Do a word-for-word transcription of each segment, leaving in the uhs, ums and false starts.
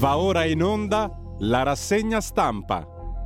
Va ora in onda la rassegna stampa.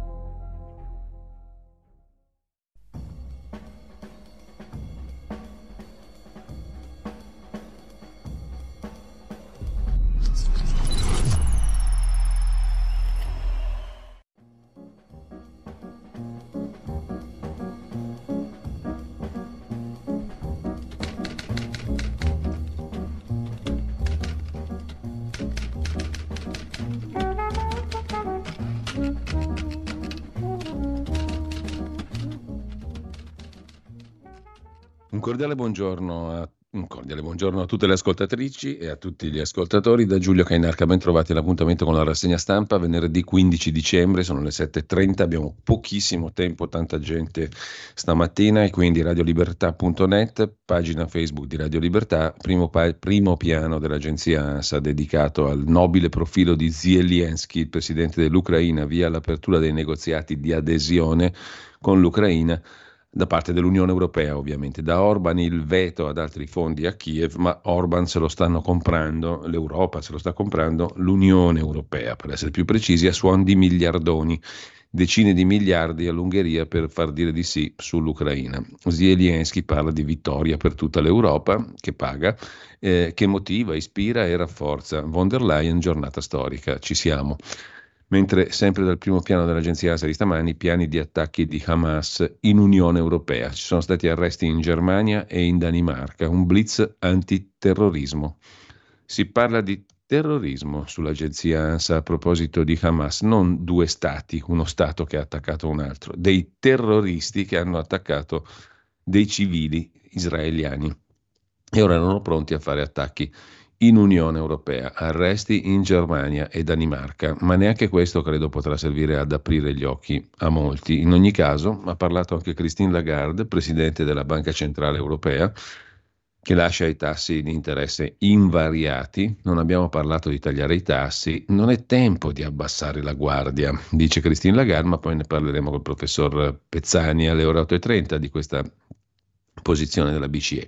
Un cordiale buongiorno a, un cordiale buongiorno a tutte le ascoltatrici e a tutti gli ascoltatori da Giulio Cainarca. Ben trovati all'appuntamento con la rassegna stampa venerdì quindici dicembre, sono le sette e trenta, abbiamo pochissimo tempo, tanta gente stamattina e quindi radiolibertà punto net, pagina Facebook di Radio Libertà, primo, pa- primo piano dell'agenzia ANSA dedicato al nobile profilo di Zelensky, il presidente dell'Ucraina, via l'apertura dei negoziati di adesione con l'Ucraina da parte dell'Unione Europea, ovviamente. Da Orban il veto ad altri fondi a Kiev, ma Orban se lo stanno comprando, l'Europa se lo sta comprando, l'Unione Europea, per essere più precisi, a suon di miliardoni, decine di miliardi all'Ungheria per far dire di sì sull'Ucraina. Zelensky parla di vittoria per tutta l'Europa, che paga, eh, che motiva, ispira e rafforza. Von der Leyen, giornata storica, ci siamo. Mentre sempre dal primo piano dell'agenzia ANSA di stamani, piani di attacchi di Hamas in Unione Europea. Ci sono stati arresti in Germania e in Danimarca, un blitz antiterrorismo. Si parla di terrorismo sull'agenzia ANSA a proposito di Hamas, non due stati, uno stato che ha attaccato un altro, dei terroristi che hanno attaccato dei civili israeliani e ora erano pronti a fare attacchi in Unione Europea, arresti in Germania e Danimarca, ma neanche questo credo potrà servire ad aprire gli occhi a molti. In ogni caso, ha parlato anche Christine Lagarde, presidente della Banca Centrale Europea, che lascia i tassi di interesse invariati. Non abbiamo parlato di tagliare i tassi, non è tempo di abbassare la guardia, dice Christine Lagarde, ma poi ne parleremo col professor Pezzani alle ore otto e trenta di questa posizione della B C E.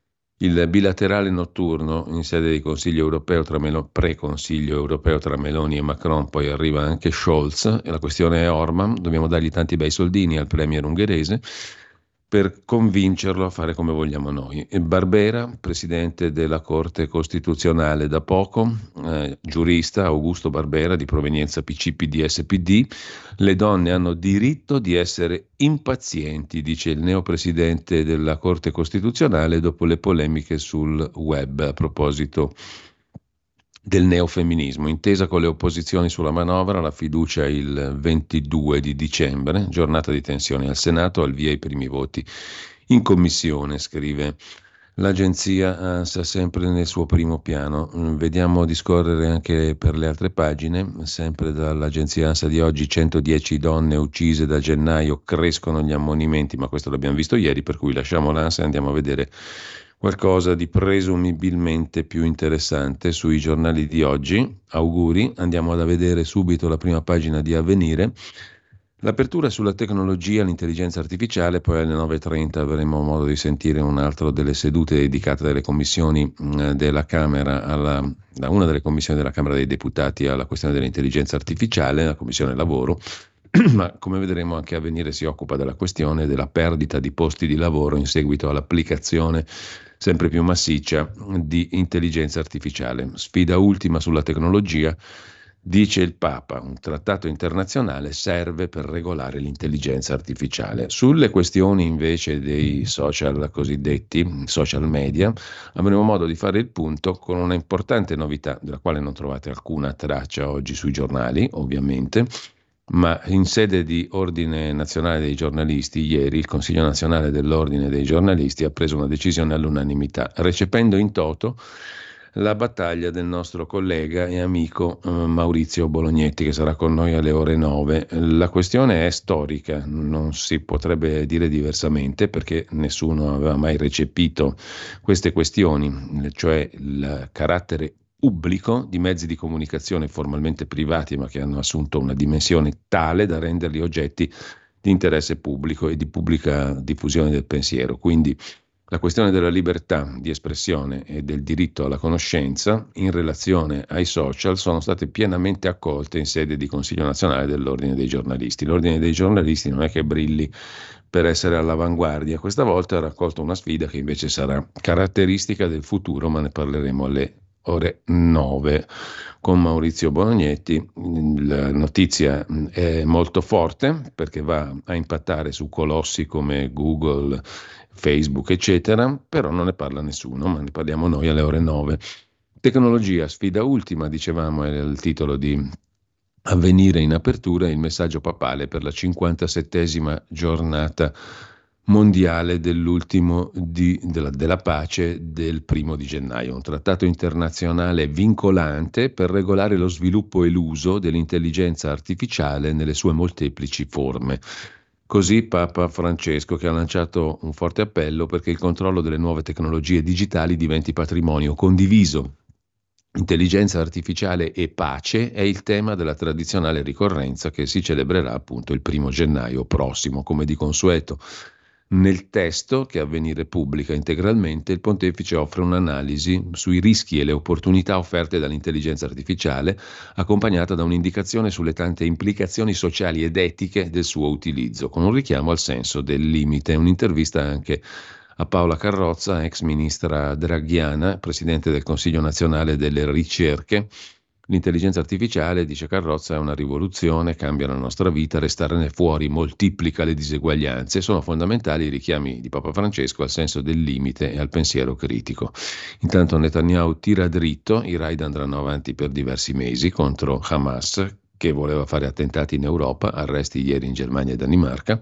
Il bilaterale notturno in sede di Consiglio europeo tra Melo- pre-Consiglio europeo tra Meloni e Macron, poi arriva anche Scholz e la questione è Orban, dobbiamo dargli tanti bei soldini al premier ungherese per convincerlo a fare come vogliamo noi. E Barbera, presidente della Corte Costituzionale da poco, eh, giurista Augusto Barbera di provenienza P C P D S P D, le donne hanno diritto di essere impazienti, dice il neopresidente della Corte Costituzionale dopo le polemiche sul web a proposito del neofemminismo. Intesa con le opposizioni sulla manovra, la fiducia il ventidue di dicembre, giornata di tensione al Senato, al via i primi voti in commissione, scrive l'agenzia ANSA sempre nel suo primo piano. Vediamo di scorrere anche per le altre pagine, sempre dall'agenzia ANSA di oggi, centodieci donne uccise da gennaio, crescono gli ammonimenti, ma questo l'abbiamo visto ieri, per cui lasciamo l'ANSA e andiamo a vedere qualcosa di presumibilmente più interessante sui giornali di oggi. Auguri, andiamo a vedere subito la prima pagina di Avvenire. L'apertura sulla tecnologia, l'intelligenza artificiale, poi alle nove e trenta avremo modo di sentire un altro delle sedute dedicate dalle commissioni mh, della Camera, alla, da una delle commissioni della Camera dei Deputati alla questione dell'intelligenza artificiale, la Commissione Lavoro, ma come vedremo anche Avvenire si occupa della questione della perdita di posti di lavoro in seguito all'applicazione sempre più massiccia di intelligenza artificiale. Sfida ultima sulla tecnologia, dice il Papa, un trattato internazionale serve per regolare l'intelligenza artificiale. Sulle questioni invece dei social cosiddetti, social media, avremo modo di fare il punto con una importante novità, della quale non trovate alcuna traccia oggi sui giornali, ovviamente, ma in sede di Ordine Nazionale dei Giornalisti, ieri il Consiglio Nazionale dell'Ordine dei Giornalisti ha preso una decisione all'unanimità, recependo in toto la battaglia del nostro collega e amico eh, Maurizio Bolognetti, che sarà con noi alle ore nove. La questione è storica, non si potrebbe dire diversamente, perché nessuno aveva mai recepito queste questioni, cioè il carattere pubblico di mezzi di comunicazione formalmente privati, ma che hanno assunto una dimensione tale da renderli oggetti di interesse pubblico e di pubblica diffusione del pensiero. Quindi La questione della libertà di espressione e del diritto alla conoscenza in relazione ai social sono state pienamente accolte in sede di Consiglio nazionale dell'Ordine dei giornalisti. L'Ordine dei giornalisti non è che brilli per essere all'avanguardia, questa volta ha raccolto una sfida che invece sarà caratteristica del futuro, ma ne parleremo alle ore nove con Maurizio Bolognetti. La notizia è molto forte perché va a impattare su colossi come Google, Facebook, eccetera, però non ne parla nessuno, ma ne parliamo noi alle ore nove. Tecnologia, sfida ultima, dicevamo, è il titolo di Avvenire in apertura, il messaggio papale per la cinquantasettesima giornata mondiale dell'ultimo di, della, della pace del primo di gennaio, un trattato internazionale vincolante per regolare lo sviluppo e l'uso dell'intelligenza artificiale nelle sue molteplici forme. Così Papa Francesco, che ha lanciato un forte appello perché il controllo delle nuove tecnologie digitali diventi patrimonio condiviso. Intelligenza artificiale e pace è il tema della tradizionale ricorrenza che si celebrerà appunto il primo gennaio prossimo, come di consueto. Nel testo, che Avvenire pubblica integralmente, il pontefice offre un'analisi sui rischi e le opportunità offerte dall'intelligenza artificiale, accompagnata da un'indicazione sulle tante implicazioni sociali ed etiche del suo utilizzo, con un richiamo al senso del limite. Un'intervista anche a Paola Carrozza, ex ministra draghiana, presidente del Consiglio nazionale delle ricerche. L'intelligenza artificiale, dice Carrozza, è una rivoluzione, cambia la nostra vita, restarne fuori moltiplica le diseguaglianze. Sono fondamentali i richiami di Papa Francesco al senso del limite e al pensiero critico. Intanto Netanyahu tira dritto, i raid andranno avanti per diversi mesi contro Hamas, che voleva fare attentati in Europa, arresti ieri in Germania e Danimarca,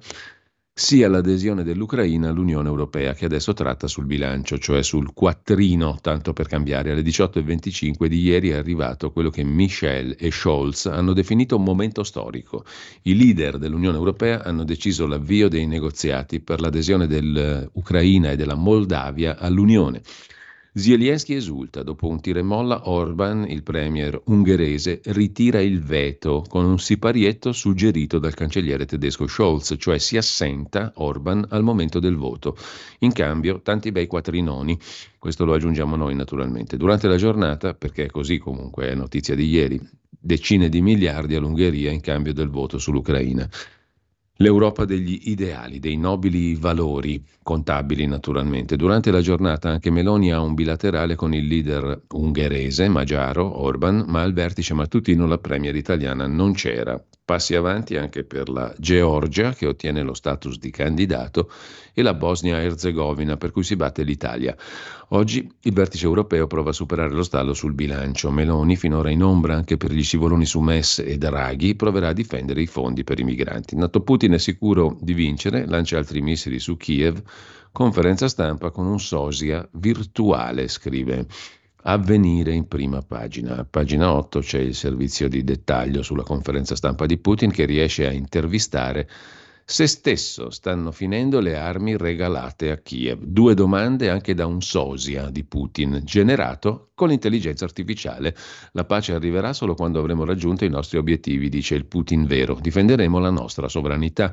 sia l'adesione dell'Ucraina all'Unione Europea, che adesso tratta sul bilancio, cioè sul quattrino, tanto per cambiare. Alle diciotto e venticinque di ieri è arrivato quello che Michel e Scholz hanno definito un momento storico. I leader dell'Unione Europea hanno deciso l'avvio dei negoziati per l'adesione dell'Ucraina e della Moldavia all'Unione. Zelensky esulta, dopo un tira e molla Orban, il premier ungherese, ritira il veto con un siparietto suggerito dal cancelliere tedesco Scholz, cioè si assenta Orban al momento del voto. In cambio tanti bei quattrinoni, questo lo aggiungiamo noi naturalmente. Durante la giornata, perché è così comunque è notizia di ieri, decine di miliardi all'Ungheria in cambio del voto sull'Ucraina. L'Europa degli ideali, dei nobili valori, contabili naturalmente. Durante la giornata anche Meloni ha un bilaterale con il leader ungherese, Magyaro, Orban, ma al vertice mattutino la premier italiana non c'era. Passi avanti anche per la Georgia, che ottiene lo status di candidato, e la Bosnia-Erzegovina, per cui si batte l'Italia. Oggi il vertice europeo prova a superare lo stallo sul bilancio. Meloni, finora in ombra anche per gli scivoloni su M E S e Draghi, proverà a difendere i fondi per i migranti. Nato Putin è sicuro di vincere, lancia altri missili su Kiev, conferenza stampa con un sosia virtuale, scrive Avvenire in prima pagina. A pagina otto c'è il servizio di dettaglio sulla conferenza stampa di Putin, che riesce a intervistare se stesso. Stanno finendo le armi regalate a Kiev. Due domande anche da un sosia di Putin, generato con l'intelligenza artificiale. La pace arriverà solo quando avremo raggiunto i nostri obiettivi, dice il Putin vero. Difenderemo la nostra sovranità.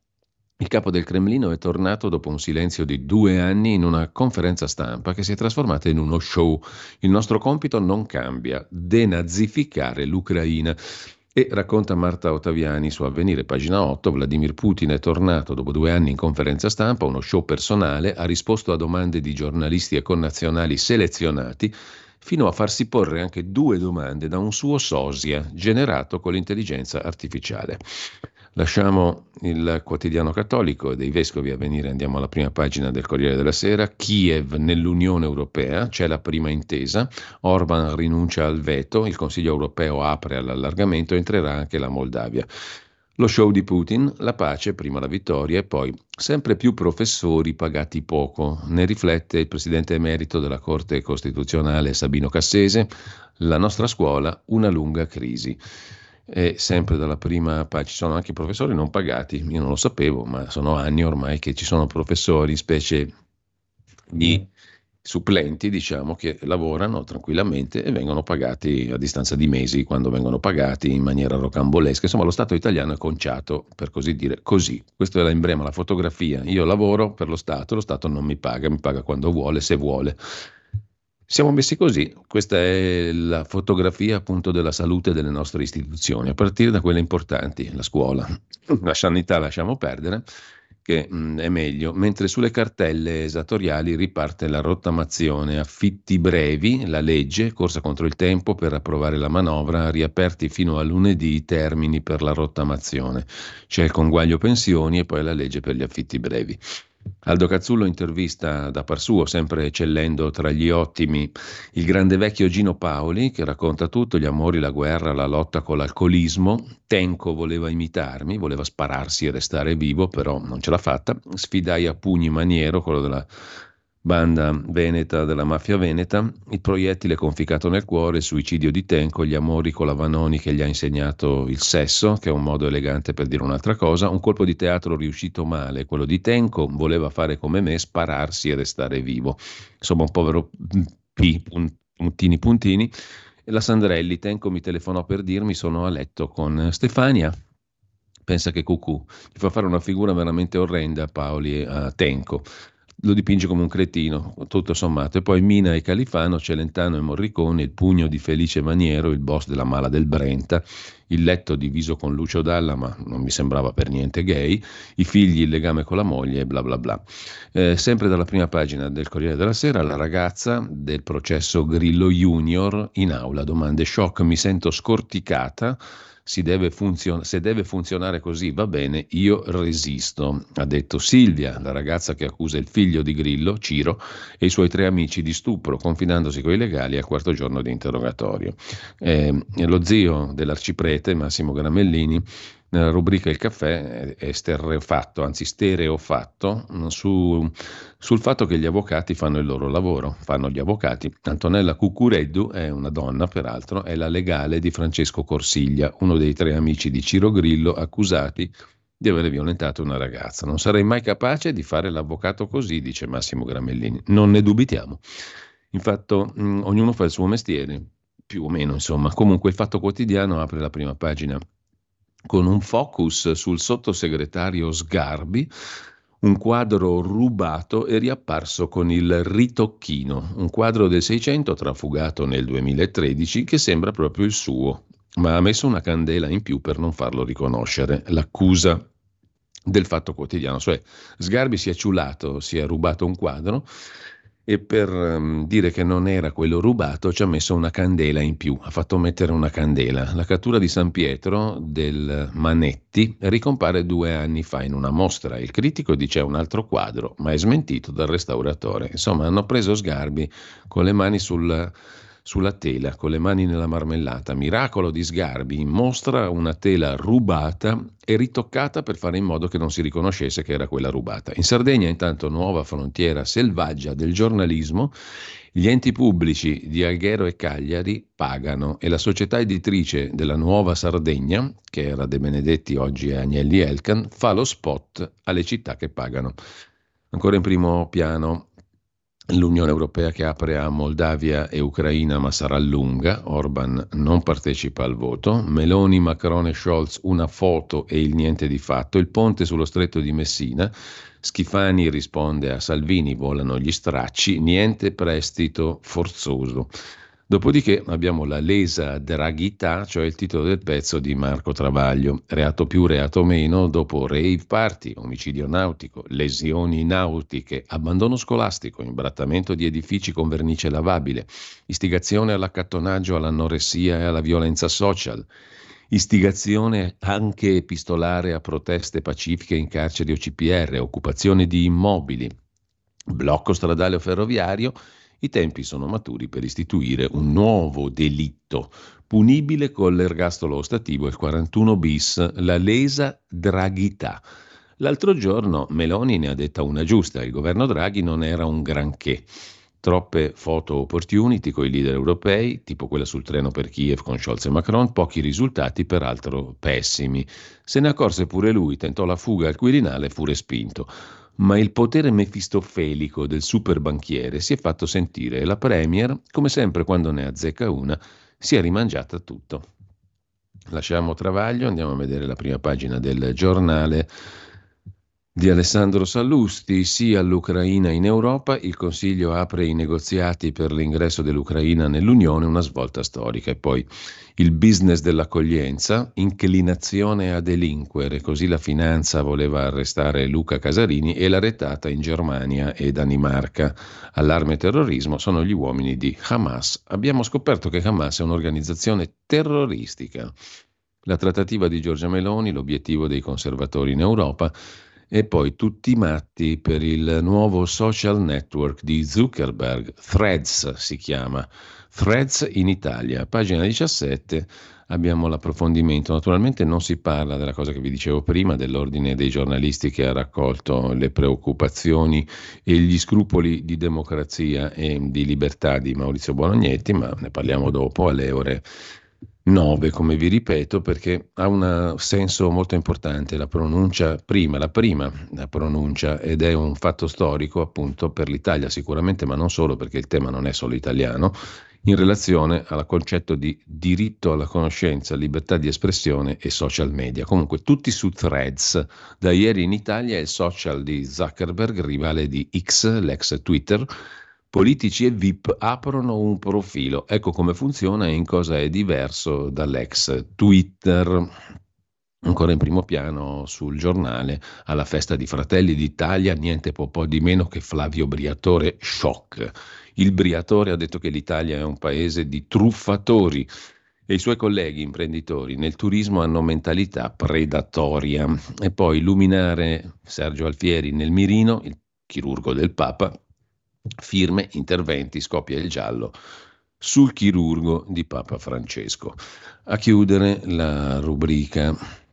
Il capo del Cremlino è tornato dopo un silenzio di due anni in una conferenza stampa che si è trasformata in uno show. Il nostro compito non cambia: denazificare l'Ucraina. E racconta Marta Ottaviani su Avvenire, pagina otto, Vladimir Putin è tornato dopo due anni in conferenza stampa, uno show personale, ha risposto a domande di giornalisti e connazionali selezionati, fino a farsi porre anche due domande da un suo sosia, generato con l'intelligenza artificiale. Lasciamo il quotidiano cattolico dei vescovi Avvenire, andiamo alla prima pagina del Corriere della Sera. Kiev nell'Unione Europea, c'è la prima intesa, Orban rinuncia al veto, il Consiglio europeo apre all'allargamento, entrerà anche la Moldavia. Lo show di Putin, la pace, prima la vittoria e poi sempre più professori pagati poco. Ne riflette il presidente emerito della Corte Costituzionale Sabino Cassese, la nostra scuola, una lunga crisi. E sempre dalla prima pagina ci sono anche professori non pagati, io non lo sapevo, ma sono anni ormai che ci sono professori, specie gli supplenti, diciamo, che lavorano tranquillamente e vengono pagati a distanza di mesi, quando vengono pagati in maniera rocambolesca. Insomma, lo Stato italiano è conciato, per così dire, così. Questo è l'emblema, la fotografia. Io lavoro per lo Stato, lo Stato non mi paga, mi paga quando vuole, se vuole. Siamo messi così, questa è la fotografia appunto della salute delle nostre istituzioni, a partire da quelle importanti, la scuola, la sanità lasciamo perdere, che mh, è meglio, mentre sulle cartelle esattoriali riparte la rottamazione, affitti brevi, la legge, corsa contro il tempo per approvare la manovra, riaperti fino a lunedì i termini per la rottamazione, c'è il conguaglio pensioni e poi la legge per gli affitti brevi. Aldo Cazzullo intervista da par suo, sempre eccellendo tra gli ottimi, il grande vecchio Gino Paoli, che racconta tutto, gli amori, la guerra, la lotta con l'alcolismo. Tenco voleva imitarmi, voleva spararsi e restare vivo, però non ce l'ha fatta. Sfidai a pugni Maniero, quello della banda veneta della mafia veneta, il proiettile conficcato nel cuore, il suicidio di Tenco, gli amori con la Vanoni che gli ha insegnato il sesso, che è un modo elegante per dire un'altra cosa, un colpo di teatro riuscito male, quello di Tenco, voleva fare come me, spararsi e restare vivo. Insomma, un povero P, puntini puntini. E la Sandrelli, Tenco mi telefonò per dirmi sono a letto con Stefania. Pensa che cucù, gli fa fare una figura veramente orrenda a Paoli a Tenco. Lo dipinge come un cretino, tutto sommato. E poi Mina e Califano, Celentano e Morricone, il pugno di Felice Maniero, il boss della Mala del Brenta, il letto diviso con Lucio Dalla, ma non mi sembrava per niente gay, i figli, il legame con la moglie e bla bla bla. Eh, sempre dalla prima pagina del Corriere della Sera, la ragazza del processo Grillo Junior in aula, domande shock, mi sento scorticata. Si deve funzion- se deve funzionare così va bene, io resisto, ha detto Silvia, la ragazza che accusa il figlio di Grillo, Ciro, e i suoi tre amici di stupro, confidandosi coi legali al quarto giorno di interrogatorio. Eh, lo zio dell'arciprete, Massimo Gramellini, nella rubrica Il caffè è esterrefatto, anzi stereofatto, su, sul fatto che gli avvocati fanno il loro lavoro, fanno gli avvocati. Antonella Cuccureddu è una donna, peraltro, è la legale di Francesco Corsiglia, uno dei tre amici di Ciro Grillo accusati di aver violentato una ragazza. Non sarei mai capace di fare l'avvocato così, dice Massimo Gramellini. Non ne dubitiamo. Infatti, mh, ognuno fa il suo mestiere, più o meno, insomma. Comunque il Fatto Quotidiano apre la prima pagina con un focus sul sottosegretario Sgarbi, un quadro rubato e riapparso con il ritocchino, un quadro del Seicento trafugato nel duemilatredici che sembra proprio il suo, ma ha messo una candela in più per non farlo riconoscere. L'accusa del Fatto Quotidiano, cioè Sgarbi si è ciulato, si è rubato un quadro e per um, dire che non era quello rubato ci ha messo una candela in più, ha fatto mettere una candela. La cattura di San Pietro del Manetti ricompare due anni fa in una mostra. Il critico dice è un altro quadro, ma è smentito dal restauratore. Insomma, hanno preso Sgarbi con le mani sul, sulla tela, con le mani nella marmellata. Miracolo di Sgarbi, in mostra una tela rubata e ritoccata per fare in modo che non si riconoscesse che era quella rubata. In Sardegna, intanto, nuova frontiera selvaggia del giornalismo. Gli enti pubblici di Alghero e Cagliari pagano e la società editrice della Nuova Sardegna, che era De Benedetti, oggi è Agnelli Elkan, fa lo spot alle città che pagano. Ancora in primo piano l'Unione Europea che apre a Moldavia e Ucraina, ma sarà lunga. Orban non partecipa al voto. Meloni, Macron e Scholz una foto e il niente di fatto. Il ponte sullo stretto di Messina. Schifani risponde a Salvini, volano gli stracci, niente prestito forzoso. Dopodiché abbiamo la lesa draghità, cioè il titolo del pezzo di Marco Travaglio. Reato più, reato meno, dopo rave party, omicidio nautico, lesioni nautiche, abbandono scolastico, imbrattamento di edifici con vernice lavabile, istigazione all'accattonaggio, all'anoressia e alla violenza social, istigazione anche epistolare a proteste pacifiche in carceri o C P R, occupazione di immobili, blocco stradale o ferroviario. I tempi sono maturi per istituire un nuovo delitto punibile con l'ergastolo ostativo, il quarantuno bis, la lesa draghità. L'altro giorno Meloni ne ha detta una giusta, il governo Draghi non era un granché. Troppe photo opportunity con i leader europei, tipo quella sul treno per Kiev con Scholz e Macron, pochi risultati, peraltro pessimi. Se ne accorse pure lui, tentò la fuga al Quirinale e fu respinto. ma il potere mefistofelico del superbanchiere si è fatto sentire e la Premier, come sempre quando ne azzecca una, si è rimangiata tutto. Lasciamo Travaglio, andiamo a vedere la prima pagina del giornale di Alessandro Sallusti. Sì all'Ucraina in Europa, il Consiglio apre i negoziati per l'ingresso dell'Ucraina nell'Unione, una svolta storica. E poi il business dell'accoglienza, inclinazione a delinquere, così la finanza voleva arrestare Luca Casarini e la retata in Germania e Danimarca. Allarme e terrorismo sono gli uomini di Hamas. Abbiamo scoperto che Hamas è un'organizzazione terroristica. La trattativa di Giorgia Meloni, l'obiettivo dei conservatori in Europa, e poi tutti matti per il nuovo social network di Zuckerberg, Threads si chiama, Threads in Italia, pagina diciassette, abbiamo l'approfondimento. Naturalmente non si parla della cosa che vi dicevo prima, dell'ordine dei giornalisti che ha raccolto le preoccupazioni e gli scrupoli di democrazia e di libertà di Maurizio Bolognetti, ma ne parliamo dopo alle ore nove, come vi ripeto, perché ha un senso molto importante la pronuncia prima, la prima la pronuncia, ed è un fatto storico appunto per l'Italia sicuramente, ma non solo, perché il tema non è solo italiano, in relazione al concetto di diritto alla conoscenza, libertà di espressione e social media. Comunque tutti su Threads, da ieri in Italia il social di Zuckerberg, rivale di X, l'ex Twitter. Politici e V I P aprono un profilo. Ecco come funziona e in cosa è diverso dall'ex Twitter. Ancora in primo piano sul giornale, alla festa di Fratelli d'Italia, niente po' po' di meno che Flavio Briatore, shock. Il Briatore ha detto che l'Italia è un paese di truffatori e i suoi colleghi imprenditori nel turismo hanno mentalità predatoria. E poi illuminare Sergio Alfieri nel mirino, il chirurgo del Papa. Firme, interventi, scoppia il giallo sul chirurgo di Papa Francesco. A chiudere la rubrica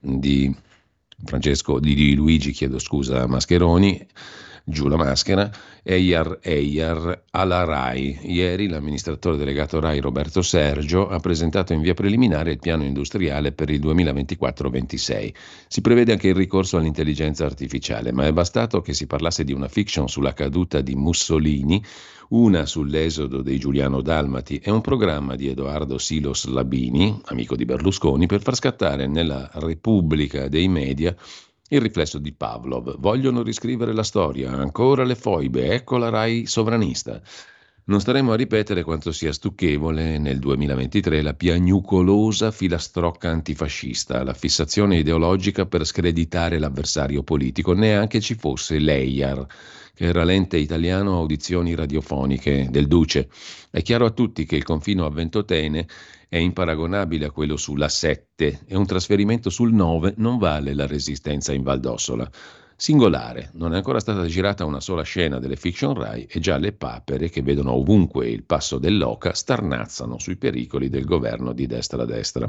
di Francesco di, di Luigi, chiedo scusa, Mascheroni, giù la maschera, Eyar Eyar alla RAI. Ieri l'amministratore delegato RAI Roberto Sergio ha presentato in via preliminare il piano industriale per il duemilaventiquattro ventisei. Si prevede anche il ricorso all'intelligenza artificiale, ma è bastato che si parlasse di una fiction sulla caduta di Mussolini, una sull'esodo dei Giuliano Dalmati e un programma di Edoardo Silos Labini, amico di Berlusconi, per far scattare nella Repubblica dei media il riflesso di Pavlov. Vogliono riscrivere la storia, ancora le foibe, ecco la RAI sovranista. Non staremo a ripetere quanto sia stucchevole nel duemilaventitré la piagnucolosa filastrocca antifascista, la fissazione ideologica per screditare l'avversario politico, neanche ci fosse l'Eyar, che era l'ente italiano audizioni radiofoniche del Duce. È chiaro a tutti che il confino a Ventotene è imparagonabile a quello sulla sette e un trasferimento sul nove non vale la resistenza in Val d'Ossola. Singolare, non è ancora stata girata una sola scena delle fiction Rai e già le papere che vedono ovunque il passo dell'oca starnazzano sui pericoli del governo di destra a destra.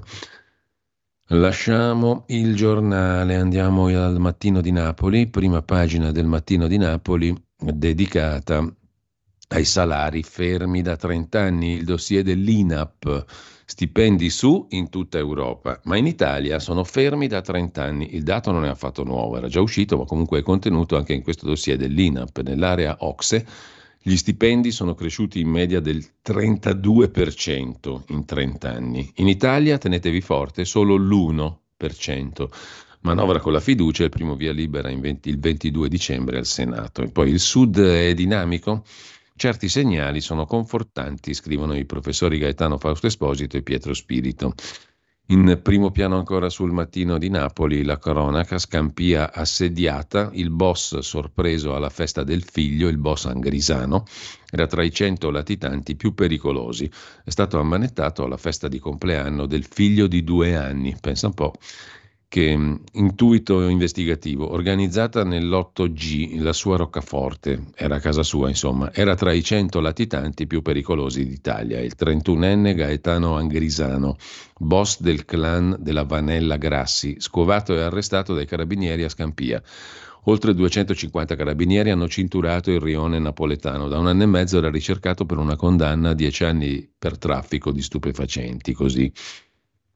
Lasciamo il giornale, andiamo al Mattino di Napoli, prima pagina del Mattino di Napoli dedicata ai salari fermi da trenta anni, il dossier dell'I N A P, stipendi su in tutta Europa, ma in Italia sono fermi da trenta anni. Il dato non è affatto nuovo, era già uscito, ma comunque è contenuto anche in questo dossier dell'I N A P. Nell'area O C S E gli stipendi sono cresciuti in media del trentadue per cento in trenta anni. In Italia, tenetevi forte, solo l'uno per cento. Manovra con la fiducia, il primo via libera in venti, il ventidue dicembre al Senato. E poi il Sud è dinamico? Certi segnali sono confortanti, scrivono i professori Gaetano Fausto Esposito e Pietro Spirito. In primo piano ancora sul Mattino di Napoli, la cronaca, Scampia assediata, il boss sorpreso alla festa del figlio, il boss Angrisano, era tra i cento latitanti più pericolosi. È stato ammanettato alla festa di compleanno del figlio di due anni, pensa un po'. Che intuito investigativo, organizzata nell'otto G, la sua roccaforte, era a casa sua insomma, era tra i cento latitanti più pericolosi d'Italia, il trentunenne Gaetano Angrisano, boss del clan della Vanella Grassi, scovato e arrestato dai carabinieri a Scampia. Oltre duecentocinquanta carabinieri hanno cinturato il rione napoletano, da un anno e mezzo era ricercato per una condanna a dieci anni per traffico di stupefacenti, così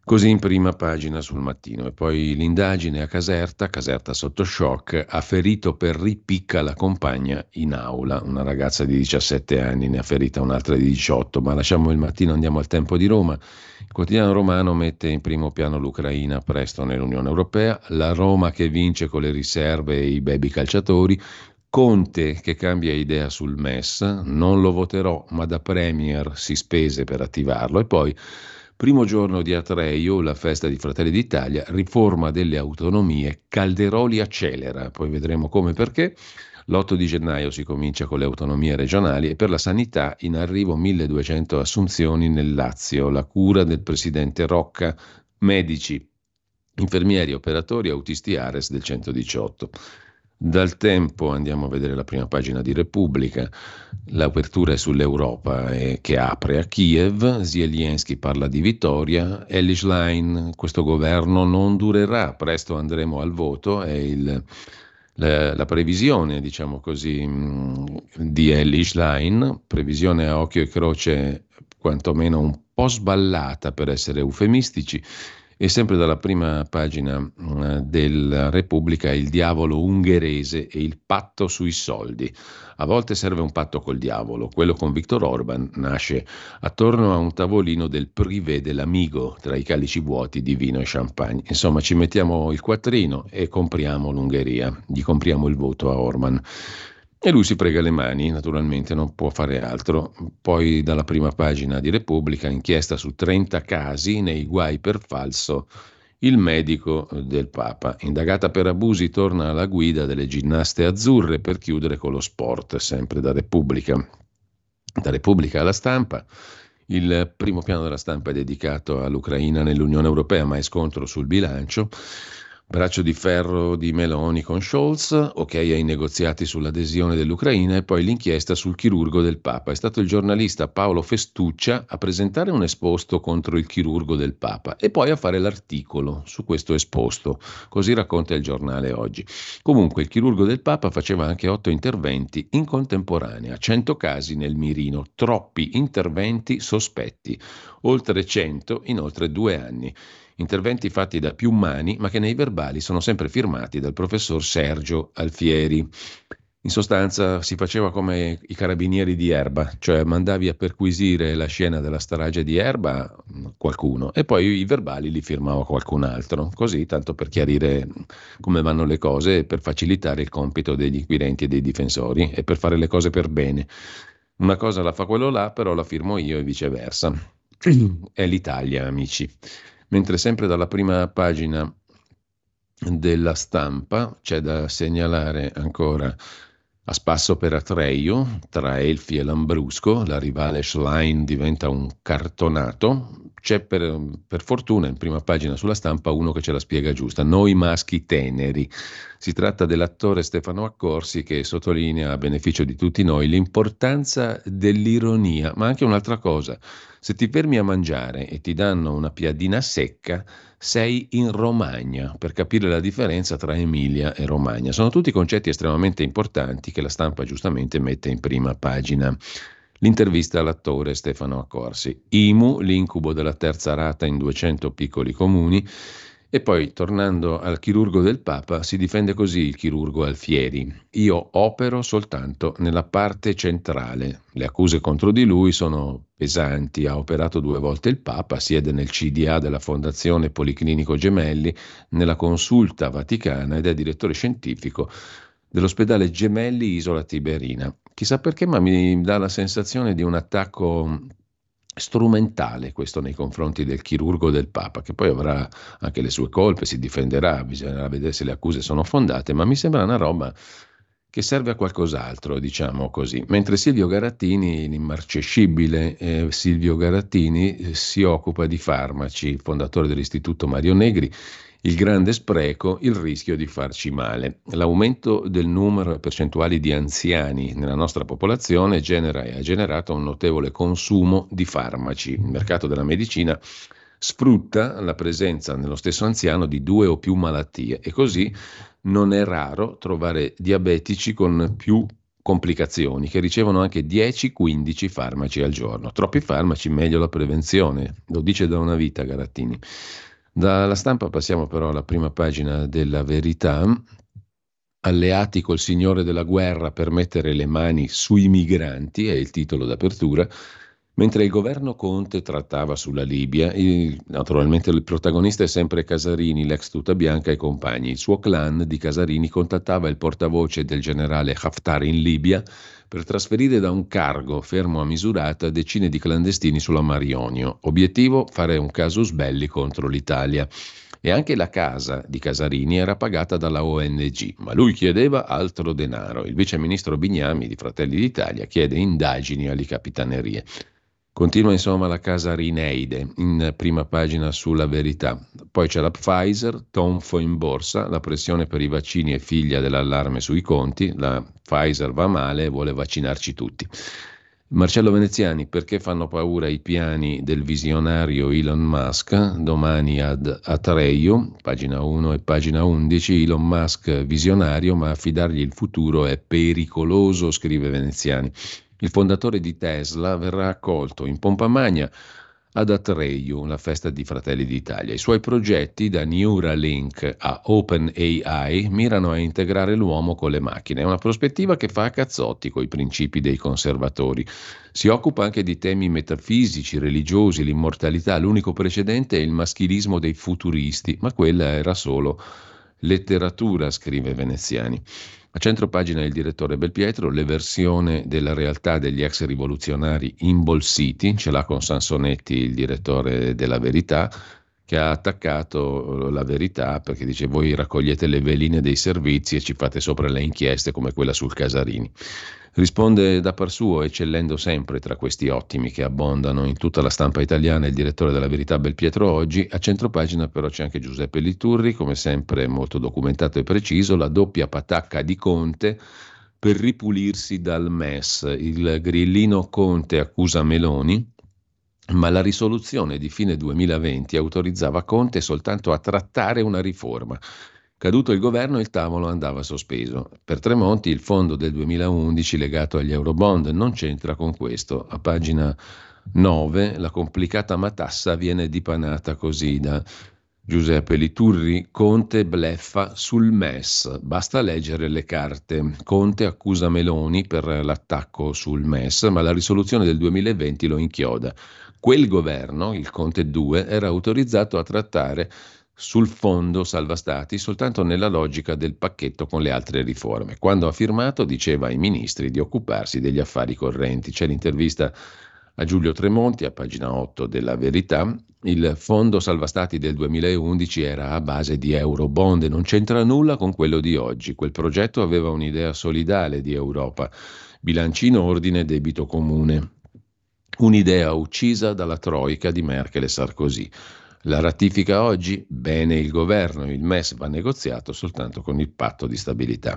Così in prima pagina sul Mattino. E poi l'indagine a Caserta, Caserta sotto shock, ha ferito per ripicca la compagna in aula, una ragazza di diciassette anni, ne ha ferita un'altra di diciotto, ma lasciamo il Mattino, andiamo al Tempo di Roma. Il quotidiano romano mette in primo piano l'Ucraina presto nell'Unione Europea, la Roma che vince con le riserve e i baby calciatori, Conte che cambia idea sul M E S, non lo voterò, ma da Premier si spese per attivarlo. E poi, primo giorno di Atreio, la festa di Fratelli d'Italia, riforma delle autonomie, Calderoli accelera, poi vedremo come e perché. L'otto di gennaio si comincia con le autonomie regionali e per la sanità in arrivo milleduecento assunzioni nel Lazio, la cura del presidente Rocca, medici, infermieri, operatori, autisti ARES del centodiciotto. Dal Tempo andiamo a vedere la prima pagina di Repubblica, l'apertura è sull'Europa eh, che apre a Kiev, Zelensky parla di vittoria, Elly Schlein, questo governo non durerà, presto andremo al voto, è il, la, la previsione, diciamo così, di Elly Schlein, previsione a occhio e croce quantomeno un po' sballata per essere eufemistici. E sempre dalla prima pagina uh, della Repubblica, il diavolo ungherese e il patto sui soldi. A volte serve un patto col diavolo, quello con Viktor Orban nasce attorno a un tavolino del privé dell'amigo, tra i calici vuoti di vino e champagne. Insomma, ci mettiamo il quattrino e compriamo l'Ungheria, gli compriamo il voto a Orban. E lui si prega le mani, naturalmente non può fare altro. Poi dalla prima pagina di Repubblica, inchiesta su trenta casi nei guai per falso, il medico del Papa. Indagata per abusi torna alla guida delle ginnaste azzurre per chiudere con lo sport, sempre da Repubblica. Da Repubblica alla Stampa. Il primo piano della Stampa è dedicato all'Ucraina nell'Unione Europea, ma è scontro sul bilancio. Braccio di ferro di Meloni con Scholz, ok ai negoziati sull'adesione dell'Ucraina e poi l'inchiesta sul chirurgo del Papa. È stato il giornalista Paolo Festuccia a presentare un esposto contro il chirurgo del Papa e poi a fare l'articolo su questo esposto. Così racconta il giornale oggi. Comunque il chirurgo del Papa faceva anche otto interventi in contemporanea, cento casi nel mirino, troppi interventi sospetti, oltre cento in oltre due anni. Interventi fatti da più mani, ma che nei verbali sono sempre firmati dal professor Sergio Alfieri. In sostanza si faceva come i carabinieri di Erba, cioè mandavi a perquisire la scena della strage di Erba qualcuno e poi i verbali li firmava qualcun altro, così tanto per chiarire come vanno le cose e per facilitare il compito degli inquirenti e dei difensori e per fare le cose per bene. Una cosa la fa quello là, però la firmo io e viceversa. È l'Italia, amici. Mentre sempre dalla prima pagina della Stampa c'è da segnalare ancora a spasso per Atreio, tra Elfi e Lambrusco, la rivale Schlein diventa un cartonato. C'è per, per fortuna in prima pagina sulla Stampa uno che ce la spiega giusta, noi maschi teneri. Si tratta dell'attore Stefano Accorsi che sottolinea a beneficio di tutti noi l'importanza dell'ironia, ma anche un'altra cosa. Se ti fermi a mangiare e ti danno una piadina secca, sei in Romagna, per capire la differenza tra Emilia e Romagna. Sono tutti concetti estremamente importanti che la Stampa giustamente mette in prima pagina. L'intervista all'attore Stefano Accorsi. I M U, l'incubo della terza rata in duecento piccoli comuni. E poi, tornando al chirurgo del Papa, si difende così il chirurgo Alfieri. Io opero soltanto nella parte centrale. Le accuse contro di lui sono pesanti. Ha operato due volte il Papa, siede nel C D A della Fondazione Policlinico Gemelli, nella Consulta Vaticana ed è direttore scientifico dell'ospedale Gemelli Isola Tiberina. Chissà perché, ma mi dà la sensazione di un attacco strumentale questo nei confronti del chirurgo del Papa, che poi avrà anche le sue colpe, si difenderà, bisognerà vedere se le accuse sono fondate, ma mi sembra una roba che serve a qualcos'altro, diciamo così. Mentre Silvio Garattini, l'immarcescibile eh, Silvio Garattini, eh, si occupa di farmaci, fondatore dell'Istituto Mario Negri, il grande spreco, il rischio di farci male. L'aumento del numero e percentuali di anziani nella nostra popolazione genera e ha generato un notevole consumo di farmaci. Il mercato della medicina sfrutta la presenza nello stesso anziano di due o più malattie e così non è raro trovare diabetici con più complicazioni, che ricevono anche dieci quindici farmaci al giorno. Troppi farmaci, meglio la prevenzione, lo dice da una vita Garattini. Dalla Stampa passiamo però alla prima pagina della Verità. Alleati col signore della guerra per mettere le mani sui migranti, è il titolo d'apertura. Mentre il governo Conte trattava sulla Libia, il, naturalmente il protagonista è sempre Casarini, l'ex tuta bianca e compagni. Il suo clan di Casarini contattava il portavoce del generale Haftar in Libia per trasferire da un cargo fermo a Misurata decine di clandestini sulla Mar Ionio. Obiettivo: fare un casus belli contro l'Italia. E anche la casa di Casarini era pagata dalla O N G, ma lui chiedeva altro denaro. Il viceministro Bignami di Fratelli d'Italia chiede indagini alle capitanerie. Continua insomma la casa Rineide, in prima pagina sulla Verità. Poi c'è la Pfizer, tonfo in borsa, la pressione per i vaccini è figlia dell'allarme sui conti, la Pfizer va male e vuole vaccinarci tutti. Marcello Veneziani, perché fanno paura i piani del visionario Elon Musk? Domani ad Atreio, pagina uno e pagina undici, Elon Musk visionario, ma affidargli il futuro è pericoloso, scrive Veneziani. Il fondatore di Tesla verrà accolto in pompa magna ad Atreio, la festa di Fratelli d'Italia. I suoi progetti, da Neuralink a OpenAI, mirano a integrare l'uomo con le macchine. È una prospettiva che fa a cazzotti coi principi dei conservatori. Si occupa anche di temi metafisici, religiosi, l'immortalità. L'unico precedente è il maschilismo dei futuristi, ma quella era solo letteratura, scrive Veneziani. A centro pagina il direttore Belpietro, l'eversione della realtà degli ex rivoluzionari imbolsiti, ce l'ha con Sansonetti il direttore della Verità, che ha attaccato la Verità perché dice: voi raccogliete le veline dei servizi e ci fate sopra le inchieste come quella sul Casarini. Risponde da par suo, eccellendo sempre tra questi ottimi che abbondano in tutta la stampa italiana, il direttore della Verità Belpietro oggi. A centropagina però c'è anche Giuseppe Liturri, come sempre molto documentato e preciso, la doppia patacca di Conte per ripulirsi dal M E S. Il grillino Conte accusa Meloni, ma la risoluzione di fine duemilaventi autorizzava Conte soltanto a trattare una riforma. Caduto il governo, il tavolo andava sospeso. Per Tremonti il fondo del duemilaundici legato agli Eurobond non c'entra con questo. A pagina nove la complicata matassa viene dipanata così da Giuseppe Liturri: Conte bleffa sul M E S, basta leggere le carte. Conte accusa Meloni per l'attacco sul M E S, ma la risoluzione del duemilaventi lo inchioda. Quel governo, il Conte due, era autorizzato a trattare sul fondo salva stati soltanto nella logica del pacchetto con le altre riforme. Quando ha firmato diceva ai ministri di occuparsi degli affari correnti. C'è l'intervista a Giulio Tremonti a pagina otto della Verità. Il fondo salva stati del duemilaundici era a base di Eurobond e non c'entra nulla con quello di oggi. Quel progetto aveva un'idea solidale di Europa: bilancino, ordine, debito comune. Un'idea uccisa dalla troica di Merkel e Sarkozy. La ratifica oggi? Bene il governo, il M E S va negoziato soltanto con il patto di stabilità.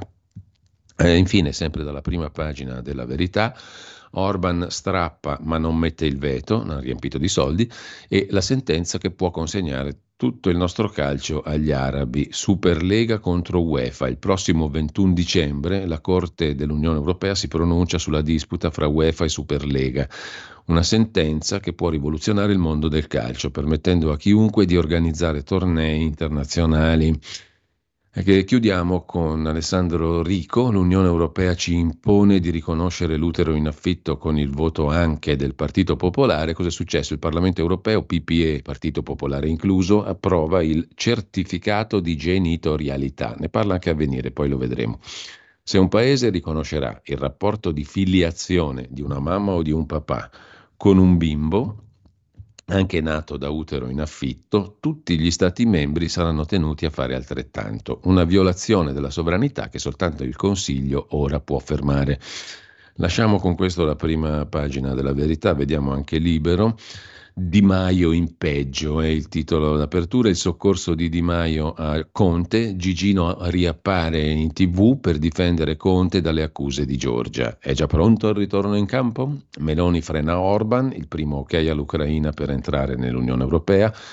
E infine, sempre dalla prima pagina della Verità, Orban strappa ma non mette il veto, non ha riempito di soldi, e la sentenza che può consegnare tutto il nostro calcio agli arabi. Superlega contro UEFA. Il prossimo ventuno dicembre la Corte dell'Unione Europea si pronuncia sulla disputa fra UEFA e Superlega. Una sentenza che può rivoluzionare il mondo del calcio, permettendo a chiunque di organizzare tornei internazionali. E che chiudiamo con Alessandro Rico. L'Unione Europea ci impone di riconoscere l'utero in affitto con il voto anche del Partito Popolare. Cosa è successo? Il Parlamento Europeo, P P E, Partito Popolare incluso, approva il certificato di genitorialità. Ne parla anche Avvenire, poi lo vedremo. Se un paese riconoscerà il rapporto di filiazione di una mamma o di un papà con un bimbo, anche nato da utero in affitto, tutti gli Stati membri saranno tenuti a fare altrettanto. Una violazione della sovranità che soltanto il Consiglio ora può fermare. Lasciamo con questo la prima pagina della Verità, vediamo anche Libero. Di Maio in peggio è il titolo d'apertura. Il soccorso di Di Maio a Conte. Gigino riappare in tv per difendere Conte dalle accuse di Giorgia. È già pronto il ritorno in campo? Meloni frena Orban, il primo ok all'Ucraina per entrare nell'Unione Europea.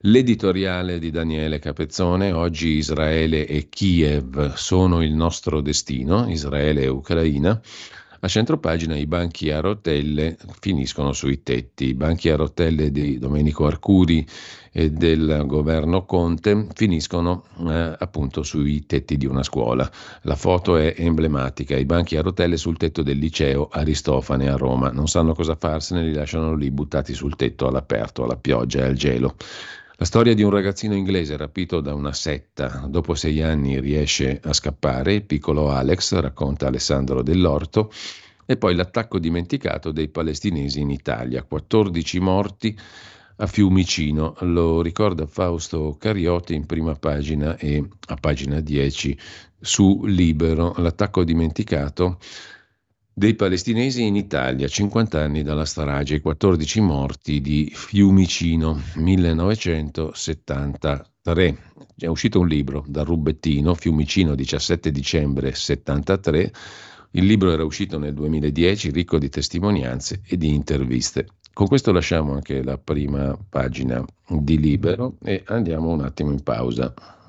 L'editoriale di Daniele Capezzone: oggi Israele e Kiev sono il nostro destino, Israele e Ucraina. A centropagina i banchi a rotelle finiscono sui tetti. I banchi a rotelle di Domenico Arcuri e del governo Conte finiscono eh, appunto sui tetti di una scuola. La foto è emblematica: i banchi a rotelle sul tetto del liceo Aristofane a Roma. Non sanno cosa farsene, li lasciano lì buttati sul tetto all'aperto, alla pioggia e al gelo. La storia di un ragazzino inglese rapito da una setta. Dopo sei anni riesce a scappare. Il piccolo Alex, racconta Alessandro Dell'Orto. E poi l'attacco dimenticato dei palestinesi in Italia. quattordici morti a Fiumicino. Lo ricorda Fausto Cariotti in prima pagina e a pagina dieci su Libero. L'attacco dimenticato dei palestinesi in Italia, cinquanta anni dalla strage, quattordici morti di Fiumicino, millenovecentosettantatré. È uscito un libro da Rubettino, Fiumicino, diciassette dicembre settantatré. Il libro era uscito nel duemiladieci, ricco di testimonianze e di interviste. Con questo lasciamo anche la prima pagina di Libero e andiamo un attimo in pausa.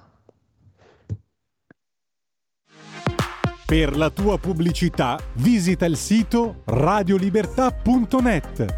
Per la tua pubblicità visita il sito radiolibertà punto net.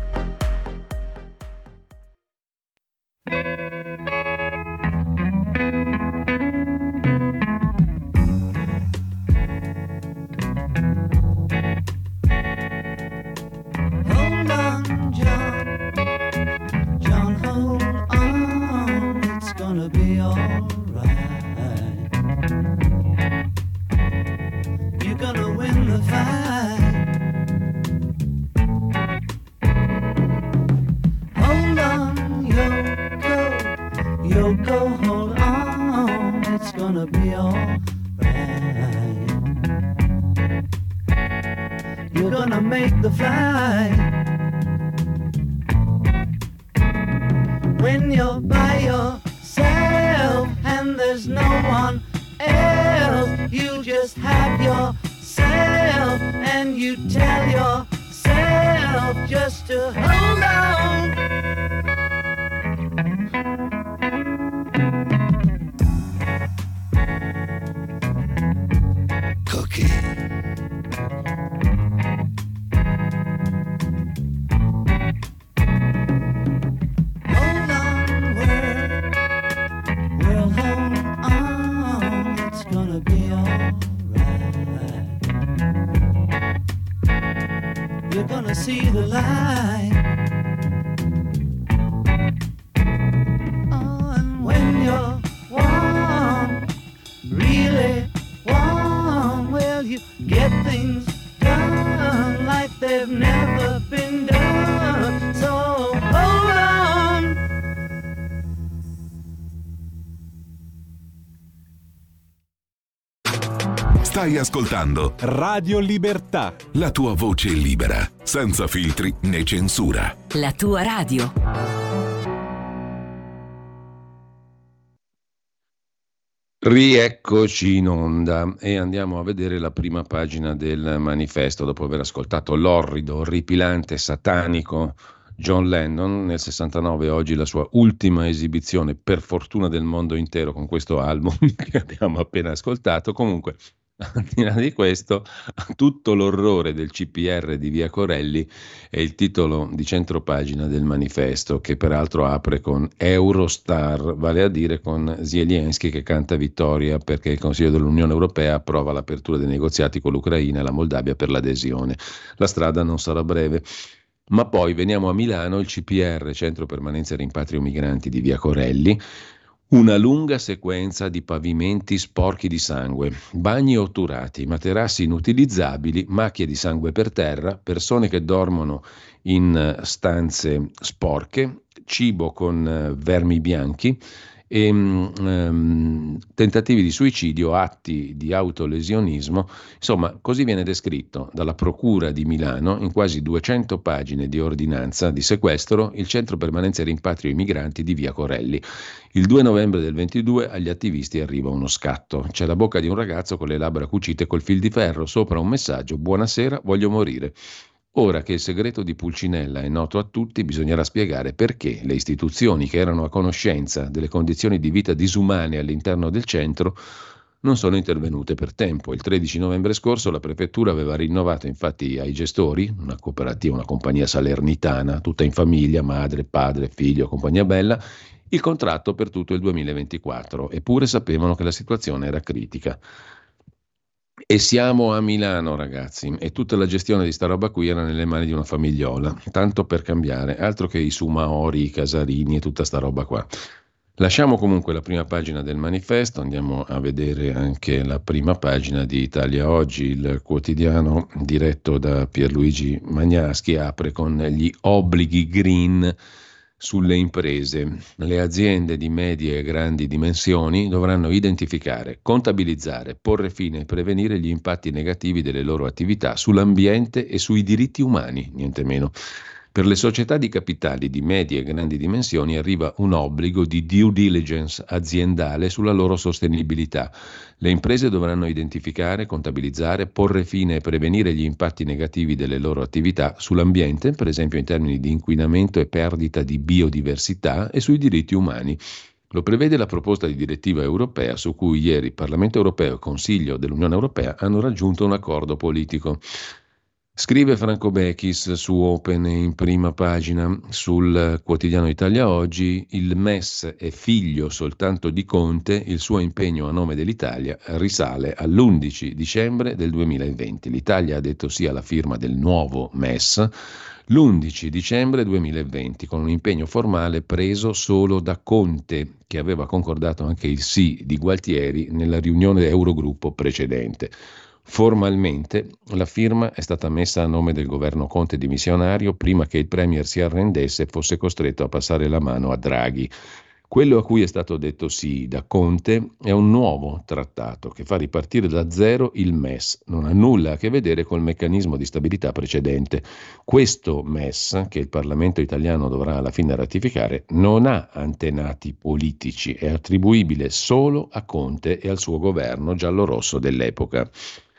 Stai ascoltando Radio Libertà, la tua voce libera, senza filtri né censura. La tua radio. Rieccoci in onda e andiamo a vedere la prima pagina del manifesto dopo aver ascoltato l'orrido, orripilante, satanico John Lennon nel sessantanove. Oggi la sua ultima esibizione, per fortuna del mondo intero, con questo album che abbiamo appena ascoltato. Comunque, al di là di questo, tutto l'orrore del C P R di Via Corelli è il titolo di centropagina del manifesto, che peraltro apre con Eurostar, vale a dire con Zelensky che canta vittoria perché il Consiglio dell'Unione Europea approva l'apertura dei negoziati con l'Ucraina e la Moldavia per l'adesione. La strada non sarà breve. Ma poi veniamo a Milano, il C P R, Centro Permanenza e Rimpatrio Migranti di Via Corelli. Una lunga sequenza di pavimenti sporchi di sangue, bagni otturati, materassi inutilizzabili, macchie di sangue per terra, persone che dormono in stanze sporche, cibo con vermi bianchi e um, tentativi di suicidio, atti di autolesionismo. Insomma, così viene descritto dalla Procura di Milano in quasi duecento pagine di ordinanza di sequestro il Centro Permanenza e Rimpatrio Migranti di Via Corelli. Il due novembre del ventidue agli attivisti arriva uno scatto. C'è la bocca di un ragazzo con le labbra cucite col fil di ferro, sopra un messaggio: buonasera, voglio morire. Ora che il segreto di Pulcinella è noto a tutti, bisognerà spiegare perché le istituzioni che erano a conoscenza delle condizioni di vita disumane all'interno del centro non sono intervenute per tempo. Il tredici novembre scorso la prefettura aveva rinnovato infatti ai gestori, una cooperativa, una compagnia salernitana, tutta in famiglia, madre, padre, figlio, compagnia bella, il contratto per tutto il duemilaventiquattro, eppure sapevano che la situazione era critica. E siamo a Milano, ragazzi, e tutta la gestione di sta roba qui era nelle mani di una famigliola, tanto per cambiare, altro che i Sumaori, i Casarini e tutta sta roba qua. Lasciamo comunque la prima pagina del manifesto, andiamo a vedere anche la prima pagina di Italia Oggi, il quotidiano diretto da Pierluigi Magnaschi apre con gli obblighi green sulle imprese. Le aziende di medie e grandi dimensioni dovranno identificare, contabilizzare, porre fine e prevenire gli impatti negativi delle loro attività sull'ambiente e sui diritti umani, niente meno. Per le società di capitali di medie e grandi dimensioni arriva un obbligo di due diligence aziendale sulla loro sostenibilità. Le imprese dovranno identificare, contabilizzare, porre fine e prevenire gli impatti negativi delle loro attività sull'ambiente, per esempio in termini di inquinamento e perdita di biodiversità, e sui diritti umani. Lo prevede la proposta di direttiva europea su cui ieri Parlamento europeo e Consiglio dell'Unione Europea hanno raggiunto un accordo politico. Scrive Franco Bechis su Open in prima pagina sul quotidiano Italia Oggi: il M E S è figlio soltanto di Conte, il suo impegno a nome dell'Italia risale all'undici dicembre del duemilaventi. L'Italia ha detto sì alla firma del nuovo M E S l'undici dicembre duemilaventi, con un impegno formale preso solo da Conte, che aveva concordato anche il sì di Gualtieri nella riunione Eurogruppo precedente. Formalmente la firma è stata messa a nome del governo Conte dimissionario prima che il premier si arrendesse e fosse costretto a passare la mano a Draghi. Quello a cui è stato detto sì da Conte è un nuovo trattato che fa ripartire da zero il M E S. Non ha nulla a che vedere col meccanismo di stabilità precedente. Questo M E S, che il Parlamento italiano dovrà alla fine ratificare, non ha antenati politici, è attribuibile solo a Conte e al suo governo giallorosso dell'epoca.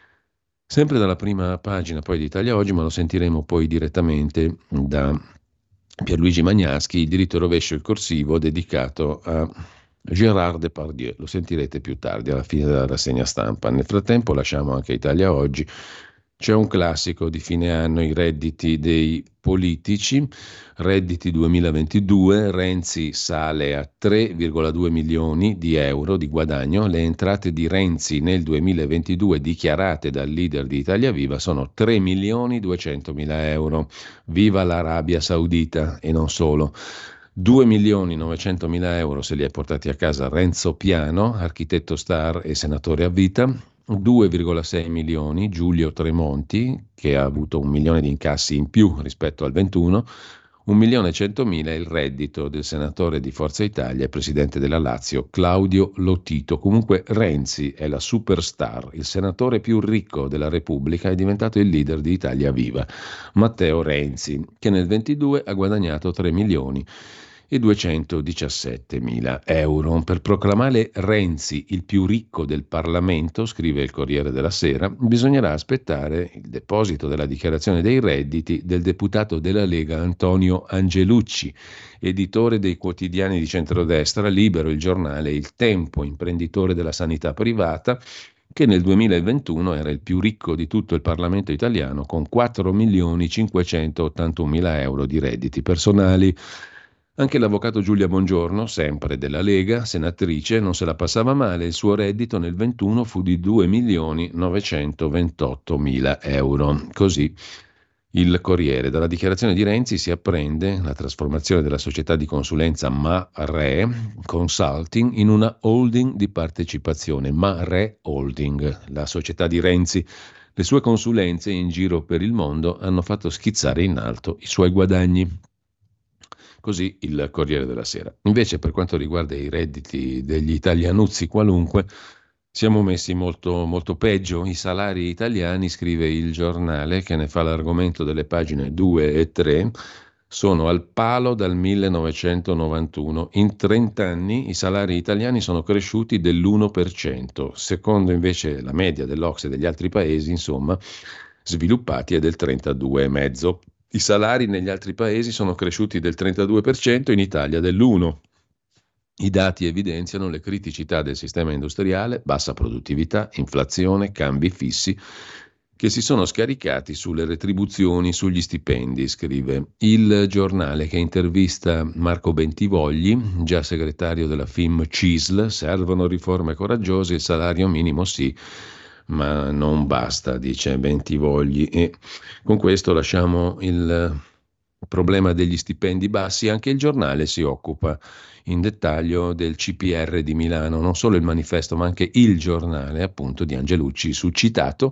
Sempre dalla prima pagina poi di Italia Oggi, ma lo sentiremo poi direttamente da Pierluigi Magnaschi, il diritto rovescio il corsivo dedicato a Gérard Depardieu. Lo sentirete più tardi alla fine della rassegna stampa. Nel frattempo lasciamo anche Italia Oggi. C'è un classico di fine anno, i redditi dei politici, redditi duemilaventidue, Renzi sale a tre virgola due milioni di euro di guadagno, le entrate di Renzi nel duemilaventidue dichiarate dal leader di Italia Viva sono tre milioni duecentomila euro, viva l'Arabia Saudita e non solo. due milioni novecentomila euro se li è portati a casa Renzo Piano, architetto star e senatore a vita, due virgola sei milioni Giulio Tremonti, che ha avuto un milione di incassi in più rispetto al ventuno, un milione e centomila il reddito del senatore di Forza Italia e presidente della Lazio Claudio Lotito. Comunque Renzi è la superstar, il senatore più ricco della Repubblica, è diventato il leader di Italia Viva, Matteo Renzi, che nel ventidue ha guadagnato tre milioni e duecentodiciassettemila euro. Per proclamare Renzi il più ricco del Parlamento, scrive il Corriere della Sera, bisognerà aspettare il deposito della dichiarazione dei redditi del deputato della Lega Antonio Angelucci, editore dei quotidiani di centrodestra Libero, Il Giornale, Il Tempo, imprenditore della sanità privata, che nel duemilaventuno era il più ricco di tutto il Parlamento italiano con quattro milioni cinquecentottantunomila euro di redditi personali. Anche l'avvocato Giulia Bongiorno, sempre della Lega, senatrice, non se la passava male. Il suo reddito nel ventuno fu di due milioni novecentoventottomila euro. Così il Corriere. Dalla dichiarazione di Renzi si apprende la trasformazione della società di consulenza MaRe Consulting in una holding di partecipazione, MaRe Holding, la società di Renzi. Le sue consulenze in giro per il mondo hanno fatto schizzare in alto i suoi guadagni. Così il Corriere della Sera. Invece, per quanto riguarda i redditi degli italianuzzi qualunque, siamo messi molto, molto peggio. I salari italiani, scrive il Giornale, che ne fa l'argomento delle pagine due e tre, sono al palo dal millenovecentonovantuno. In trenta anni i salari italiani sono cresciuti dell'uno per cento. Secondo invece la media dell'O C S E e degli altri paesi, insomma, sviluppati è del trentadue virgola cinque per cento. I salari negli altri paesi sono cresciuti del trentadue per cento, in Italia dell'uno per cento. I dati evidenziano le criticità del sistema industriale, bassa produttività, inflazione, cambi fissi che si sono scaricati sulle retribuzioni, sugli stipendi, scrive Il Giornale, che intervista Marco Bentivogli, già segretario della F I M C I S L. Servono riforme coraggiose, il salario minimo sì, ma non basta, dice Bentivogli. E con questo lasciamo il problema degli stipendi bassi. Anche il Giornale si occupa in dettaglio del C P R di Milano, non solo il Manifesto ma anche il Giornale, appunto, di Angelucci succitato.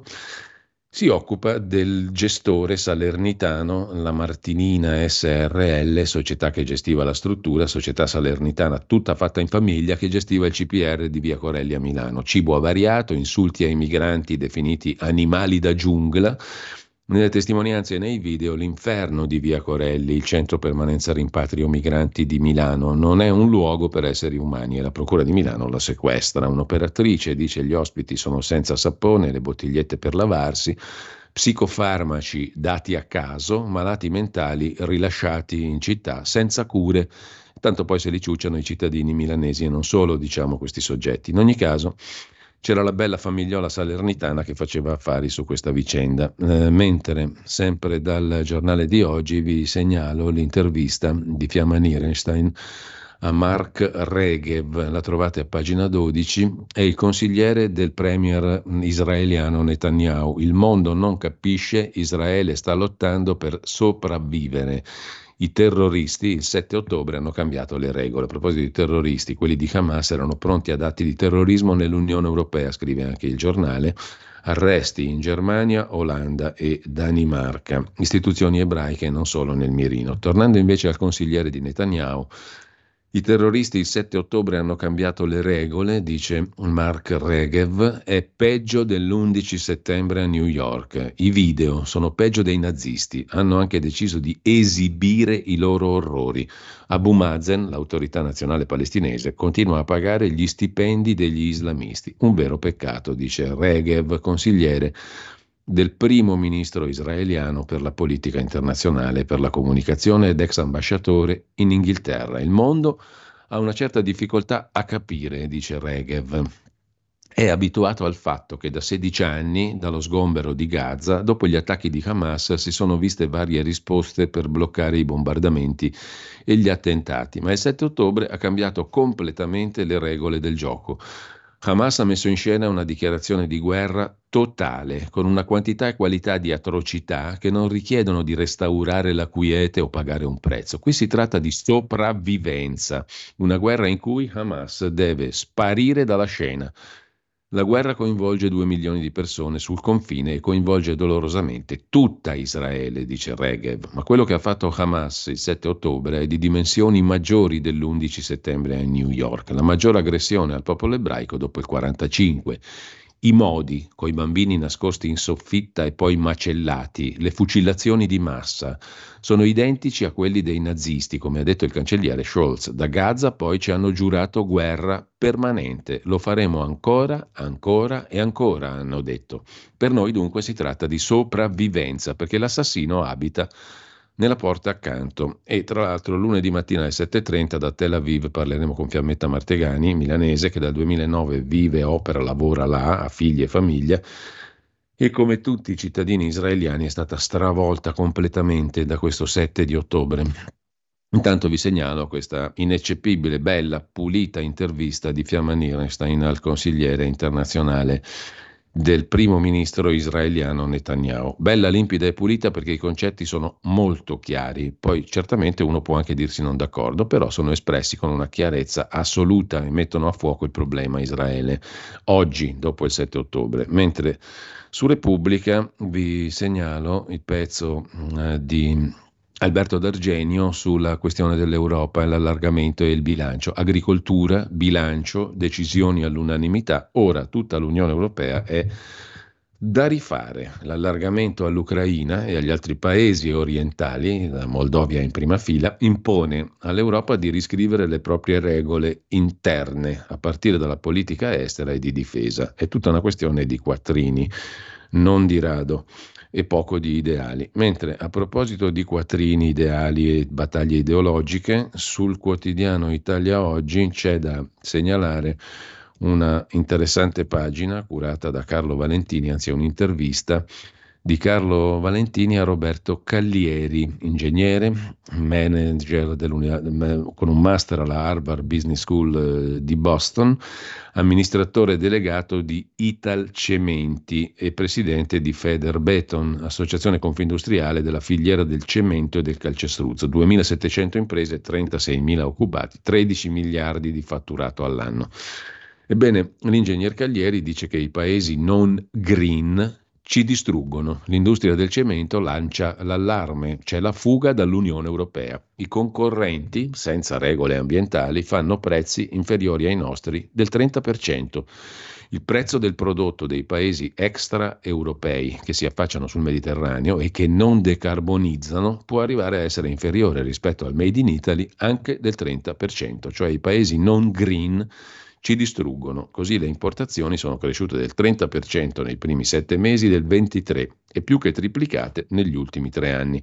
Si occupa del gestore salernitano, la Martinina S R L, società che gestiva la struttura, società salernitana tutta fatta in famiglia, che gestiva il C P R di Via Corelli a Milano. Cibo avariato, insulti ai migranti definiti animali da giungla. Nelle testimonianze e nei video, l'inferno di Via Corelli, il centro permanenza rimpatrio migranti di Milano, non è un luogo per esseri umani e la procura di Milano la sequestra. Un'operatrice dice: gli ospiti sono senza sapone, le bottigliette per lavarsi, psicofarmaci dati a caso, malati mentali rilasciati in città senza cure, tanto poi se li ciucciano i cittadini milanesi e non solo, diciamo, questi soggetti. In ogni caso c'era la bella famigliola salernitana che faceva affari su questa vicenda. Eh, mentre, sempre dal Giornale di oggi, vi segnalo l'intervista di Fiamma Nierenstein a Mark Regev, la trovate a pagina dodici, è il consigliere del premier israeliano Netanyahu. Il mondo non capisce, Israele sta lottando per sopravvivere. I terroristi il sette ottobre hanno cambiato le regole. A proposito di terroristi, quelli di Hamas erano pronti ad atti di terrorismo nell'Unione Europea, scrive anche il Giornale. Arresti in Germania, Olanda e Danimarca. Istituzioni ebraiche non solo nel mirino. Tornando invece al consigliere di Netanyahu, i terroristi il sette ottobre hanno cambiato le regole, dice Mark Regev, è peggio dell'undici settembre a New York. I video sono peggio dei nazisti, hanno anche deciso di esibire i loro orrori. Abu Mazen, l'autorità nazionale palestinese, continua a pagare gli stipendi degli islamisti. Un vero peccato, dice Regev, consigliere del primo ministro israeliano per la politica internazionale e per la comunicazione ed ex ambasciatore in Inghilterra. Il mondo ha una certa difficoltà a capire, dice Regev. È abituato al fatto che da sedici anni, dallo sgombero di Gaza, dopo gli attacchi di Hamas, si sono viste varie risposte per bloccare i bombardamenti e gli attentati, ma il sette ottobre ha cambiato completamente le regole del gioco. Hamas ha messo in scena una dichiarazione di guerra totale, con una quantità e qualità di atrocità che non richiedono di restaurare la quiete o pagare un prezzo. Qui si tratta di sopravvivenza, una guerra in cui Hamas deve sparire dalla scena. La guerra coinvolge due milioni di persone sul confine e coinvolge dolorosamente tutta Israele, dice Regev, ma quello che ha fatto Hamas il sette ottobre è di dimensioni maggiori dell'undici settembre a New York, la maggiore aggressione al popolo ebraico dopo il quarantacinque. I modi, coi bambini nascosti in soffitta e poi macellati, le fucilazioni di massa, sono identici a quelli dei nazisti, come ha detto il cancelliere Scholz. Da Gaza poi ci hanno giurato guerra permanente. Lo faremo ancora, ancora e ancora, hanno detto. Per noi dunque si tratta di sopravvivenza, perché l'assassino abita nella porta accanto. E tra l'altro lunedì mattina alle sette e trenta da Tel Aviv parleremo con Fiammetta Martegani, milanese, che dal duemilanove vive, opera, lavora là, ha figli e famiglia, e come tutti i cittadini israeliani è stata stravolta completamente da questo sette di ottobre. Intanto vi segnalo questa ineccepibile, bella, pulita intervista di Fiamma Nierenstein al consigliere internazionale del primo ministro israeliano Netanyahu. Bella, limpida e pulita perché i concetti sono molto chiari. Poi certamente uno può anche dirsi non d'accordo, però sono espressi con una chiarezza assoluta e mettono a fuoco il problema Israele oggi, dopo il sette ottobre. Mentre su Repubblica vi segnalo il pezzo eh, di Alberto D'Argenio sulla questione dell'Europa, l'allargamento e il bilancio. Agricoltura, bilancio, decisioni all'unanimità. Ora tutta l'Unione Europea è da rifare. L'allargamento all'Ucraina e agli altri paesi orientali, la Moldovia in prima fila, impone all'Europa di riscrivere le proprie regole interne, a partire dalla politica estera e di difesa. È tutta una questione di quattrini, non di rado. e poco di ideali. Mentre a proposito di quattrini, ideali e battaglie ideologiche, sul quotidiano Italia Oggi c'è da segnalare una interessante pagina curata da Carlo Valentini, anzi è un'intervista di Carlo Valentini a Roberto Callieri, ingegnere, manager con un master alla Harvard Business School di Boston, amministratore delegato di Italcementi e presidente di Federbeton, associazione confindustriale della filiera del cemento e del calcestruzzo, duemilasettecento imprese, trentaseimila occupati, tredici miliardi di fatturato all'anno. Ebbene, l'ingegner Callieri dice che i paesi non green ci distruggono. L'industria del cemento lancia l'allarme, c'è la fuga dall'Unione Europea. I concorrenti, senza regole ambientali, fanno prezzi inferiori ai nostri del trenta per cento. Il prezzo del prodotto dei paesi extraeuropei che si affacciano sul Mediterraneo e che non decarbonizzano può arrivare a essere inferiore rispetto al Made in Italy anche del trenta per cento, cioè i paesi non green ci distruggono. Così le importazioni sono cresciute del trenta per cento nei primi sette mesi del ventitré e più che triplicate negli ultimi tre anni.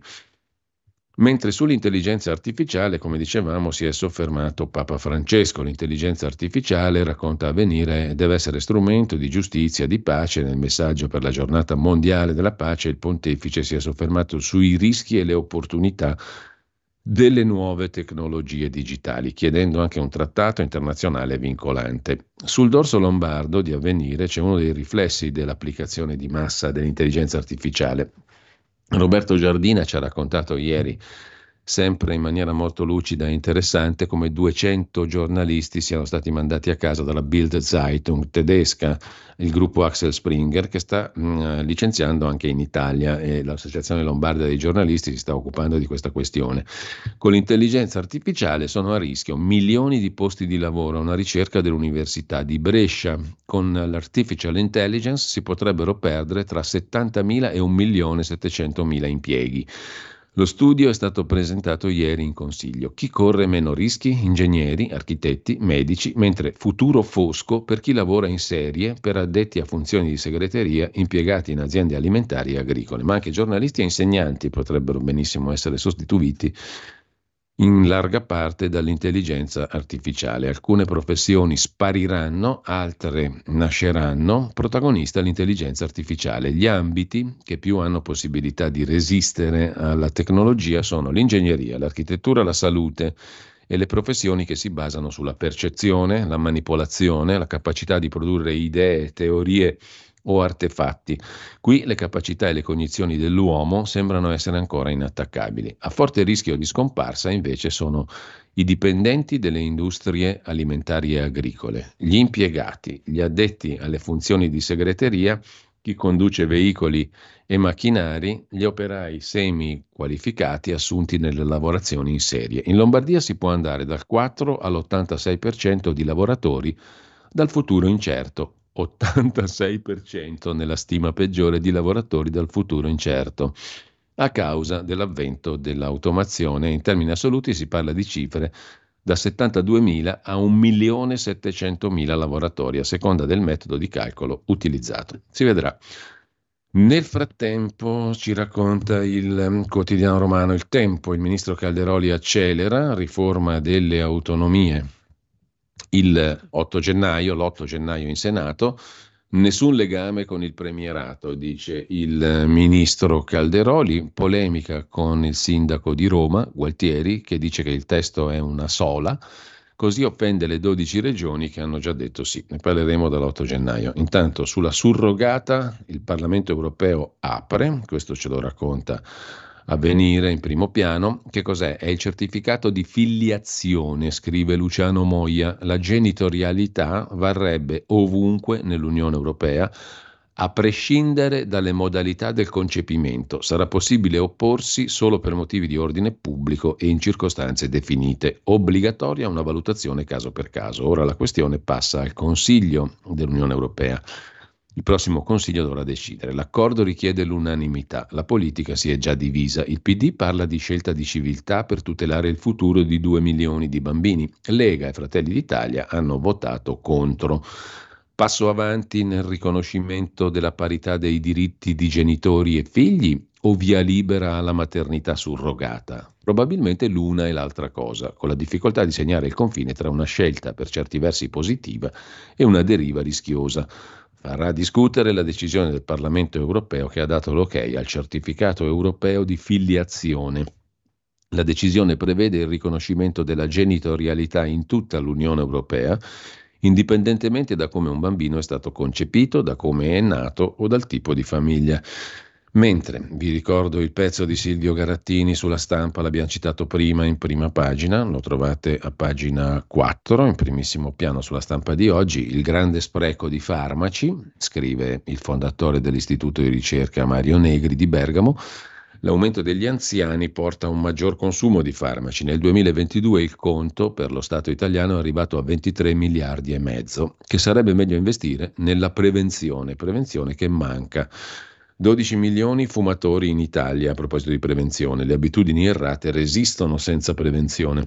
Mentre sull'intelligenza artificiale, come dicevamo, si è soffermato Papa Francesco. L'intelligenza artificiale, racconta Avvenire, deve essere strumento di giustizia, di pace. Nel messaggio per la giornata mondiale della pace, il pontefice si è soffermato sui rischi e le opportunità delle nuove tecnologie digitali, chiedendo anche un trattato internazionale vincolante. Sul dorso lombardo di Avvenire c'è uno dei riflessi dell'applicazione di massa dell'intelligenza artificiale. Roberto Giardina ci ha raccontato ieri, sempre in maniera molto lucida e interessante, come duecento giornalisti siano stati mandati a casa dalla Bild Zeitung tedesca, il gruppo Axel Springer, che sta mh, licenziando anche in Italia, e l'Associazione Lombarda dei giornalisti si sta occupando di questa questione. Con l'intelligenza artificiale sono a rischio milioni di posti di lavoro. Una ricerca dell'Università di Brescia: con l'artificial intelligence si potrebbero perdere tra settantamila e un milione settecentomila impieghi. Lo studio è stato presentato ieri in Consiglio. Chi corre meno rischi? Ingegneri, architetti, medici, mentre futuro fosco per chi lavora in serie, per addetti a funzioni di segreteria, impiegati in aziende alimentari e agricole. Ma anche giornalisti e insegnanti potrebbero benissimo essere sostituiti in larga parte dall'intelligenza artificiale. Alcune professioni spariranno, altre nasceranno, protagonista l'intelligenza artificiale. Gli ambiti che più hanno possibilità di resistere alla tecnologia sono l'ingegneria, l'architettura, la salute e le professioni che si basano sulla percezione, la manipolazione, la capacità di produrre idee, teorie o artefatti. Qui le capacità e le cognizioni dell'uomo sembrano essere ancora inattaccabili. A forte rischio di scomparsa invece sono i dipendenti delle industrie alimentari e agricole, gli impiegati, gli addetti alle funzioni di segreteria, chi conduce veicoli e macchinari, gli operai semi qualificati assunti nelle lavorazioni in serie. In Lombardia si può andare dal quattro all'ottantasei per cento di lavoratori dal futuro incerto. ottantasei per cento nella stima peggiore di lavoratori dal futuro incerto, a causa dell'avvento dell'automazione. In termini assoluti si parla di cifre da settantaduemila a un milione settecentomila lavoratori, a seconda del metodo di calcolo utilizzato. Si vedrà. Nel frattempo, ci racconta il quotidiano romano Il Tempo, il ministro Calderoli accelera riforma delle autonomie. Il otto gennaio, l'otto gennaio in Senato, nessun legame con il premierato, dice il ministro Calderoli. Polemica con il sindaco di Roma, Gualtieri, che dice che il testo è una sola, così offende le dodici regioni che hanno già detto sì. Ne parleremo dall'otto gennaio. Intanto sulla surrogata il Parlamento europeo apre, questo ce lo racconta Avvenire in primo piano. Che cos'è? È il certificato di filiazione, scrive Luciano Moia. La genitorialità varrebbe ovunque nell'Unione Europea, a prescindere dalle modalità del concepimento. Sarà possibile opporsi solo per motivi di ordine pubblico e in circostanze definite. Obbligatoria una valutazione caso per caso. Ora la questione passa al Consiglio dell'Unione Europea. Il prossimo Consiglio dovrà decidere. L'accordo richiede l'unanimità. La politica si è già divisa. Il P D parla di scelta di civiltà per tutelare il futuro di due milioni di bambini. Lega e Fratelli d'Italia hanno votato contro. Passo avanti nel riconoscimento della parità dei diritti di genitori e figli o via libera alla maternità surrogata? Probabilmente l'una e l'altra cosa, con la difficoltà di segnare il confine tra una scelta per certi versi positiva e una deriva rischiosa. Farà discutere la decisione del Parlamento europeo che ha dato l'ok al certificato europeo di filiazione. La decisione prevede il riconoscimento della genitorialità in tutta l'Unione Europea, indipendentemente da come un bambino è stato concepito, da come è nato o dal tipo di famiglia. Mentre vi ricordo il pezzo di Silvio Garattini sulla Stampa, l'abbiamo citato prima in prima pagina, lo trovate a pagina quattro, in primissimo piano sulla Stampa di oggi, il grande spreco di farmaci, scrive il fondatore dell'Istituto di ricerca Mario Negri di Bergamo. L'aumento degli anziani porta a un maggior consumo di farmaci. Nel duemilaventidue il conto per lo Stato italiano è arrivato a ventitré miliardi e mezzo, che sarebbe meglio investire nella prevenzione, prevenzione che manca. dodici milioni fumatori in Italia. A proposito di prevenzione, le abitudini errate resistono senza prevenzione.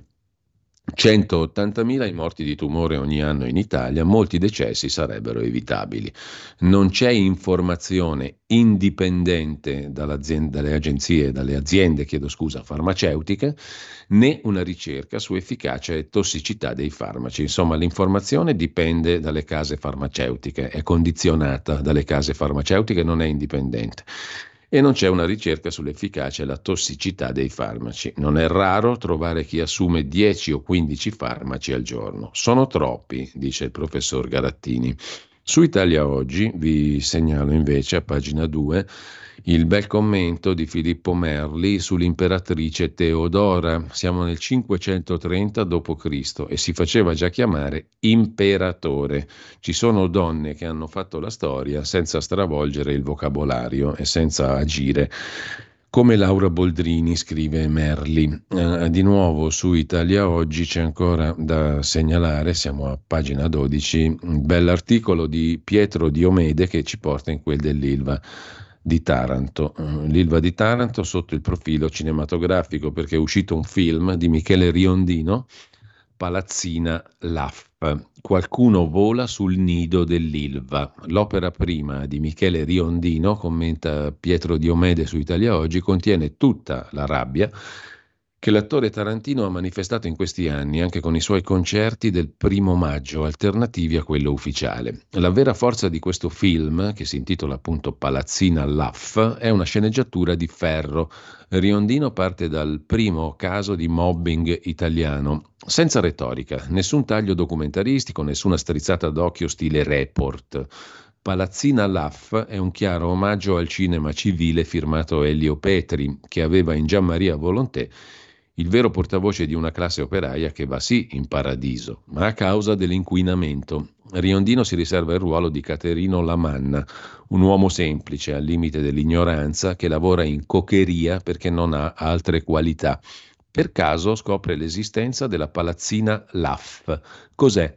centottantamila i morti di tumore ogni anno in Italia, molti decessi sarebbero evitabili. Non c'è informazione indipendente dalle agenzie, dalle aziende, chiedo scusa, farmaceutiche, né una ricerca su efficacia e tossicità dei farmaci. Insomma, l'informazione dipende dalle case farmaceutiche, è condizionata dalle case farmaceutiche, non è indipendente. E non c'è una ricerca sull'efficacia e la tossicità dei farmaci. Non è raro trovare chi assume dieci o quindici farmaci al giorno. Sono troppi, dice il professor Garattini. Su Italia Oggi vi segnalo invece a pagina due il bel commento di Filippo Merli sull'imperatrice Teodora. Siamo nel cinquecentotrenta dopo Cristo e si faceva già chiamare imperatore. Ci sono donne che hanno fatto la storia senza stravolgere il vocabolario e senza agire come Laura Boldrini, scrive Merli. Eh, di nuovo su Italia Oggi c'è ancora da segnalare, siamo a pagina dodici, un bell'articolo di Pietro Diomede che ci porta in quel dell'Ilva di Taranto. L'Ilva di Taranto sotto il profilo cinematografico, perché è uscito un film di Michele Riondino, Palazzina Laff. Qualcuno vola sul nido dell'Ilva. L'opera prima di Michele Riondino, commenta Pietro Diomede su Italia Oggi, contiene tutta la rabbia che l'attore tarantino ha manifestato in questi anni, anche con i suoi concerti del primo maggio, alternativi a quello ufficiale. La vera forza di questo film, che si intitola appunto Palazzina Laff, è una sceneggiatura di ferro. Riondino parte dal primo caso di mobbing italiano, senza retorica, nessun taglio documentaristico, nessuna strizzata d'occhio stile Report. Palazzina Laff è un chiaro omaggio al cinema civile firmato Elio Petri, che aveva in Gianmaria Volonté il vero portavoce di una classe operaia che va sì in paradiso, ma a causa dell'inquinamento. Riondino si riserva il ruolo di Caterino Lamanna, un uomo semplice, al limite dell'ignoranza, che lavora in cocheria perché non ha altre qualità. Per caso scopre l'esistenza della Palazzina Laff. Cos'è?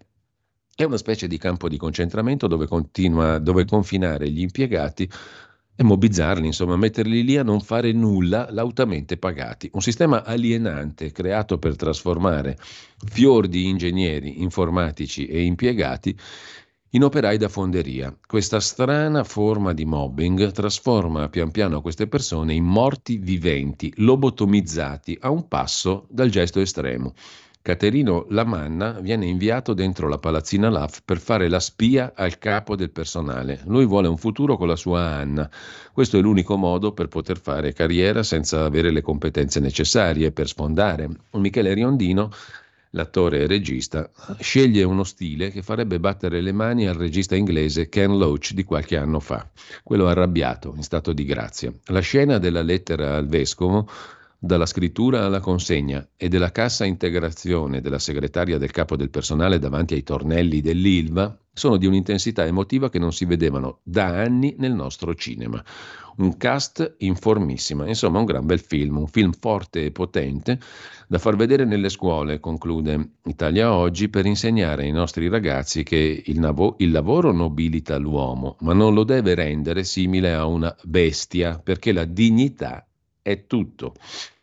È una specie di campo di concentramento dove continua, dove confinare gli impiegati e mobbizzarli, insomma, metterli lì a non fare nulla, lautamente pagati. Un sistema alienante creato per trasformare fior di ingegneri, informatici e impiegati in operai da fonderia. Questa strana forma di mobbing trasforma pian piano queste persone in morti viventi, lobotomizzati a un passo dal gesto estremo. Caterino Lamanna viene inviato dentro la Palazzina Laff per fare la spia al capo del personale. Lui vuole un futuro con la sua Anna. Questo è l'unico modo per poter fare carriera senza avere le competenze necessarie per sfondare. Michele Riondino, l'attore e regista, sceglie uno stile che farebbe battere le mani al regista inglese Ken Loach di qualche anno fa, quello arrabbiato, in stato di grazia. La scena della lettera al vescovo, dalla scrittura alla consegna, e della cassa integrazione della segretaria del capo del personale davanti ai tornelli dell'Ilva sono di un'intensità emotiva che non si vedevano da anni nel nostro cinema. Un cast informissima, insomma un gran bel film, un film forte e potente da far vedere nelle scuole, conclude Italia Oggi, per insegnare ai nostri ragazzi che il, navo- il lavoro nobilita l'uomo, ma non lo deve rendere simile a una bestia, perché la dignità è tutto.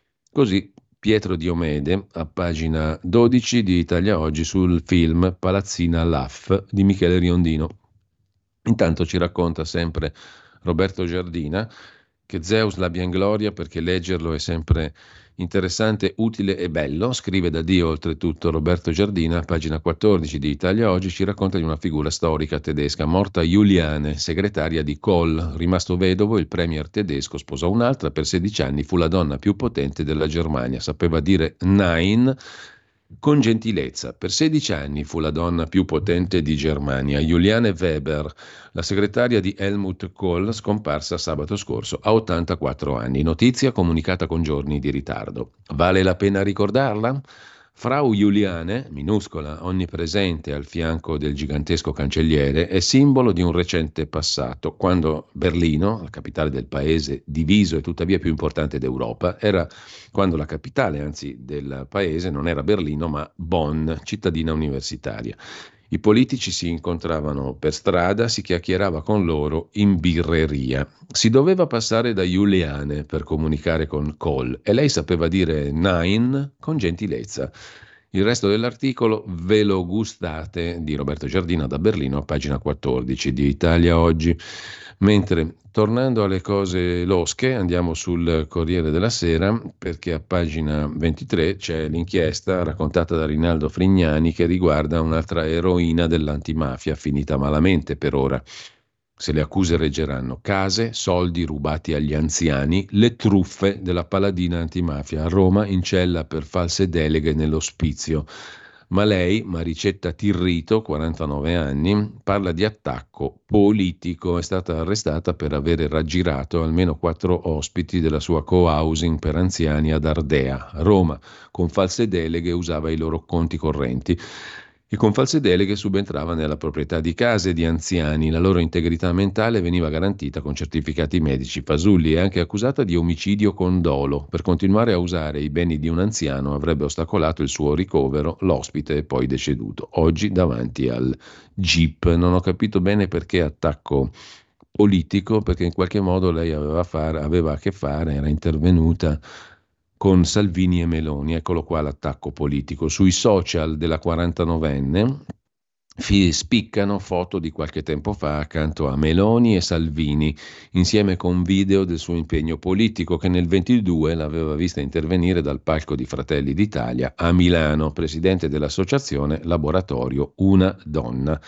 Così Pietro Diomede a pagina dodici di Italia Oggi sul film Palazzina Laff di Michele Riondino. Intanto ci racconta sempre Roberto Giardina che Zeus l'abbia in gloria perché leggerlo è sempre interessante, utile e bello. Scrive da Dio oltretutto Roberto Giardina, pagina quattordici di Italia Oggi, ci racconta di una figura storica tedesca, morta Juliane, segretaria di Kohl. Rimasto vedovo, il premier tedesco sposò un'altra, per sedici anni fu la donna più potente della Germania, sapeva dire Nein con gentilezza. Per sedici anni fu la donna più potente di Germania. Juliane Weber, la segretaria di Helmut Kohl, scomparsa sabato scorso a ottantaquattro anni. Notizia comunicata con giorni di ritardo. Vale la pena ricordarla? Frau Juliane, minuscola, onnipresente al fianco del gigantesco cancelliere, è simbolo di un recente passato, quando Berlino, la capitale del paese diviso e tuttavia più importante d'Europa, era quando la capitale, anzi, del paese non era Berlino ma Bonn, cittadina universitaria. I politici si incontravano per strada, si chiacchierava con loro in birreria. Si doveva passare da Juliane per comunicare con Kohl e lei sapeva dire Nein con gentilezza. Il resto dell'articolo ve lo gustate di Roberto Giardina da Berlino, a pagina quattordici di Italia Oggi. Mentre, tornando alle cose losche, andiamo sul Corriere della Sera, perché a pagina ventitré c'è l'inchiesta raccontata da Rinaldo Frignani che riguarda un'altra eroina dell'antimafia, finita malamente per ora. Se le accuse reggeranno: case, soldi rubati agli anziani, le truffe della paladina antimafia a Roma, in cella per false deleghe nell'ospizio. Ma lei, Maricetta Tirrito, quarantanove anni, parla di attacco politico. È stata arrestata per avere raggirato almeno quattro ospiti della sua co-housing per anziani ad Ardea, Roma. Con false deleghe usava i loro conti correnti e con false deleghe subentrava nella proprietà di case di anziani. La loro integrità mentale veniva garantita con certificati medici fasulli. È anche accusata di omicidio con dolo. Per continuare a usare i beni di un anziano avrebbe ostacolato il suo ricovero. L'ospite è poi deceduto, oggi davanti al G I P. Non ho capito bene perché attacco politico, perché in qualche modo lei aveva, fare, aveva a che fare, era intervenuta con Salvini e Meloni. Eccolo qua l'attacco politico. Sui social della quarantanovenne spiccano foto di qualche tempo fa accanto a Meloni e Salvini, insieme con video del suo impegno politico, che nel ventidue l'aveva vista intervenire dal palco di Fratelli d'Italia a Milano, presidente dell'associazione Laboratorio Una Donna.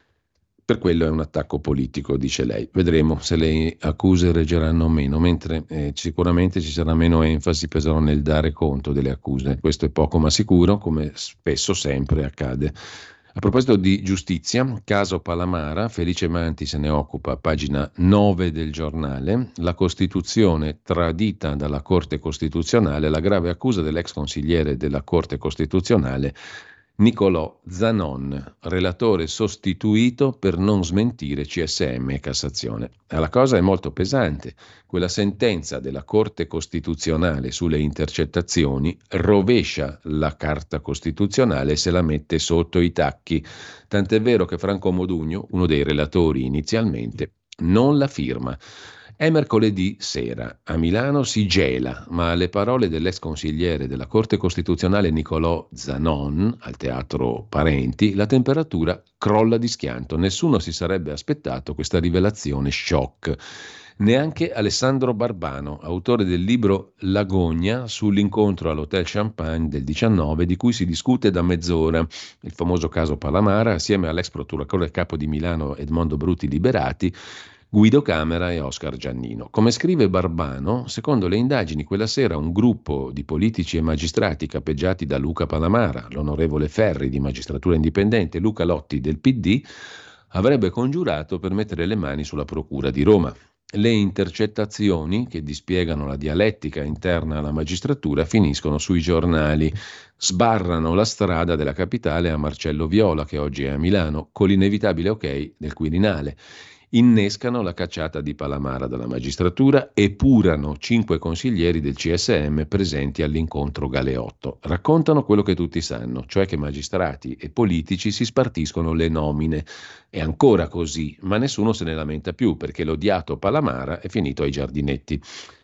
Per quello è un attacco politico, dice lei. Vedremo se le accuse reggeranno o meno, mentre eh, sicuramente ci sarà meno enfasi però nel dare conto delle accuse. Questo è poco ma sicuro, come spesso sempre accade. A proposito di giustizia, caso Palamara, Felice Manti se ne occupa, pagina nove del giornale. La Costituzione tradita dalla Corte Costituzionale, la grave accusa dell'ex consigliere della Corte Costituzionale Nicolò Zanon, relatore sostituito per non smentire C S M e Cassazione. La cosa è molto pesante. Quella sentenza della Corte Costituzionale sulle intercettazioni rovescia la Carta Costituzionale e se la mette sotto i tacchi. Tant'è vero che Franco Modugno, uno dei relatori inizialmente, non la firma. È mercoledì sera, a Milano si gela, ma alle parole dell'ex consigliere della Corte Costituzionale Nicolò Zanon, al Teatro Parenti, la temperatura crolla di schianto. Nessuno si sarebbe aspettato questa rivelazione shock. Neanche Alessandro Barbano, autore del libro L'Agonia sull'incontro all'Hotel Champagne del diciannove, di cui si discute da mezz'ora, il famoso caso Palamara, assieme all'ex procuratore capo di Milano Edmondo Bruti Liberati, Guido Camera e Oscar Giannino. Come scrive Barbano, secondo le indagini quella sera un gruppo di politici e magistrati capeggiati da Luca Palamara, l'onorevole Ferri di Magistratura Indipendente, Luca Lotti del P D, avrebbe congiurato per mettere le mani sulla Procura di Roma. Le intercettazioni che dispiegano la dialettica interna alla magistratura finiscono sui giornali, sbarrano la strada della capitale a Marcello Viola, che oggi è a Milano, con l'inevitabile ok del Quirinale. Innescano la cacciata di Palamara dalla magistratura, epurano cinque consiglieri del C S M presenti all'incontro Galeotto. Raccontano quello che tutti sanno, cioè che magistrati e politici si spartiscono le nomine. È ancora così, ma nessuno se ne lamenta più perché l'odiato Palamara è finito ai giardinetti.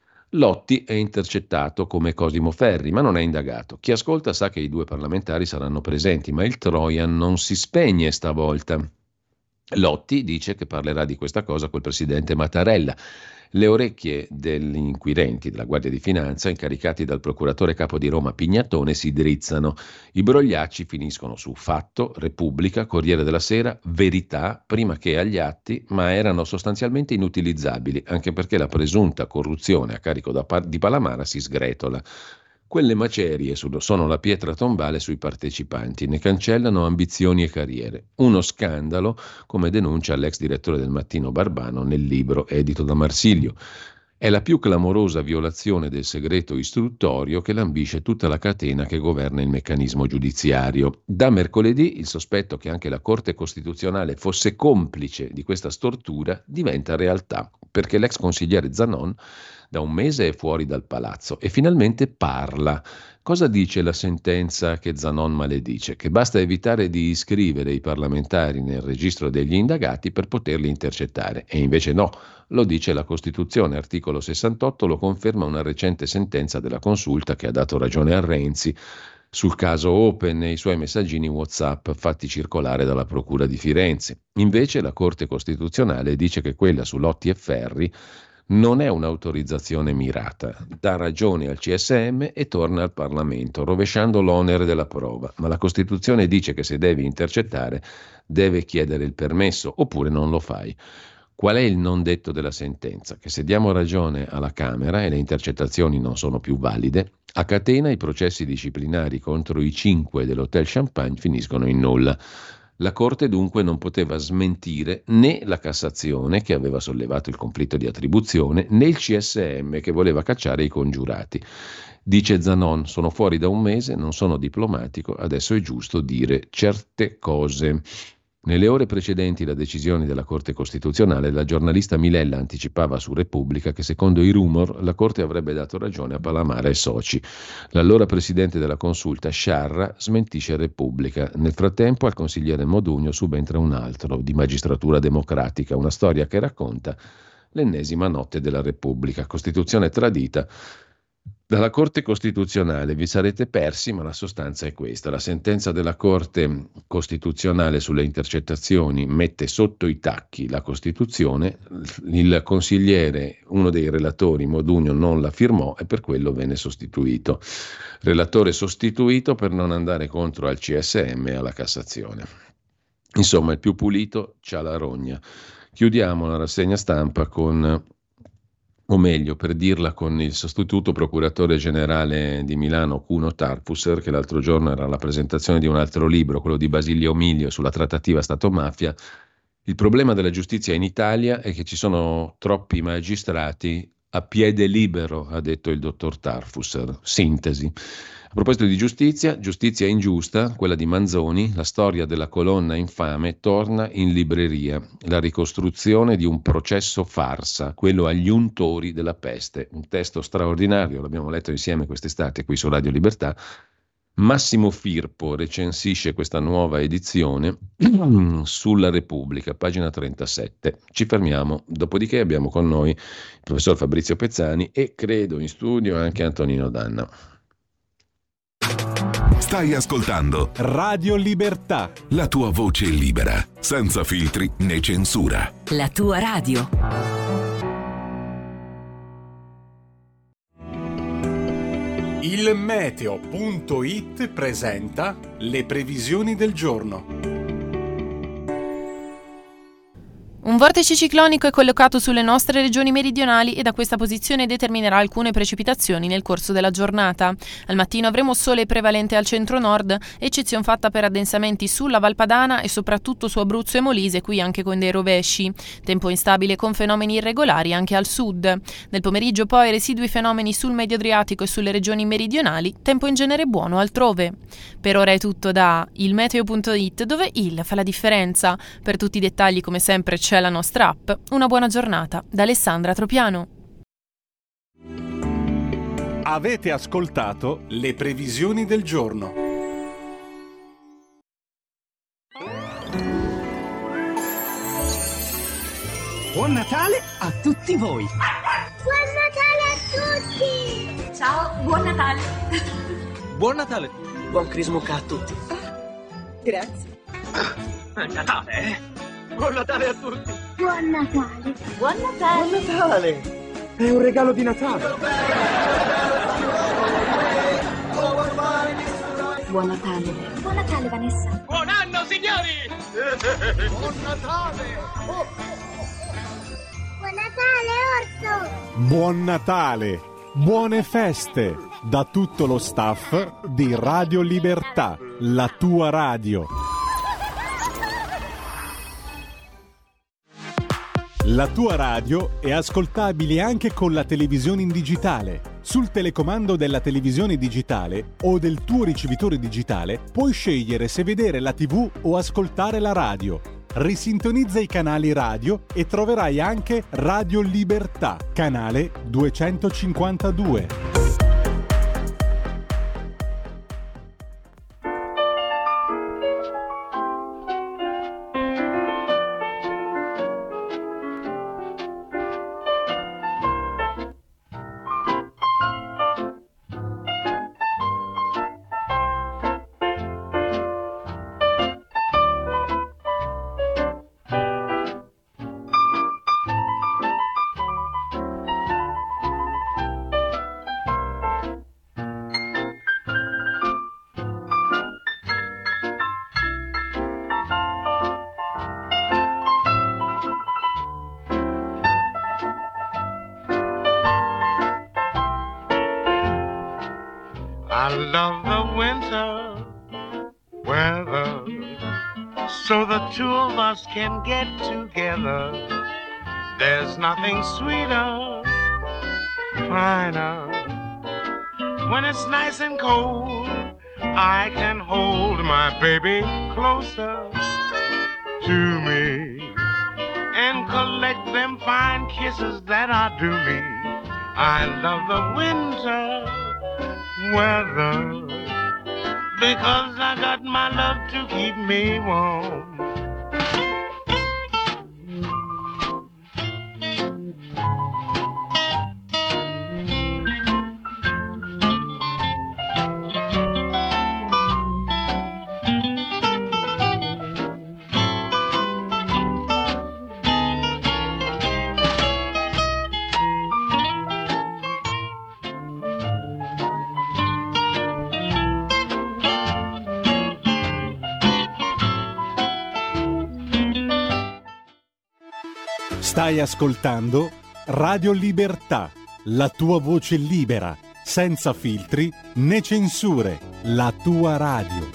Lotti è intercettato come Cosimo Ferri, ma non è indagato. Chi ascolta sa che i due parlamentari saranno presenti, ma il Trojan non si spegne stavolta. Lotti dice che parlerà di questa cosa col presidente Mattarella. Le orecchie degli inquirenti della Guardia di Finanza, incaricati dal procuratore capo di Roma Pignatone, si drizzano. I brogliacci finiscono su Fatto, Repubblica, Corriere della Sera, Verità, prima che agli atti, ma erano sostanzialmente inutilizzabili, anche perché la presunta corruzione a carico da par- di Palamara si sgretola. Quelle macerie sono la pietra tombale sui partecipanti, ne cancellano ambizioni e carriere. Uno scandalo, come denuncia l'ex direttore del Mattino Barbano nel libro edito da Marsilio. È la più clamorosa violazione del segreto istruttorio che lambisce tutta la catena che governa il meccanismo giudiziario. Da mercoledì il sospetto che anche la Corte Costituzionale fosse complice di questa stortura diventa realtà, perché l'ex consigliere Zanon da un mese è fuori dal palazzo e finalmente parla. Cosa dice la sentenza che Zanon maledice? Che basta evitare di iscrivere i parlamentari nel registro degli indagati per poterli intercettare. E invece no, lo dice la Costituzione, articolo sessantotto, lo conferma una recente sentenza della Consulta che ha dato ragione a Renzi sul caso Open e i suoi messaggini WhatsApp fatti circolare dalla Procura di Firenze. Invece la Corte Costituzionale dice che quella su Lotti e Ferri non è un'autorizzazione mirata, dà ragione al C S M e torna al Parlamento, rovesciando l'onere della prova. Ma la Costituzione dice che se devi intercettare deve chiedere il permesso, oppure non lo fai. Qual è il non detto della sentenza? Che se diamo ragione alla Camera e le intercettazioni non sono più valide, a catena i processi disciplinari contro i cinque dell'Hotel Champagne finiscono in nulla. La Corte dunque non poteva smentire né la Cassazione, che aveva sollevato il conflitto di attribuzione, né il C S M, che voleva cacciare i congiurati. Dice Zanon, sono fuori da un mese, non sono diplomatico, adesso è giusto dire certe cose. Nelle ore precedenti la decisione della Corte Costituzionale, la giornalista Milella anticipava su Repubblica che secondo i rumor la Corte avrebbe dato ragione a Palamara e soci. L'allora presidente della Consulta, Sciarra, smentisce Repubblica. Nel frattempo al consigliere Modugno subentra un altro, di Magistratura Democratica, una storia che racconta l'ennesima notte della Repubblica, Costituzione tradita dalla Corte Costituzionale. Vi sarete persi, ma la sostanza è questa. La sentenza della Corte Costituzionale sulle intercettazioni mette sotto i tacchi la Costituzione. Il consigliere, uno dei relatori, Modugno, non la firmò e per quello venne sostituito. Relatore sostituito per non andare contro al C S M e alla Cassazione. Insomma, il più pulito c'ha la rogna. Chiudiamo la rassegna stampa con... o meglio, per dirla con il sostituto procuratore generale di Milano, Cuno Tarfusser, che l'altro giorno era alla presentazione di un altro libro, quello di Basilio Miglio, sulla trattativa Stato-mafia. Il problema della giustizia in Italia è che ci sono troppi magistrati a piede libero, ha detto il dottor Tarfusser. Sintesi. A proposito di giustizia, giustizia ingiusta, quella di Manzoni, la storia della colonna infame torna in libreria. La ricostruzione di un processo farsa, quello agli untori della peste. Un testo straordinario, l'abbiamo letto insieme quest'estate qui su Radio Libertà. Massimo Firpo recensisce questa nuova edizione sulla Repubblica, pagina trentasette. Ci fermiamo, dopodiché abbiamo con noi il professor Fabrizio Pezzani e credo in studio anche Antonino Danna. Stai ascoltando Radio Libertà, la tua voce libera, senza filtri né censura. La tua radio. Il meteo punto it presenta le previsioni del giorno. Un vortice ciclonico è collocato sulle nostre regioni meridionali e da questa posizione determinerà alcune precipitazioni nel corso della giornata. Al mattino avremo sole prevalente al centro-nord, eccezione fatta per addensamenti sulla Valpadana e soprattutto su Abruzzo e Molise, qui anche con dei rovesci. Tempo instabile con fenomeni irregolari anche al sud. Nel pomeriggio poi residui fenomeni sul Medio Adriatico e sulle regioni meridionali, tempo in genere buono altrove. Per ora è tutto da il meteo punto it, dove il fa la differenza. Per tutti i dettagli come sempre c'è la nostra app. Una buona giornata da Alessandra Tropiano. Avete ascoltato le previsioni del giorno. Buon Natale a tutti voi! Buon Natale a tutti! Ciao, buon Natale! Buon Natale! Buon Crismuca a tutti! Grazie! È Natale, eh? Buon Natale a tutti! Buon Natale! Buon Natale! Buon Natale! È un regalo di Natale! Buon Natale! Buon Natale, Vanessa! Buon anno, signori! Buon Natale! Oh. Buon Natale, Orso! Buon Natale! Buone feste da tutto lo staff di Radio Libertà, la tua radio. La tua radio è ascoltabile anche con la televisione in digitale. Sul telecomando della televisione digitale o del tuo ricevitore digitale puoi scegliere se vedere la tivù o ascoltare la radio. Risintonizza i canali radio e troverai anche Radio Libertà, canale duecentocinquantadue. I love the winter weather, so the two of us can get together. There's nothing sweeter, finer. When it's nice and cold, I can hold my baby closer to me and collect them fine kisses that are due me. I love the winter weather, because I got my love to keep me warm. Stai ascoltando Radio Libertà, la tua voce libera, senza filtri né censure, la tua radio.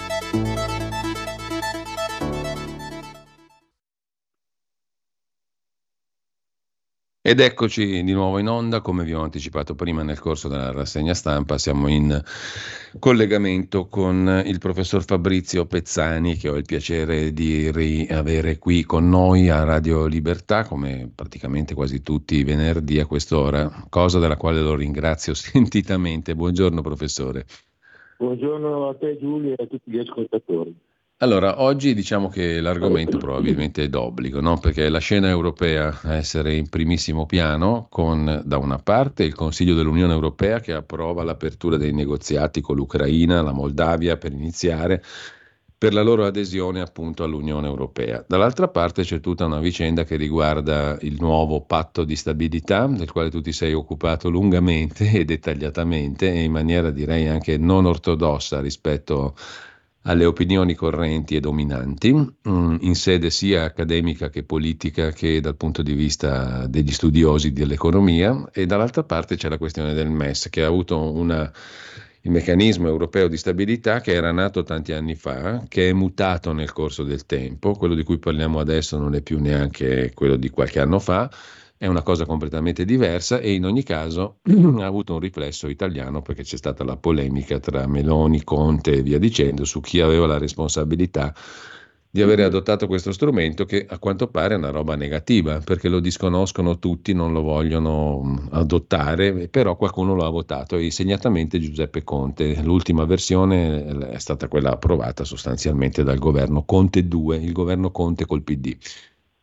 Ed eccoci di nuovo in onda, come vi ho anticipato prima nel corso della rassegna stampa, siamo in collegamento con il professor Fabrizio Pezzani, che ho il piacere di riavere qui con noi a Radio Libertà, come praticamente quasi tutti i venerdì a quest'ora, cosa della quale lo ringrazio sentitamente. Buongiorno professore. Buongiorno a te Giulio e a tutti gli ascoltatori. Allora, oggi diciamo che l'argomento probabilmente è d'obbligo, no? Perché è la scena europea a essere in primissimo piano, con da una parte il Consiglio dell'Unione Europea che approva l'apertura dei negoziati con l'Ucraina, la Moldavia per iniziare, per la loro adesione appunto all'Unione Europea. Dall'altra parte c'è tutta una vicenda che riguarda il nuovo patto di stabilità, del quale tu ti sei occupato lungamente e dettagliatamente e in maniera direi anche non ortodossa rispetto alle opinioni correnti e dominanti, in sede sia accademica che politica che dal punto di vista degli studiosi dell'economia, e dall'altra parte c'è la questione del M E S, che ha avuto una, il meccanismo europeo di stabilità che era nato tanti anni fa, che è mutato nel corso del tempo. Quello di cui parliamo adesso non è più neanche quello di qualche anno fa, è una cosa completamente diversa e in ogni caso ha avuto un riflesso italiano, perché c'è stata la polemica tra Meloni, Conte e via dicendo su chi aveva la responsabilità di avere adottato questo strumento, che a quanto pare è una roba negativa perché lo disconoscono tutti, non lo vogliono adottare, però qualcuno lo ha votato e segnatamente Giuseppe Conte. L'ultima versione è stata quella approvata sostanzialmente dal governo Conte due, il governo Conte col P D.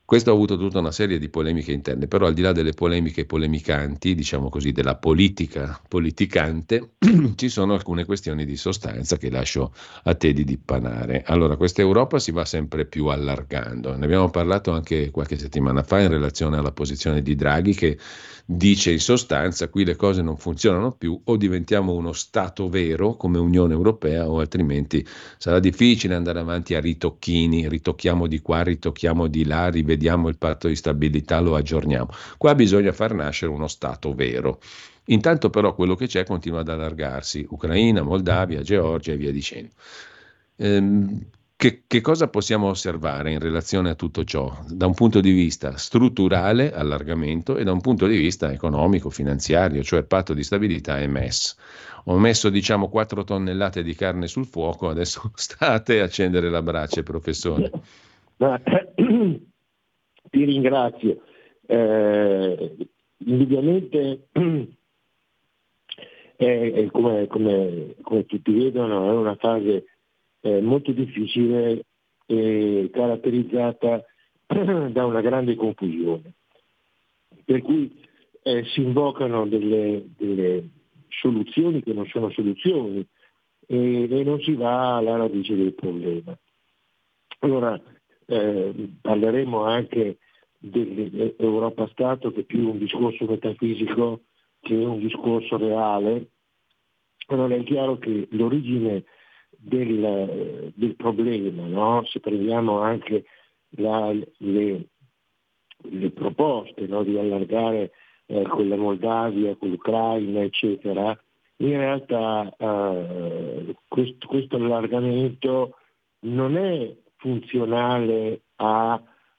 Questo ha avuto tutta una serie di polemiche interne, però al di là delle polemiche polemicanti, diciamo così, della politica politicante, ci sono alcune questioni di sostanza che lascio a te di dippanare. Allora, questa Europa si va sempre più allargando. Ne abbiamo parlato anche qualche settimana fa in relazione alla posizione di Draghi, che dice in sostanza qui le cose non funzionano più, o diventiamo uno Stato vero come Unione Europea o altrimenti sarà difficile andare avanti a ritocchini, ritocchiamo di qua, ritocchiamo di là, rivediamo il patto di stabilità, lo aggiorniamo. Qua bisogna far nascere uno Stato vero. Intanto però quello che c'è continua ad allargarsi, Ucraina, Moldavia, Georgia e via dicendo. Ehm, Che, che cosa possiamo osservare in relazione a tutto ciò? Da un punto di vista strutturale, allargamento, e da un punto di vista economico, finanziario, cioè patto di stabilità e M E S. Ho messo diciamo quattro tonnellate di carne sul fuoco, adesso state a accendere la brace, professore. Ma, ti ringrazio. Eh, indubbiamente, eh, come, come, come tutti vedono, è una fase Eh, molto difficile e caratterizzata da una grande confusione, per cui eh, si invocano delle, delle soluzioni che non sono soluzioni e, e non si va alla radice del problema. Allora eh, parleremo anche dell'Europa Stato, che è più un discorso metafisico che un discorso reale. Allora è chiaro che l'origine Del, del problema, no? Se prendiamo anche la, le, le proposte, no? Di allargare eh, con la Moldavia, con l'Ucraina, eccetera, in realtà eh, questo, questo allargamento non è funzionale a,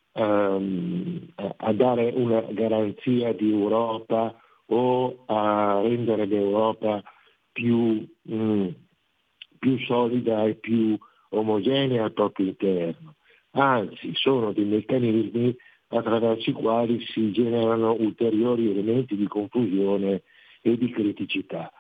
um, a, a dare una garanzia di Europa o a rendere l'Europa più mh, più solida e più omogenea al proprio interno. Anzi, sono dei meccanismi attraverso i quali si generano ulteriori elementi di confusione e di criticità.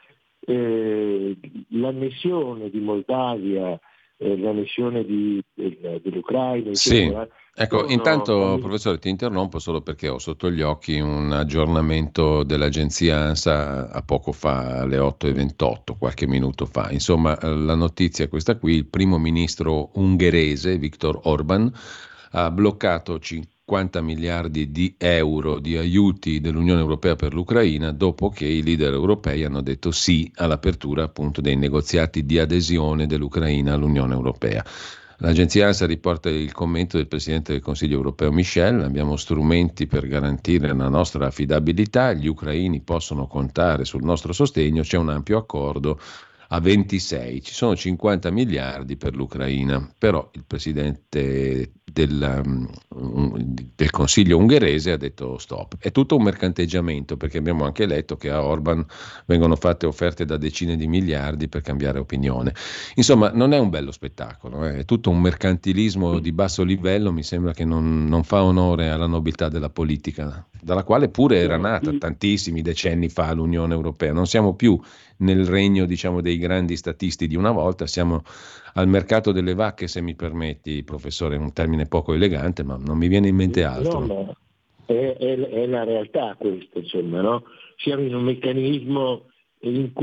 Eh, l'annessione di Moldavia, eh, l'annessione di, del, dell'Ucraina, eccetera. Sì. Ecco, sono... intanto professore ti interrompo solo perché ho sotto gli occhi un aggiornamento dell'agenzia ANSA a poco fa, alle otto e ventotto, qualche minuto fa. Insomma, la notizia è questa qui: il primo ministro ungherese Viktor Orban ha bloccato cinquanta miliardi di euro di aiuti dell'Unione Europea per l'Ucraina dopo che i leader europei hanno detto sì all'apertura appunto dei negoziati di adesione dell'Ucraina all'Unione Europea. L'agenzia ANSA riporta il commento del Presidente del Consiglio europeo Michel: abbiamo strumenti per garantire la nostra affidabilità, gli ucraini possono contare sul nostro sostegno, c'è un ampio accordo a ventisei, ci sono cinquanta miliardi per l'Ucraina, però il Presidente del, um, del Consiglio ungherese ha detto stop. È tutto un mercanteggiamento, perché abbiamo anche letto che a Orban vengono fatte offerte da decine di miliardi per cambiare opinione. Insomma, non è un bello spettacolo, eh. È tutto un mercantilismo di basso livello, mi sembra che non, non fa onore alla nobiltà della politica, dalla quale pure era nata tantissimi decenni fa l'Unione Europea. Non siamo più nel regno, diciamo, dei grandi statisti di una volta, siamo al mercato delle vacche, se mi permetti, professore, è un termine poco elegante, ma non mi viene in mente altro. No, ma è, è, è la realtà questa, insomma, no? Siamo in un meccanismo in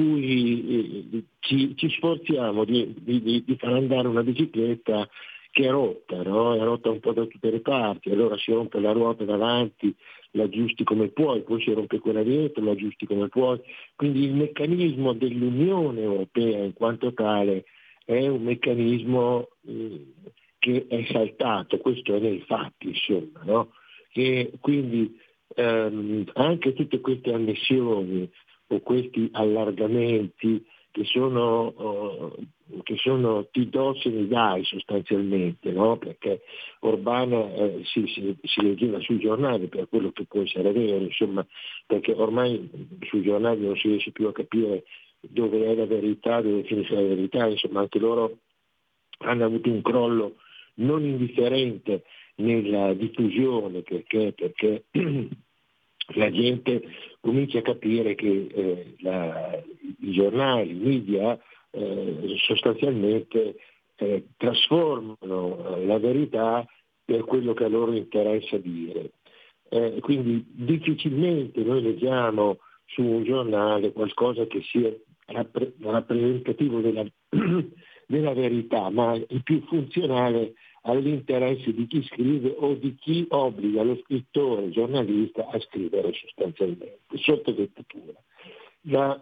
cui ci, ci sforziamo di, di, di far andare una bicicletta che è rotta, no? È rotta un po' da tutte le parti, allora si rompe la ruota davanti, la aggiusti come puoi, poi si rompe quella dietro, la aggiusti come puoi. Quindi il meccanismo dell'Unione Europea in quanto tale è un meccanismo eh, che è saltato, questo è nei fatti, insomma, no? Che quindi ehm, anche tutte queste annessioni o questi allargamenti che sono, uh, che sono ti do se ne dai sostanzialmente, no? Perché Orban eh, si, si, si leggeva sui giornali, per quello che può essere vero, insomma, perché ormai sui giornali non si riesce più a capire dove è la verità, dove finisce la verità, insomma anche loro hanno avuto un crollo non indifferente nella diffusione, perché, perché la gente comincia a capire che eh, la, i giornali, i media eh, sostanzialmente eh, trasformano eh, la verità per quello che a loro interessa dire. Eh, quindi difficilmente noi leggiamo su un giornale qualcosa che sia rappre- rappresentativo della, della verità, ma è più funzionale all'interesse di chi scrive o di chi obbliga lo scrittore, il giornalista a scrivere sostanzialmente, sotto dettatura. La,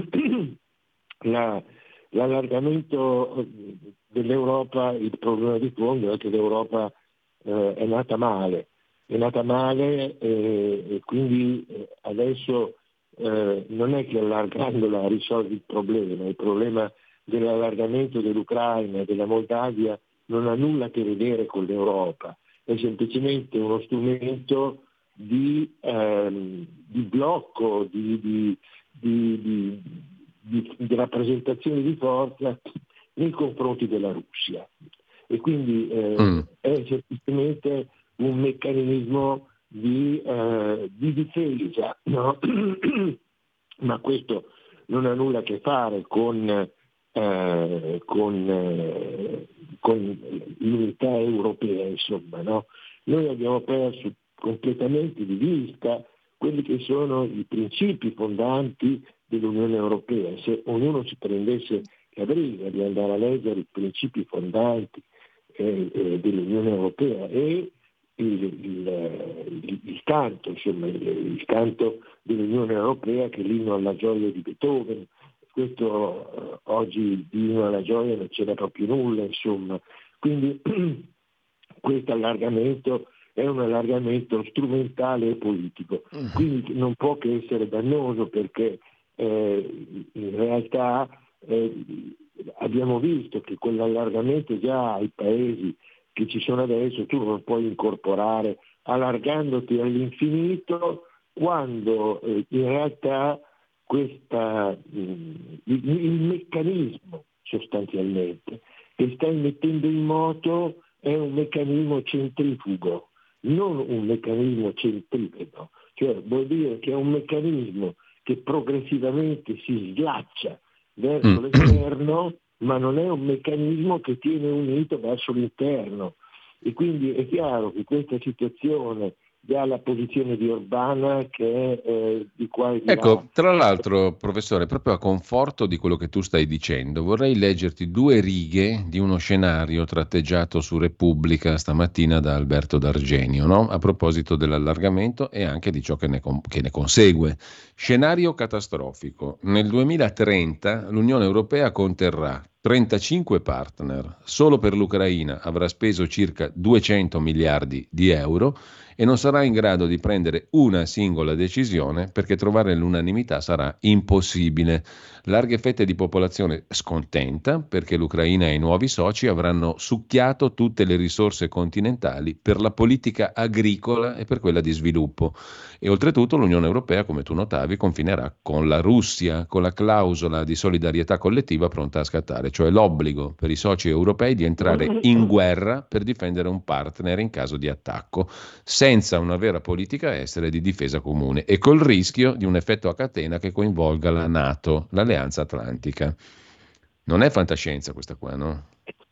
la, l'allargamento dell'Europa, il problema di fondo è che l'Europa eh, è nata male, è nata male eh, e quindi eh, adesso eh, non è che allargandola risolvi il problema, il problema dell'allargamento dell'Ucraina e della Moldavia non ha nulla a che vedere con l'Europa, è semplicemente uno strumento di, ehm, di blocco, di, di, di, di, di, di rappresentazione di forza nei confronti della Russia. E quindi eh, mm. è semplicemente un meccanismo di, eh, di difesa, no? Ma questo non ha nulla a che fare con Eh, con, eh, con l'unità europea, insomma, no? Noi abbiamo perso completamente di vista quelli che sono i principi fondanti dell'Unione Europea. Se ognuno si prendesse la briga di andare a leggere i principi fondanti eh, eh, dell'Unione Europea e il, il, il, il canto, insomma, il, il canto dell'Unione Europea, che è l'inno alla gioia di Beethoven, questo eh, oggi di inno alla gioia non c'era proprio nulla, insomma. Quindi questo allargamento è un allargamento strumentale e politico, quindi non può che essere dannoso, perché eh, in realtà eh, abbiamo visto che quell'allargamento già ai paesi che ci sono adesso tu non puoi incorporare allargandoti all'infinito, quando eh, in realtà questa, il, il meccanismo sostanzialmente che stai mettendo in moto è un meccanismo centrifugo, non un meccanismo centripeto, cioè vuol dire che è un meccanismo che progressivamente si sghiaccia verso l'esterno, ma non è un meccanismo che tiene unito verso l'interno. E quindi è chiaro che questa situazione dà la posizione di Orbán che è eh, di qua e di ecco, là. Tra l'altro, professore, proprio a conforto di quello che tu stai dicendo, vorrei leggerti due righe di uno scenario tratteggiato su Repubblica stamattina da Alberto D'Argenio, no? A proposito dell'allargamento e anche di ciò che ne, com- che ne consegue. Scenario catastrofico. Nel duemilatrenta l'Unione Europea conterrà trentacinque partner. Solo per l'Ucraina avrà speso circa duecento miliardi di euro e non sarà in grado di prendere una singola decisione, perché trovare l'unanimità sarà impossibile. Larghe fette di popolazione scontenta perché l'Ucraina e i nuovi soci avranno succhiato tutte le risorse continentali per la politica agricola e per quella di sviluppo. E oltretutto l'Unione Europea, come tu notavi, confinerà con la Russia, con la clausola di solidarietà collettiva pronta a scattare, cioè l'obbligo per i soci europei di entrare in guerra per difendere un partner in caso di attacco, senza una vera politica estera e di difesa comune e col rischio di un effetto a catena che coinvolga la NATO, l'Alleanza Atlantica. Non è fantascienza questa qua, no?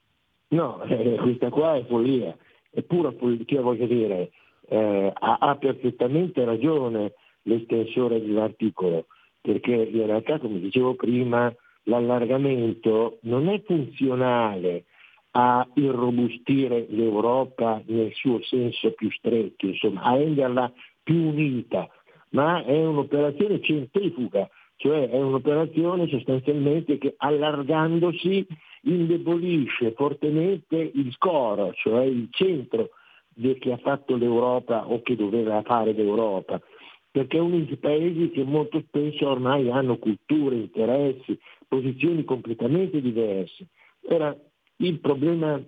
No, eh, questa qua è follia, è pura follia, voglio dire, eh, ha, ha perfettamente ragione l'estensore dell'articolo, perché in realtà, come dicevo prima, l'allargamento non è funzionale a irrobustire l'Europa nel suo senso più stretto, insomma, a renderla più unita, ma è un'operazione centrifuga, cioè è un'operazione sostanzialmente che allargandosi indebolisce fortemente il core, cioè il centro che ha fatto l'Europa o che doveva fare l'Europa, perché unisce paesi che molto spesso ormai hanno culture, interessi, posizioni completamente diverse. Ora, il problema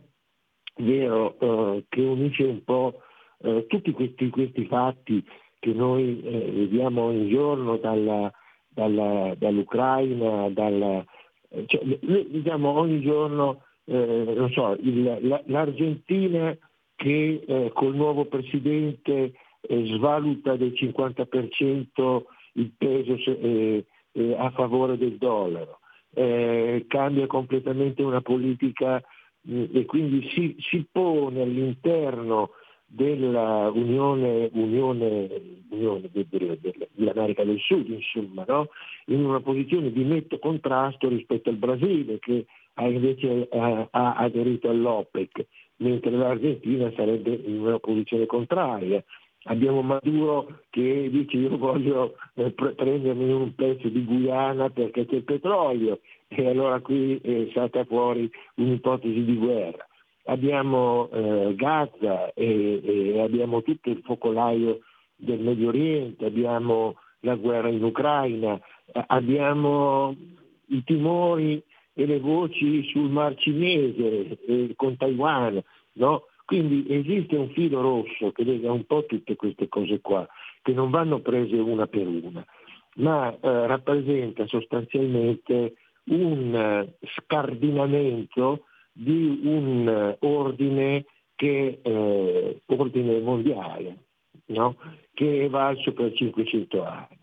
vero eh, che unisce un po' eh, tutti questi, questi fatti che noi eh, vediamo ogni giorno dalla, dalla, dall'Ucraina, dalla, eh, cioè, noi vediamo ogni giorno eh, non so, il, la, l'Argentina che eh, col nuovo presidente eh, svaluta del cinquanta per cento il peso eh, eh, a favore del dollaro. Eh, cambia completamente una politica e quindi si, si pone all'interno della Unione, Unione, Unione dell'America del Sud, insomma, no? In una posizione di netto contrasto rispetto al Brasile, che ha invece ha, ha aderito all'OPEC, mentre l'Argentina sarebbe in una posizione contraria. Abbiamo Maduro che dice io voglio eh, pre- prendermi un pezzo di Guyana perché c'è il petrolio, e allora qui eh, salta fuori un'ipotesi di guerra. Abbiamo eh, Gaza e, e abbiamo tutto il focolaio del Medio Oriente, abbiamo la guerra in Ucraina, abbiamo i timori e le voci sul Mar Cinese eh, con Taiwan, no? Quindi esiste un filo rosso che lega un po' tutte queste cose qua, che non vanno prese una per una, ma eh, rappresenta sostanzialmente un eh, scardinamento di un uh, ordine che eh, ordine mondiale, no? Che è valso per cinquecento anni.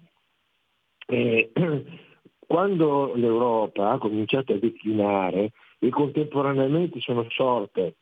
E, quando l'Europa ha cominciato a declinare e contemporaneamente sono sorte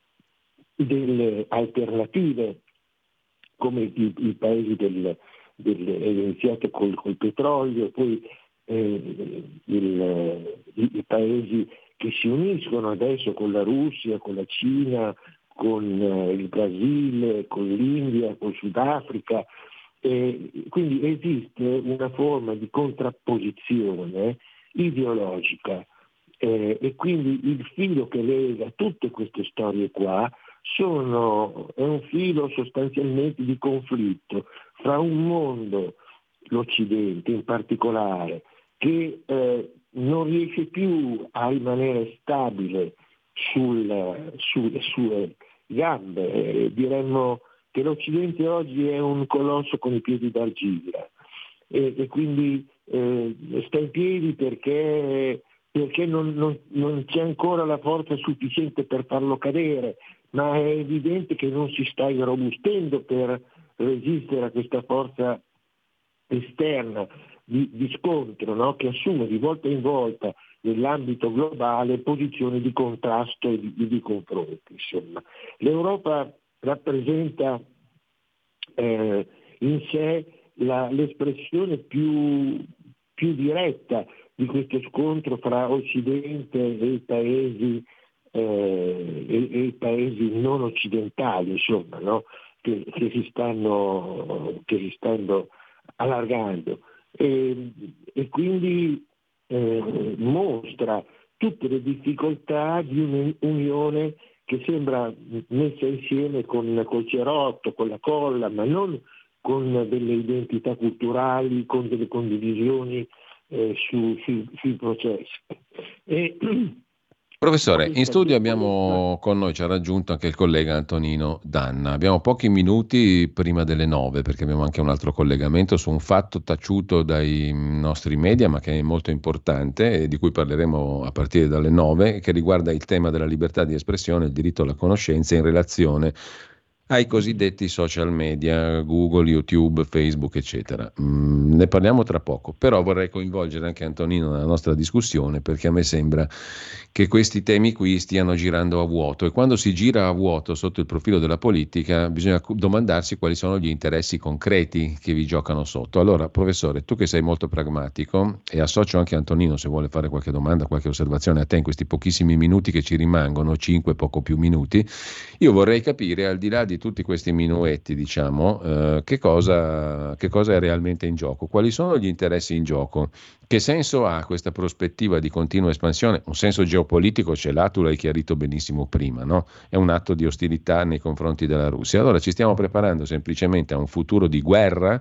delle alternative, come i, i paesi del, del è iniziato col, col petrolio, poi eh, il, i, i paesi che si uniscono adesso con la Russia, con la Cina, con eh, il Brasile, con l'India, con il Sudafrica. Eh, quindi esiste una forma di contrapposizione ideologica eh, e quindi il filo che lega tutte queste storie qua sono, è un filo sostanzialmente di conflitto fra un mondo, l'Occidente in particolare, che eh, non riesce più a rimanere stabile sul, sulle sue gambe. Eh, diremmo che l'Occidente oggi è un colosso con i piedi d'argilla e, e quindi eh, sta in piedi perché, perché non, non, non c'è ancora la forza sufficiente per farlo cadere, ma è evidente che non si sta irrobustendo per resistere a questa forza esterna di, di scontro, no? Che assume di volta in volta nell'ambito globale posizioni di contrasto e di, di confronto. Insomma, l'Europa rappresenta eh, in sé la, l'espressione più, più diretta di questo scontro fra Occidente e i paesi eh, e, e i paesi non occidentali, insomma, no? che, che si stanno che si stanno allargando. E, e quindi eh, mostra tutte le difficoltà di un'unione che sembra messa insieme con col cerotto, con la colla, ma non con delle identità culturali, con delle condivisioni eh, su, su, sui processi. E, Professore, in studio abbiamo con noi, ci ha raggiunto anche il collega Antonino Danna. Abbiamo pochi minuti prima delle nove perché abbiamo anche un altro collegamento su un fatto taciuto dai nostri media ma che è molto importante e di cui parleremo a partire dalle nove, che riguarda il tema della libertà di espressione, il diritto alla conoscenza in relazione ai cosiddetti social media, Google, YouTube, Facebook, eccetera. Mm, ne parliamo tra poco, però vorrei coinvolgere anche Antonino nella nostra discussione perché a me sembra che questi temi qui stiano girando a vuoto e quando si gira a vuoto sotto il profilo della politica bisogna domandarsi quali sono gli interessi concreti che vi giocano sotto. Allora, professore, tu che sei molto pragmatico e associo anche Antonino se vuole fare qualche domanda, qualche osservazione a te in questi pochissimi minuti che ci rimangono, cinque poco più minuti, io vorrei capire al di là di tutti questi minuetti, diciamo, eh, che cosa, che cosa è realmente in gioco, quali sono gli interessi in gioco, che senso ha questa prospettiva di continua espansione, un senso geopolitico ce l'ha, tu l'hai chiarito benissimo prima, no? È un atto di ostilità nei confronti della Russia, allora ci stiamo preparando semplicemente a un futuro di guerra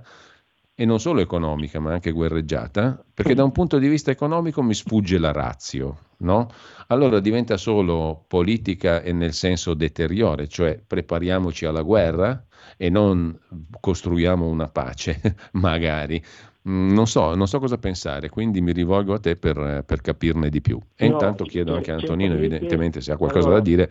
e non solo economica ma anche guerreggiata, perché da un punto di vista economico mi sfugge la ratio, no? Allora diventa solo politica e nel senso deteriore, cioè prepariamoci alla guerra e non costruiamo una pace, magari. Non so, non so cosa pensare, quindi mi rivolgo a te per, per capirne di più. E no, intanto chiedo anche a Antonino, evidentemente, se ha qualcosa allora, da dire,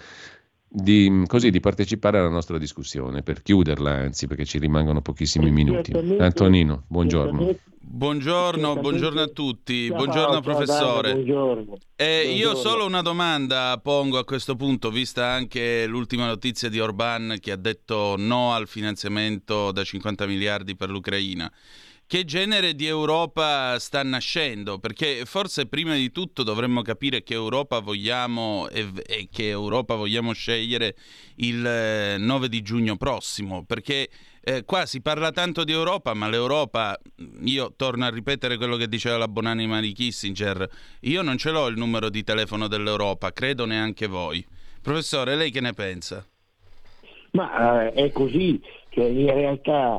di, così, di partecipare alla nostra discussione, per chiuderla, anzi, perché ci rimangono pochissimi minuti. Antonino, buongiorno. Buongiorno, buongiorno a tutti, Ciao, buongiorno ciao, professore. Dana, buongiorno. Eh, buongiorno. Io solo una domanda pongo a questo punto, vista anche l'ultima notizia di Orbán che ha detto no al finanziamento da cinquanta miliardi per l'Ucraina. Che genere di Europa sta nascendo? Perché forse prima di tutto dovremmo capire che Europa vogliamo e, e che Europa vogliamo scegliere il nove di giugno prossimo, perché eh, qua si parla tanto di Europa, ma l'Europa, io torno a ripetere quello che diceva la buonanima di Kissinger, io non ce l'ho il numero di telefono dell'Europa, credo neanche voi. Professore, lei che ne pensa? Ma eh, è così, cioè in realtà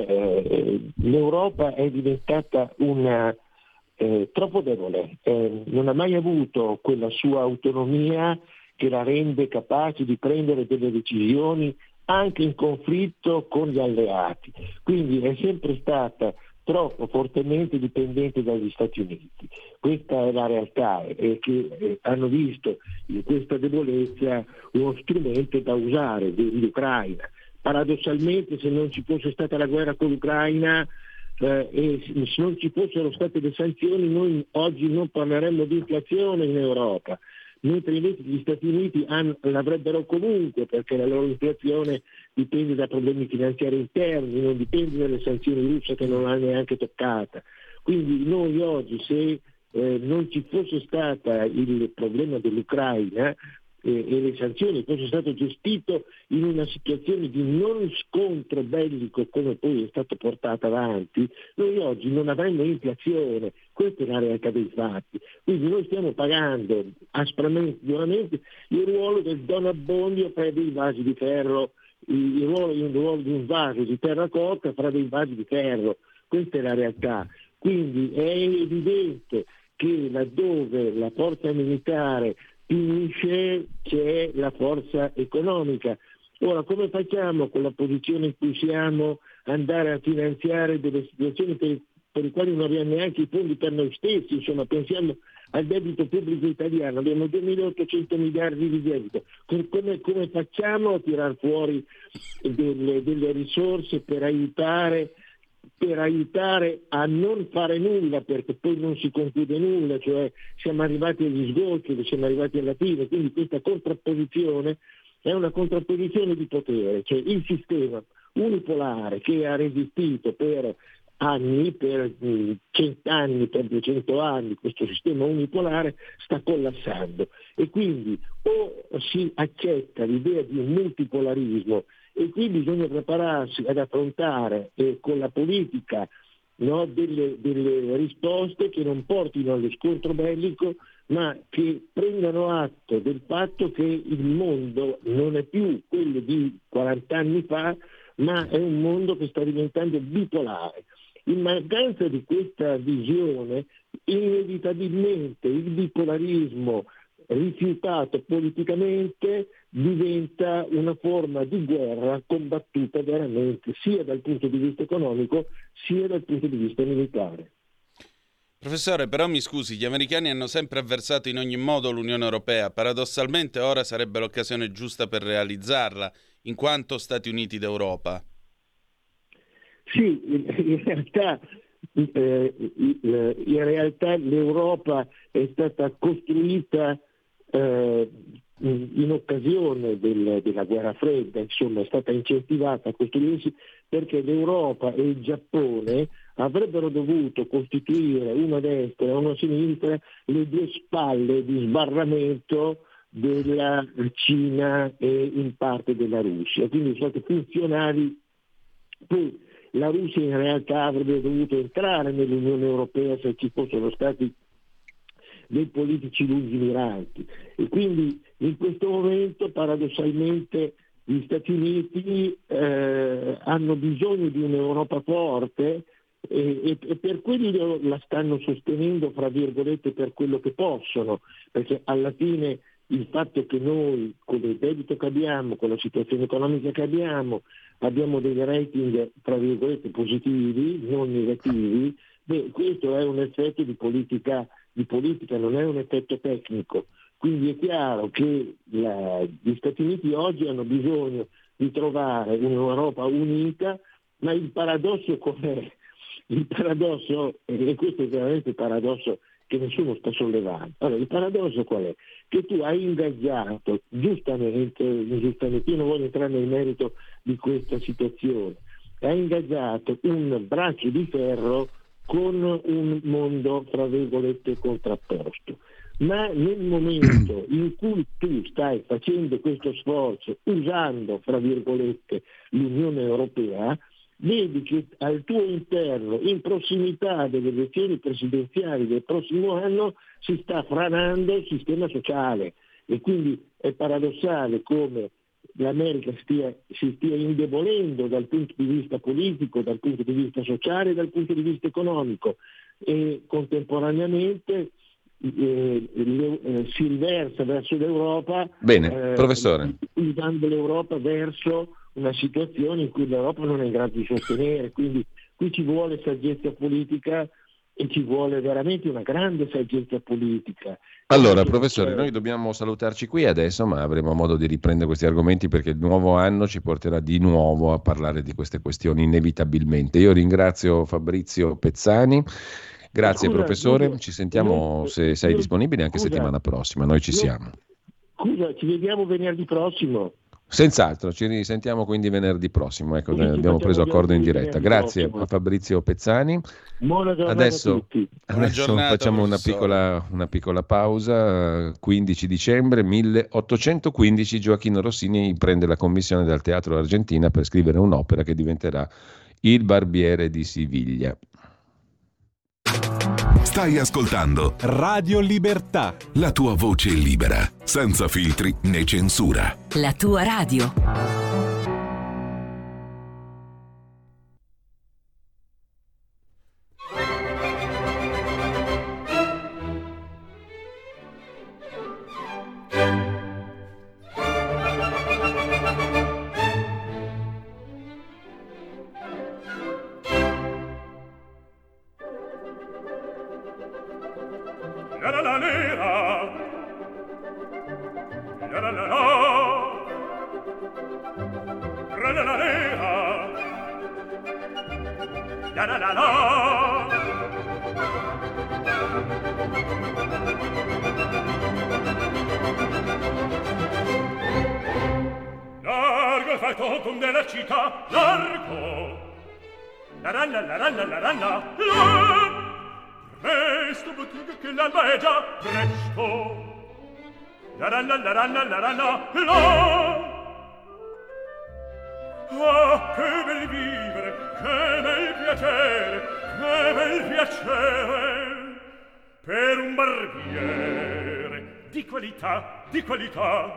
Eh, l'Europa è diventata una, eh, troppo debole, eh, non ha mai avuto quella sua autonomia che la rende capace di prendere delle decisioni anche in conflitto con gli alleati, quindi è sempre stata troppo fortemente dipendente dagli Stati Uniti. Questa è la realtà, e che eh, hanno visto in questa debolezza uno strumento da usare, l'Ucraina. Paradossalmente, se non ci fosse stata la guerra con l'Ucraina eh, e se non ci fossero state le sanzioni, noi oggi non parleremmo di inflazione in Europa, mentre invece gli Stati Uniti hanno, l'avrebbero comunque, perché la loro inflazione dipende da problemi finanziari interni, non dipende dalle sanzioni russe che non l'ha neanche toccata. Quindi noi oggi, se eh, non ci fosse stata il problema dell'Ucraina, e le sanzioni fosse stato gestito in una situazione di non scontro bellico come poi è stato portato avanti, noi oggi non avremmo inflazione. Questa è la realtà dei fatti. Quindi noi stiamo pagando aspramente, duramente, il ruolo del Don Abbondio fra dei vasi di ferro, il ruolo, il ruolo di un vaso di terracotta fra dei vasi di ferro. Questa è la realtà. Quindi è evidente che laddove la forza militare finisce, c'è la forza economica. Ora, come facciamo con la posizione in cui siamo andare a finanziare delle situazioni per, per le quali non abbiamo neanche i fondi per noi stessi? Insomma, pensiamo al debito pubblico italiano, abbiamo duemilaottocento miliardi di debito. Come, come facciamo a tirar fuori delle, delle risorse per aiutare per aiutare a non fare nulla, perché poi non si conclude nulla, cioè siamo arrivati agli sgoccioli, siamo arrivati alla fine, quindi questa contrapposizione è una contrapposizione di potere, cioè il sistema unipolare che ha resistito per anni, per cent'anni, per duecento anni, questo sistema unipolare sta collassando e quindi o si accetta l'idea di un multipolarismo e qui bisogna prepararsi ad affrontare eh, con la politica, no, delle, delle risposte che non portino allo scontro bellico, ma che prendano atto del fatto che il mondo non è più quello di quaranta anni fa, ma è un mondo che sta diventando bipolare. In mancanza di questa visione, inevitabilmente il bipolarismo rifiutato politicamente diventa una forma di guerra combattuta veramente sia dal punto di vista economico sia dal punto di vista militare. Professore, però mi scusi, gli americani hanno sempre avversato in ogni modo l'Unione Europea, paradossalmente ora sarebbe l'occasione giusta per realizzarla, in quanto Stati Uniti d'Europa. Sì, in realtà, eh, in realtà l'Europa è stata costruita eh, in occasione del, della guerra fredda, insomma è stata incentivata a costruirsi perché l'Europa e il Giappone avrebbero dovuto costituire una destra e una sinistra le due spalle di sbarramento della Cina e in parte della Russia, quindi sono stati funzionali. Poi la Russia in realtà avrebbe dovuto entrare nell'Unione Europea se ci fossero stati dei politici lungimiranti e quindi in questo momento paradossalmente gli Stati Uniti eh, hanno bisogno di un'Europa forte e, e, e per quello la stanno sostenendo fra virgolette per quello che possono, perché alla fine il fatto che noi con il debito che abbiamo, con la situazione economica che abbiamo, abbiamo dei rating tra virgolette positivi, non negativi, beh, questo è un effetto di politica, di politica, non è un effetto tecnico. Quindi è chiaro che la, gli Stati Uniti oggi hanno bisogno di trovare un'Europa unita, ma il paradosso qual è? il paradosso, e questo è veramente il paradosso che nessuno sta sollevando. Allora, il paradosso qual è? Che tu hai ingaggiato, giustamente, giustamente, io non voglio entrare nel merito di questa situazione, hai ingaggiato un braccio di ferro con un mondo, tra virgolette, contrapposto. Ma nel momento in cui tu stai facendo questo sforzo usando, fra virgolette, l'Unione Europea, vedi che al tuo interno, in prossimità delle elezioni presidenziali del prossimo anno, si sta franando il sistema sociale e quindi è paradossale come l'America stia, si stia indebolendo dal punto di vista politico, dal punto di vista sociale, dal punto di vista economico e contemporaneamente eh, eh, si riversa verso l'Europa. Bene, eh, professore. Guidando l'Europa verso una situazione in cui l'Europa non è in grado di sostenere, quindi qui ci vuole saggezza politica e ci vuole veramente una grande saggezza politica. Allora, professore, noi dobbiamo salutarci qui adesso, ma avremo modo di riprendere questi argomenti perché il nuovo anno ci porterà di nuovo a parlare di queste questioni inevitabilmente. Io ringrazio Fabrizio Pezzani. Grazie scusa, professore, scusa, ci sentiamo io, se sei io, disponibile anche scusa, settimana prossima, noi ci io, siamo. Scusa, ci vediamo venerdì prossimo. Senz'altro, ci risentiamo quindi venerdì prossimo, ecco, Sì, abbiamo preso accordo in diretta. Grazie prossimo. a Fabrizio Pezzani. Buona giornata Adesso, a tutti. adesso giornata, facciamo una professore. piccola, una piccola pausa, quindici dicembre milleottocentoquindici Gioachino Rossini prende la commissione dal Teatro Argentina per scrivere un'opera che diventerà Il Barbiere di Siviglia. Stai ascoltando Radio Libertà. la tua voce libera, senza filtri né censura. La tua radio. La la la nera, la la la la, la la la nera, la la la la. Largo il factotum della città, largo, la la la la la la la la la. Presto, bottega, che l'alba è già presto. La la la la la la la la la. Ah, che bel vivere, che bel piacere, che bel piacere per un barbiere di qualità, di qualità.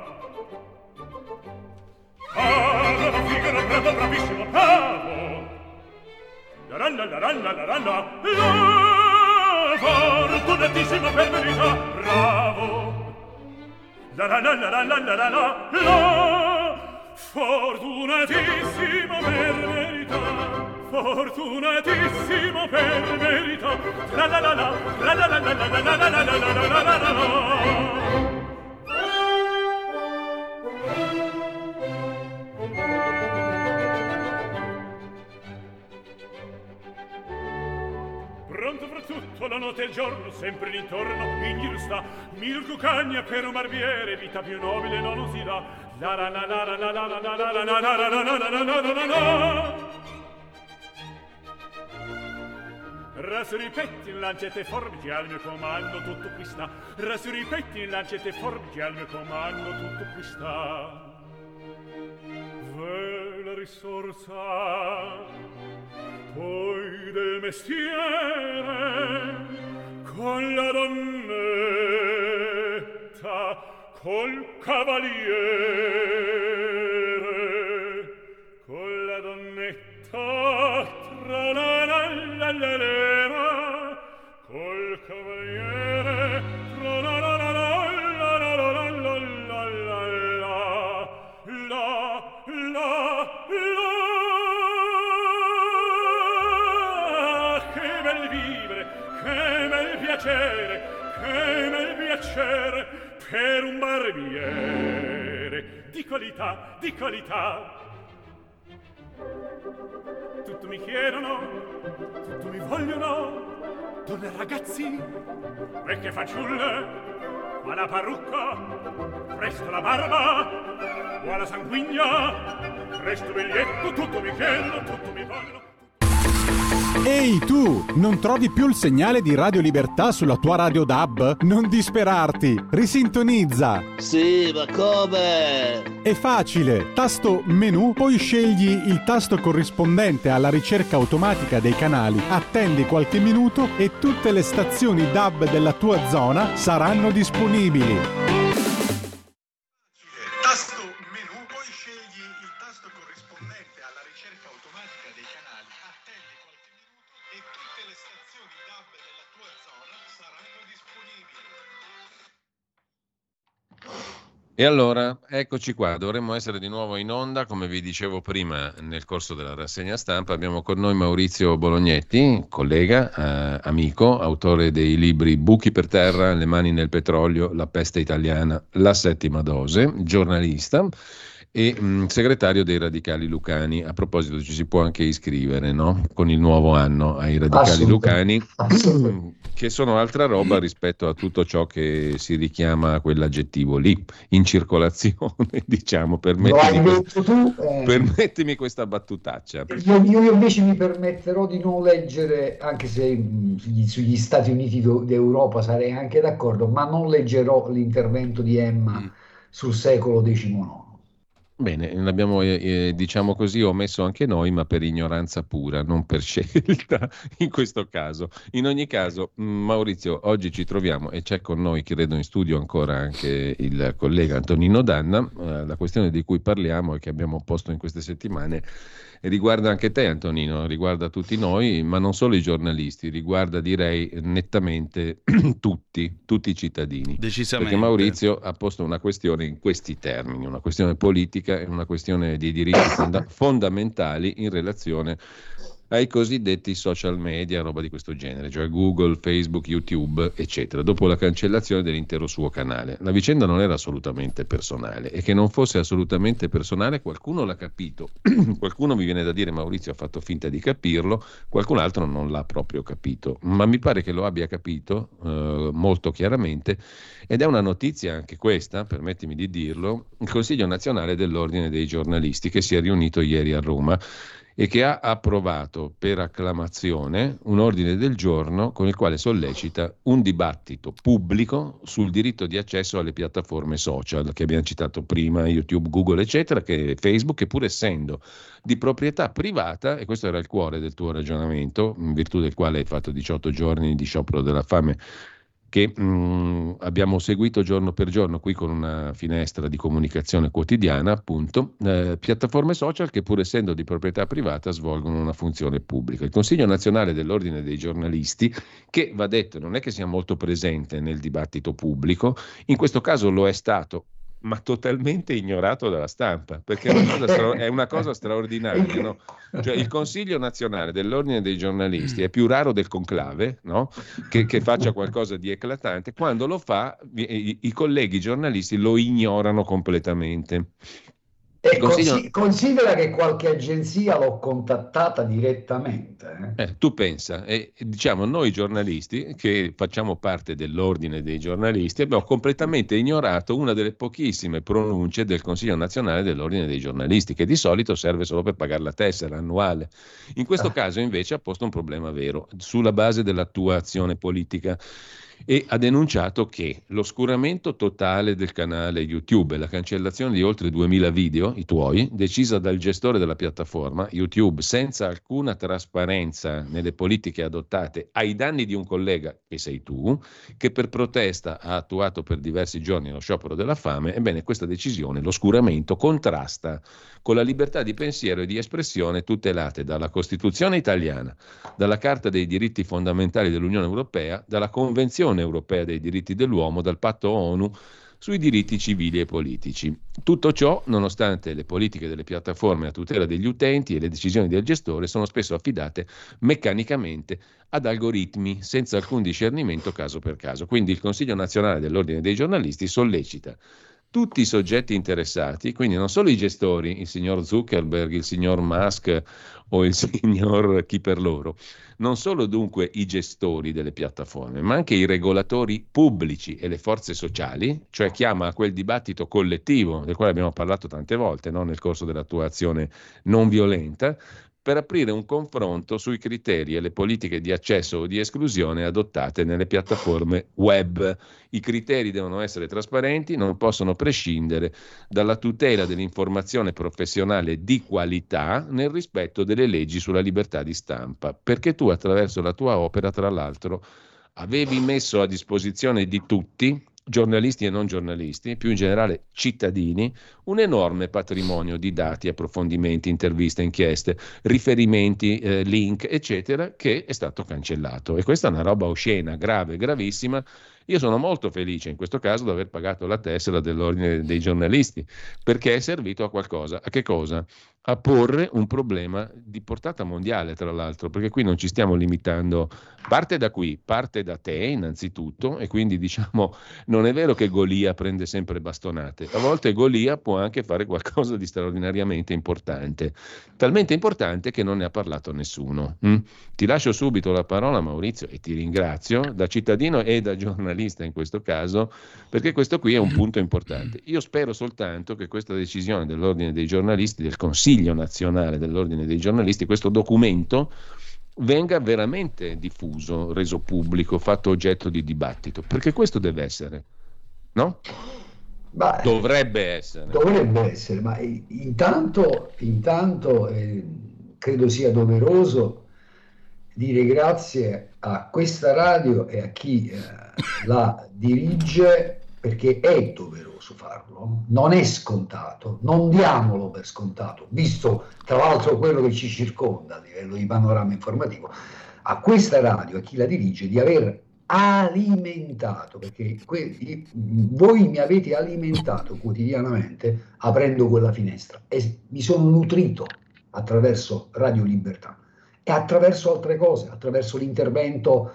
Ah, bravo Figaro, bravo, bravissimo, bravo. La la la la la la la la la. Fortunatissimo per verità, bravo. La la la la la la la la la. Fortunatissimo per verità, fortunatissimo per verità. La la la la la la la la la la la la la la la la. Pronto fra tutto, la notte e il giorno, sempre l'intorno, in giro sta, mil cucagna per un barbiere, vita più nobile non si dà. La la la la la la la la la la la la la la la la la la. Raso ripetti, lancette forbici al mio comando, tutto qui sta. Raso ripetti, lancette forbici al mio comando, tutto qui sta. V'è la risorsa poi del mestiere con la donnetta, col cavaliere, con la donnetta, tra la la la la la, col cavaliere, tra la la la la la la la la la la la. Che bel vivere, che bel piacere, che bel piacere per un barbiere di qualità, di qualità. tutto mi chiedono, tutto mi vogliono, donne e ragazzi, vecchie fanciulle, qua la parrucca, presto la barba, qua la sanguigna, presto biglietto, tutto mi chiedono, tutto mi vogliono. Ehi tu, non trovi più il segnale di Radio Libertà sulla tua radio D A B? Non disperarti, risintonizza! Sì, ma come? È facile, tasto menu, poi scegli il tasto corrispondente alla ricerca automatica dei canali, attendi qualche minuto e tutte le stazioni D A B della tua zona saranno disponibili. Tasto menu, poi scegli il tasto corrispondente alla ricerca automatica dei canali, attendi qualche minuto e tutte le stazioni D A B della tua zona saranno disponibili. E allora, eccoci qua, dovremmo essere di nuovo in onda, come vi dicevo prima nel corso della rassegna stampa. Abbiamo con noi Maurizio Bolognetti, collega, eh, amico, autore dei libri Buchi per terra, Le mani nel petrolio, La peste italiana, La settima dose, giornalista e mh, segretario dei Radicali Lucani. A proposito, ci si può anche iscrivere, no? Con il nuovo anno ai Radicali Lucani, che sono altra roba rispetto a tutto ciò che si richiama a quell'aggettivo lì, in circolazione, diciamo. Permettimi, Lo hai detto tu, eh. permettimi questa battutaccia. Io, io invece mi permetterò di non leggere, anche se mh, sugli, sugli Stati Uniti d'Europa sarei anche d'accordo, ma non leggerò l'intervento di Emma mm. sul secolo diciannove. Bene, l'abbiamo eh, diciamo così omesso anche noi, ma per ignoranza pura, non per scelta in questo caso. In ogni caso, Maurizio, oggi ci troviamo e c'è con noi, credo in studio ancora anche il collega Antonino Danna. Eh, la questione di cui parliamo e che abbiamo posto in queste settimane riguarda anche te, Antonino, riguarda tutti noi, ma non solo i giornalisti, riguarda direi nettamente tutti, tutti i cittadini. Decisamente. Perché Maurizio ha posto una questione in questi termini, una questione politica e una questione di diritti fonda- fondamentali in relazione ai cosiddetti social media, roba di questo genere, cioè Google, Facebook, YouTube, eccetera, dopo la cancellazione dell'intero suo canale. La vicenda non era assolutamente personale, e che non fosse assolutamente personale qualcuno l'ha capito, qualcuno mi viene da dire Maurizio ha fatto finta di capirlo, qualcun altro non l'ha proprio capito, ma mi pare che lo abbia capito eh, molto chiaramente, ed è una notizia anche questa, permettimi di dirlo, il Consiglio Nazionale dell'Ordine dei Giornalisti che si è riunito ieri a Roma e che ha approvato per acclamazione un ordine del giorno con il quale sollecita un dibattito pubblico sul diritto di accesso alle piattaforme social che abbiamo citato prima, YouTube, Google, eccetera, che Facebook, che pur essendo di proprietà privata, e questo era il cuore del tuo ragionamento, in virtù del quale hai fatto diciotto giorni di sciopero della fame, che mh, abbiamo seguito giorno per giorno qui con una finestra di comunicazione quotidiana, appunto, eh, piattaforme social che pur essendo di proprietà privata svolgono una funzione pubblica. Il Consiglio Nazionale dell'Ordine dei Giornalisti, che va detto non è che sia molto presente nel dibattito pubblico, in questo caso lo è stato, ma totalmente ignorato dalla stampa, perché è una cosa, stra- è una cosa straordinaria, no? Cioè, il Consiglio Nazionale dell'Ordine dei Giornalisti è più raro del conclave, no? che, che faccia qualcosa di eclatante. Quando lo fa, i, i colleghi giornalisti lo ignorano completamente. E consiglio... considera che qualche agenzia l'ho contattata direttamente. Eh? Eh, tu pensa, e diciamo noi giornalisti che facciamo parte dell'ordine dei giornalisti abbiamo completamente ignorato una delle pochissime pronunce del Consiglio Nazionale dell'Ordine dei Giornalisti, che di solito serve solo per pagare la tessera annuale. In questo ah. caso invece ha posto un problema vero sulla base della tua azione politica, e ha denunciato che l'oscuramento totale del canale YouTube e la cancellazione di oltre duemila video, i tuoi, decisa dal gestore della piattaforma YouTube senza alcuna trasparenza nelle politiche adottate ai danni di un collega, che sei tu, che per protesta ha attuato per diversi giorni lo sciopero della fame, ebbene questa decisione, l'oscuramento, contrasta con la libertà di pensiero e di espressione tutelate dalla Costituzione italiana, dalla Carta dei diritti fondamentali dell'Unione Europea, dalla Convenzione Europea dei diritti dell'uomo, dal patto ONU sui diritti civili e politici. Tutto ciò nonostante le politiche delle piattaforme a tutela degli utenti e le decisioni del gestore sono spesso affidate meccanicamente ad algoritmi senza alcun discernimento caso per caso. Quindi il Consiglio Nazionale dell'Ordine dei Giornalisti sollecita tutti i soggetti interessati, quindi non solo i gestori, il signor Zuckerberg, il signor Musk o il signor chi per loro, non solo dunque i gestori delle piattaforme, ma anche i regolatori pubblici e le forze sociali, cioè chiama a quel dibattito collettivo del quale abbiamo parlato tante volte, no? Nel corso della tua azione non violenta, per aprire un confronto sui criteri e le politiche di accesso o di esclusione adottate nelle piattaforme web. I criteri devono essere trasparenti, non possono prescindere dalla tutela dell'informazione professionale di qualità nel rispetto delle leggi sulla libertà di stampa, perché tu attraverso la tua opera, tra l'altro, avevi messo a disposizione di tutti, giornalisti e non giornalisti, più in generale cittadini, un enorme patrimonio di dati, approfondimenti, interviste, inchieste, riferimenti, eh, link, eccetera, che è stato cancellato. E questa è una roba oscena, grave, gravissima. Io sono molto felice in questo caso di aver pagato la tessera dell'ordine dei giornalisti, perché è servito a qualcosa. A che cosa? A porre un problema di portata mondiale, tra l'altro, perché qui non ci stiamo limitando, parte da qui, parte da te innanzitutto, e quindi diciamo non è vero che Golia prende sempre bastonate, a volte Golia può anche fare qualcosa di straordinariamente importante, talmente importante che non ne ha parlato nessuno. Mm? Ti lascio subito la parola, Maurizio, e ti ringrazio da cittadino e da giornalista in questo caso, perché questo qui è un punto importante. Io spero soltanto che questa decisione dell'ordine dei giornalisti, del Consiglio nazionale dell'ordine dei giornalisti, questo documento venga veramente diffuso, reso pubblico, fatto oggetto di dibattito, perché questo deve essere, no? Beh, dovrebbe essere. Dovrebbe essere, ma intanto, intanto eh, credo sia doveroso dire grazie a questa radio e a chi eh, la dirige, perché è doveroso farlo, non è scontato, non diamolo per scontato, visto tra l'altro quello che ci circonda a livello di panorama informativo, a questa radio, a chi la dirige, di aver alimentato, perché que- voi mi avete alimentato quotidianamente aprendo quella finestra e mi sono nutrito attraverso Radio Libertà e attraverso altre cose, attraverso l'intervento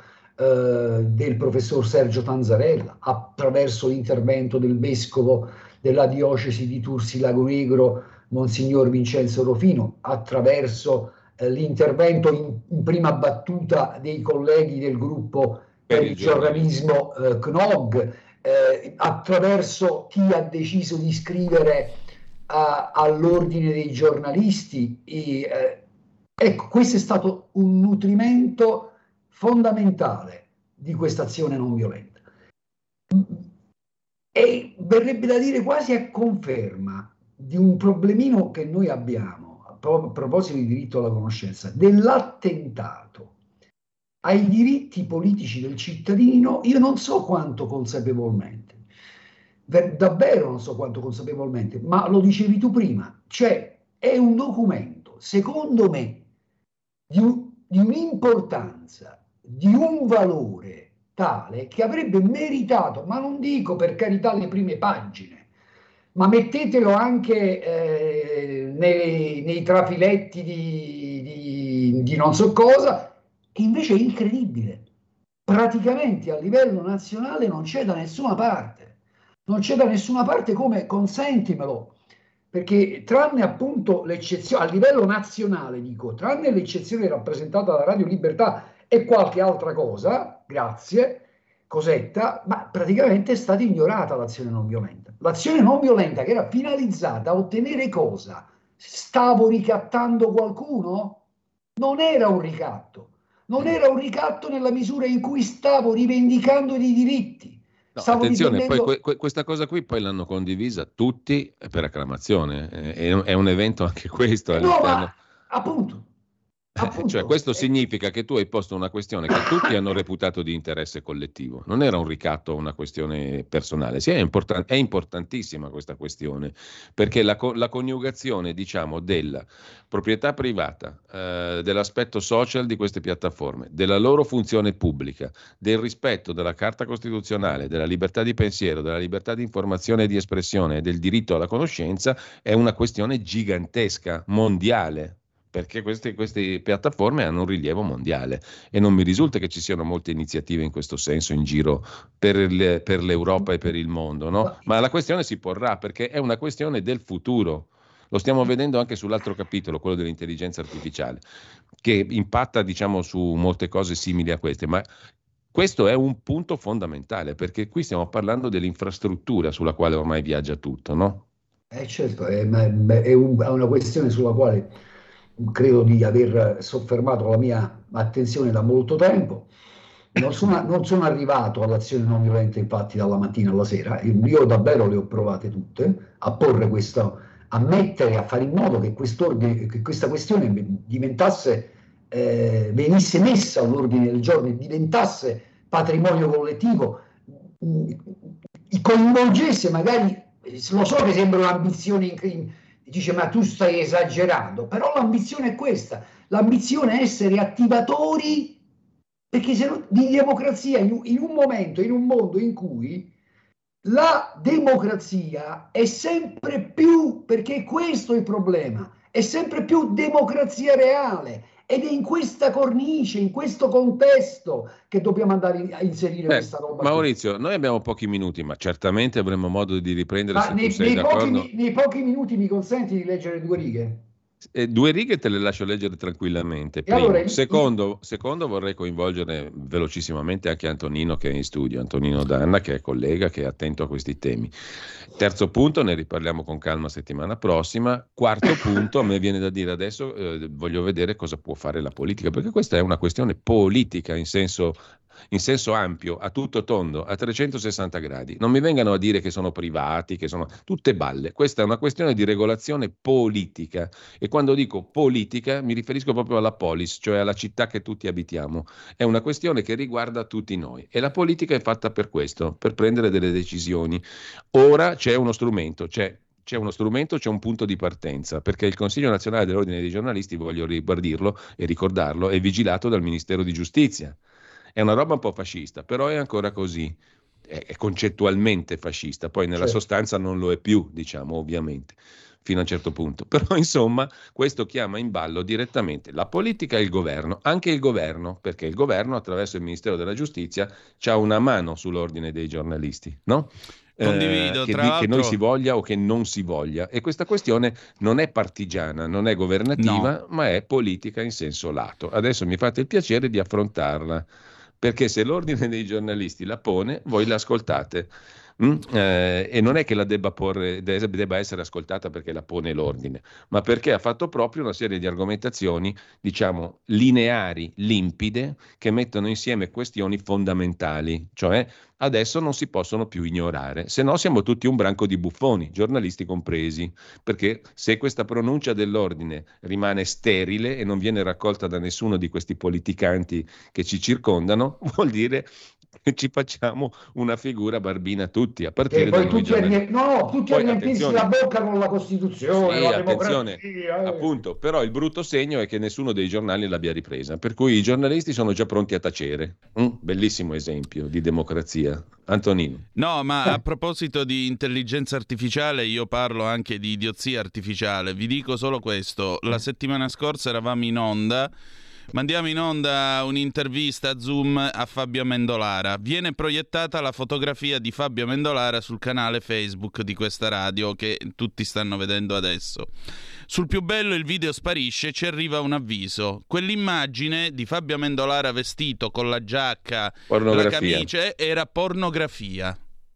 eh, del professor Sergio Tanzarella, attraverso l'intervento del vescovo della diocesi di Tursi Lago Negro, Monsignor Vincenzo Rofino, attraverso eh, l'intervento in, in prima battuta dei colleghi del gruppo per il giornalismo eh, C N O G, eh, attraverso chi ha deciso di scrivere a, all'ordine dei giornalisti. E, eh, ecco, questo è stato un nutrimento fondamentale di questa azione non violenta. E verrebbe da dire quasi a conferma di un problemino che noi abbiamo, a, pro- a proposito di diritto alla conoscenza, dell'attentato ai diritti politici del cittadino. Io non so quanto consapevolmente, davvero non so quanto consapevolmente, ma lo dicevi tu prima, cioè è un documento, secondo me, di, un, di un'importanza, di un valore tale che avrebbe meritato, ma non dico per carità le prime pagine, ma mettetelo anche eh, nei, nei trafiletti di, di, di non so cosa. Che invece è incredibile, praticamente a livello nazionale non c'è da nessuna parte, non c'è da nessuna parte, come, consentimelo, perché tranne appunto l'eccezione, a livello nazionale dico, tranne l'eccezione rappresentata da Radio Libertà e qualche altra cosa, grazie, cosetta, ma praticamente è stata ignorata l'azione non violenta. L'azione non violenta che era finalizzata a ottenere cosa? Stavo ricattando qualcuno? Non era un ricatto. Non era un ricatto nella misura in cui stavo rivendicando dei diritti. No, attenzione, difendendo... poi que- questa cosa qui poi l'hanno condivisa tutti per acclamazione. È, è un evento anche questo. No, ma appunto. Appunto. Cioè, questo significa che tu hai posto una questione che tutti hanno reputato di interesse collettivo, non era un ricatto o una questione personale. Sì, è, important- è importantissima questa questione, perché la, co- la coniugazione, diciamo, della proprietà privata, eh, dell'aspetto social di queste piattaforme, della loro funzione pubblica, del rispetto della Carta Costituzionale, della libertà di pensiero, della libertà di informazione e di espressione e del diritto alla conoscenza è una questione gigantesca, mondiale. perché queste, queste piattaforme hanno un rilievo mondiale e non mi risulta che ci siano molte iniziative in questo senso in giro per, le, per l'Europa e per il mondo, no? Ma la questione si porrà perché è una questione del futuro. Lo stiamo vedendo anche sull'altro capitolo, quello dell'intelligenza artificiale, che impatta, diciamo, su molte cose simili a queste, ma questo è un punto fondamentale, perché qui stiamo parlando dell'infrastruttura sulla quale ormai viaggia tutto, no? Eh certo, è, è, un, è una questione sulla quale credo di aver soffermato la mia attenzione da molto tempo. Non sono, non sono arrivato all'azione non violenta, infatti, dalla mattina alla sera. Io davvero le ho provate tutte a porre questo, a mettere, a fare in modo che, che questa questione diventasse, eh, venisse messa all'ordine del giorno e diventasse patrimonio collettivo, coinvolgesse magari, lo so che sembra un'ambizione incredibile, dice ma tu stai esagerando, però l'ambizione è questa, l'ambizione è essere attivatori, perché se no, di democrazia in un, in un momento, in un mondo in cui la democrazia è sempre più, perché questo è il problema, è sempre più democrazia reale, ed è in questa cornice, in questo contesto che dobbiamo andare a inserire Beh, questa roba. Maurizio, qui. Noi abbiamo pochi minuti, ma certamente avremo modo di riprendere. Ma se nei, tu sei nei, d'accordo. pochi, nei pochi minuti mi consenti di leggere due righe? Eh, due righe te le lascio leggere tranquillamente. Primo. Allora, secondo, secondo, vorrei coinvolgere velocissimamente anche Antonino che è in studio, Antonino Danna che è collega, che è attento a questi temi. Terzo punto, ne riparliamo con calma settimana prossima. Quarto punto, a me viene da dire adesso, eh, voglio vedere cosa può fare la politica, perché questa è una questione politica in senso... in senso ampio, a tutto tondo, a trecentosessanta gradi. Non mi vengano a dire che sono privati, che sono tutte balle. Questa è una questione di regolazione politica e quando dico politica mi riferisco proprio alla polis, cioè alla città che tutti abitiamo. È una questione che riguarda tutti noi e la politica è fatta per questo, per prendere delle decisioni. Ora c'è uno strumento, c'è C'è uno strumento, c'è un punto di partenza, perché il Consiglio nazionale dell'Ordine dei giornalisti, voglio ribadirlo e ricordarlo, è vigilato dal Ministero di Giustizia. È una roba un po' fascista, però è ancora così, è, è concettualmente fascista, poi nella certo. sostanza non lo è più, diciamo, ovviamente, fino a un certo punto. Però insomma questo chiama in ballo direttamente la politica e il governo, anche il governo, perché il governo attraverso il Ministero della Giustizia c'ha una mano sull'ordine dei giornalisti, no? Condivido, eh, che, tra di, l'altro... che noi si voglia o che non si voglia, e questa questione non è partigiana, non è governativa, no. ma è politica in senso lato. Adesso mi fate il piacere di affrontarla, perché se l'ordine dei giornalisti la pone, voi l'ascoltate. Mm? Eh, e non è che la debba, porre, debba essere ascoltata perché la pone l'ordine, ma perché ha fatto proprio una serie di argomentazioni, diciamo, lineari, limpide, che mettono insieme questioni fondamentali, cioè adesso non si possono più ignorare, se no siamo tutti un branco di buffoni, giornalisti compresi, perché se questa pronuncia dell'ordine rimane sterile e non viene raccolta da nessuno di questi politicanti che ci circondano, vuol dire che ci facciamo una figura barbina tutti, a partire da noi tutti arnie... no, tutti a riempirsi la bocca con la Costituzione, sì, la attenzione, democrazia, eh. appunto, però il brutto segno è che nessuno dei giornali l'abbia ripresa, per cui i giornalisti sono già pronti a tacere. Mm, bellissimo esempio di democrazia. Antonino. No, ma a proposito di intelligenza artificiale, io parlo anche di idiozia artificiale. Vi dico solo questo: la settimana scorsa eravamo in onda. Mandiamo in onda un'intervista a Zoom a Fabio Amendolara. Viene proiettata la fotografia di Fabio Amendolara sul canale Facebook di questa radio che tutti stanno vedendo adesso. Sul più bello il video sparisce, ci arriva un avviso. Quell'immagine di Fabio Amendolara vestito con la giacca, la camicia, era pornografia.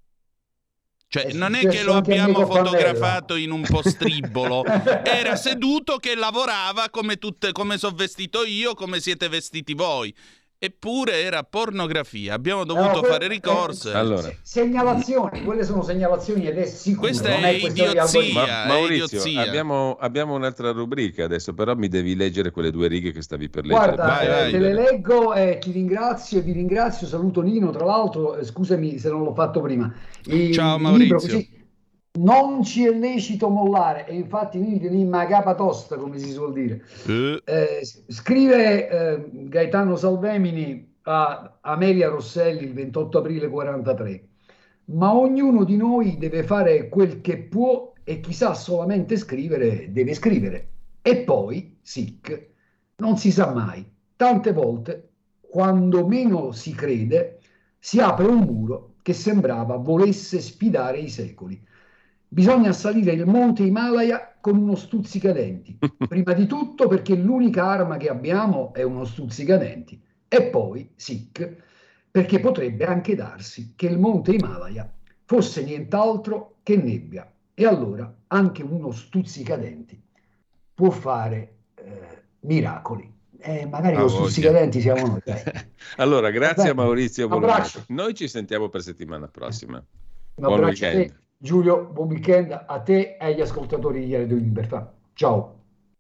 Cioè, non è che lo abbiamo fotografato in un postribolo, era seduto che lavorava come, tutte, come sono vestito io, come siete vestiti voi. Eppure era pornografia, abbiamo dovuto no, que- fare ricorso. Eh, allora. Segnalazioni, quelle sono segnalazioni ed è sicuro. Questa non è, è idiozia. Ma, Maurizio, è idiozia. Abbiamo, abbiamo un'altra rubrica adesso, però mi devi leggere quelle due righe che stavi per leggere. Guarda, vai, vai. Te le leggo e ti ringrazio, vi ringrazio, saluto Nino, tra l'altro, eh, scusami se non l'ho fatto prima. Il, Ciao Maurizio. Libro, così, non ci è lecito mollare, e infatti in capa tosta, come si suol dire. Uh. Eh, scrive eh, Gaetano Salvemini a Amelia Rosselli il ventotto aprile quarantatré: ma ognuno di noi deve fare quel che può e chi sa solamente scrivere deve scrivere. E poi, sic, non si sa mai, tante volte, quando meno si crede, si apre un muro che sembrava volesse sfidare i secoli. Bisogna salire il monte Himalaya con uno stuzzicadenti. Prima di tutto perché l'unica arma che abbiamo è uno stuzzicadenti. E poi, sic, perché potrebbe anche darsi che il monte Himalaya fosse nient'altro che nebbia. E allora anche uno stuzzicadenti può fare eh, miracoli. Eh, magari con stuzzicadenti siamo noi. Dai. Allora, grazie a Maurizio Bolognesi. Abbraccio. Noi ci sentiamo per settimana prossima. Un Buon abbraccio weekend. a te, Giulio, buon weekend a te e agli ascoltatori di Radio Libertà. Ciao.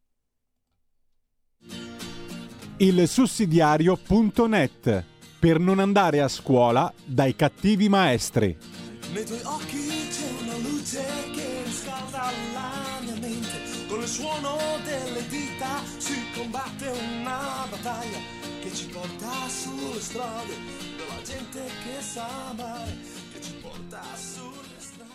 Il sussidiario punto net, per non andare a scuola dai cattivi maestri. Nei tuoi occhi c'è una luce che riscalda la mia mente. Con il suono delle dita si combatte una battaglia che ci porta sulle strade della gente che sa amare, che ci porta sulle strade.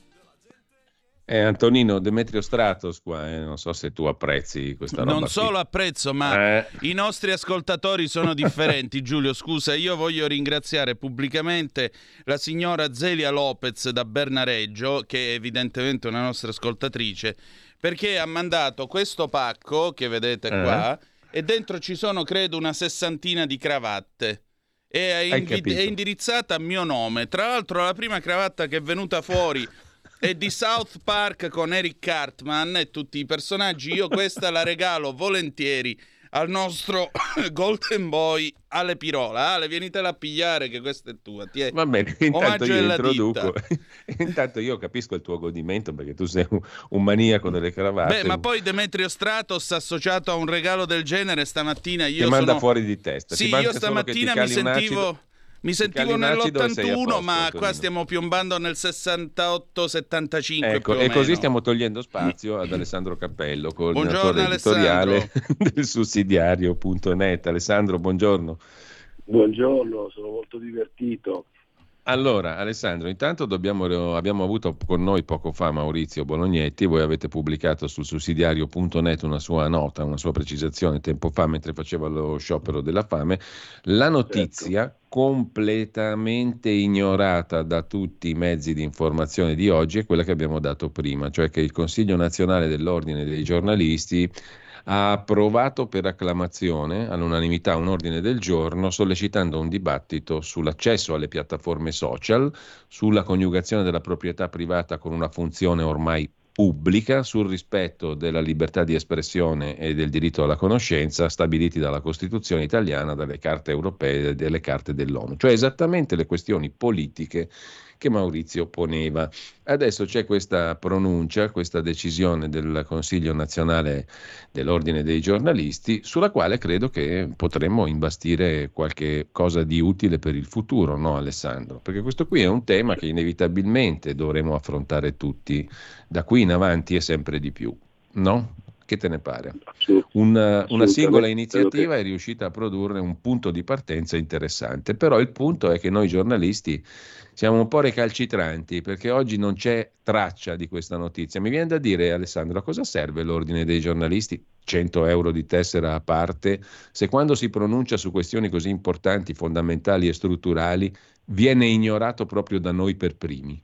Eh, Antonino, Demetrio Stratos qua, eh, non so se tu apprezzi questa roba. Non qui. solo apprezzo, ma Eh. i nostri ascoltatori sono differenti. Giulio, scusa, io voglio ringraziare pubblicamente la signora Zelia Lopez da Bernareggio, che è evidentemente una nostra ascoltatrice, perché ha mandato questo pacco che vedete qua, e dentro ci sono, credo, una sessantina di cravatte. E è, Hai invi- capito. è indirizzata a mio nome. Tra l'altro la prima cravatta che è venuta fuori è di South Park con Eric Cartman e tutti i personaggi. Io questa la regalo volentieri al nostro Golden Boy Ale Pirola. Ale, vienitela a pigliare che questa è tua. Tiè. Va bene, intanto Omaggio io alla introduco. ditta. Intanto io capisco il tuo godimento perché tu sei un, un maniaco delle cravatte. Beh, ma poi Demetrio Stratos associato a un regalo del genere stamattina io ti manda sono... fuori di testa. Sì, Ti manca io solo che ti stamattina mi cali un sentivo... acido- Mi ti sentivo cali un acido e sei a nell'ottantuno, posto, ma Antonino. qua stiamo piombando nel sessantotto settantacinque Ecco, più o e così meno. stiamo togliendo spazio ad Alessandro Cappello, coordinatore Buongiorno, editoriale del sussidiario punto net. Alessandro, buongiorno. Buongiorno, sono molto divertito. Allora, Alessandro, intanto dobbiamo, abbiamo avuto con noi poco fa Maurizio Bolognetti, voi avete pubblicato sul sussidiario punto net una sua nota, una sua precisazione tempo fa mentre faceva lo sciopero della fame. La notizia, certo, completamente ignorata da tutti i mezzi di informazione di oggi, è quella che abbiamo dato prima, cioè che il Consiglio nazionale dell'Ordine dei giornalisti ha approvato per acclamazione all'unanimità un ordine del giorno sollecitando un dibattito sull'accesso alle piattaforme social, sulla coniugazione della proprietà privata con una funzione ormai pubblica, sul rispetto della libertà di espressione e del diritto alla conoscenza stabiliti dalla Costituzione italiana, dalle carte europee e delle carte dell'ONU, cioè esattamente le questioni politiche che Maurizio poneva. Adesso c'è questa pronuncia, questa decisione del Consiglio nazionale dell'Ordine dei giornalisti, sulla quale credo che potremmo imbastire qualche cosa di utile per il futuro, no Alessandro? Perché questo qui è un tema che inevitabilmente dovremo affrontare tutti da qui in avanti e sempre di più, no? Che te ne pare? Una, una singola iniziativa è riuscita a produrre un punto di partenza interessante, però il punto è che noi giornalisti siamo un po' recalcitranti perché oggi non c'è traccia di questa notizia. Mi viene da dire, Alessandro, a cosa serve l'ordine dei giornalisti? cento euro di tessera a parte, se quando si pronuncia su questioni così importanti, fondamentali e strutturali viene ignorato proprio da noi per primi.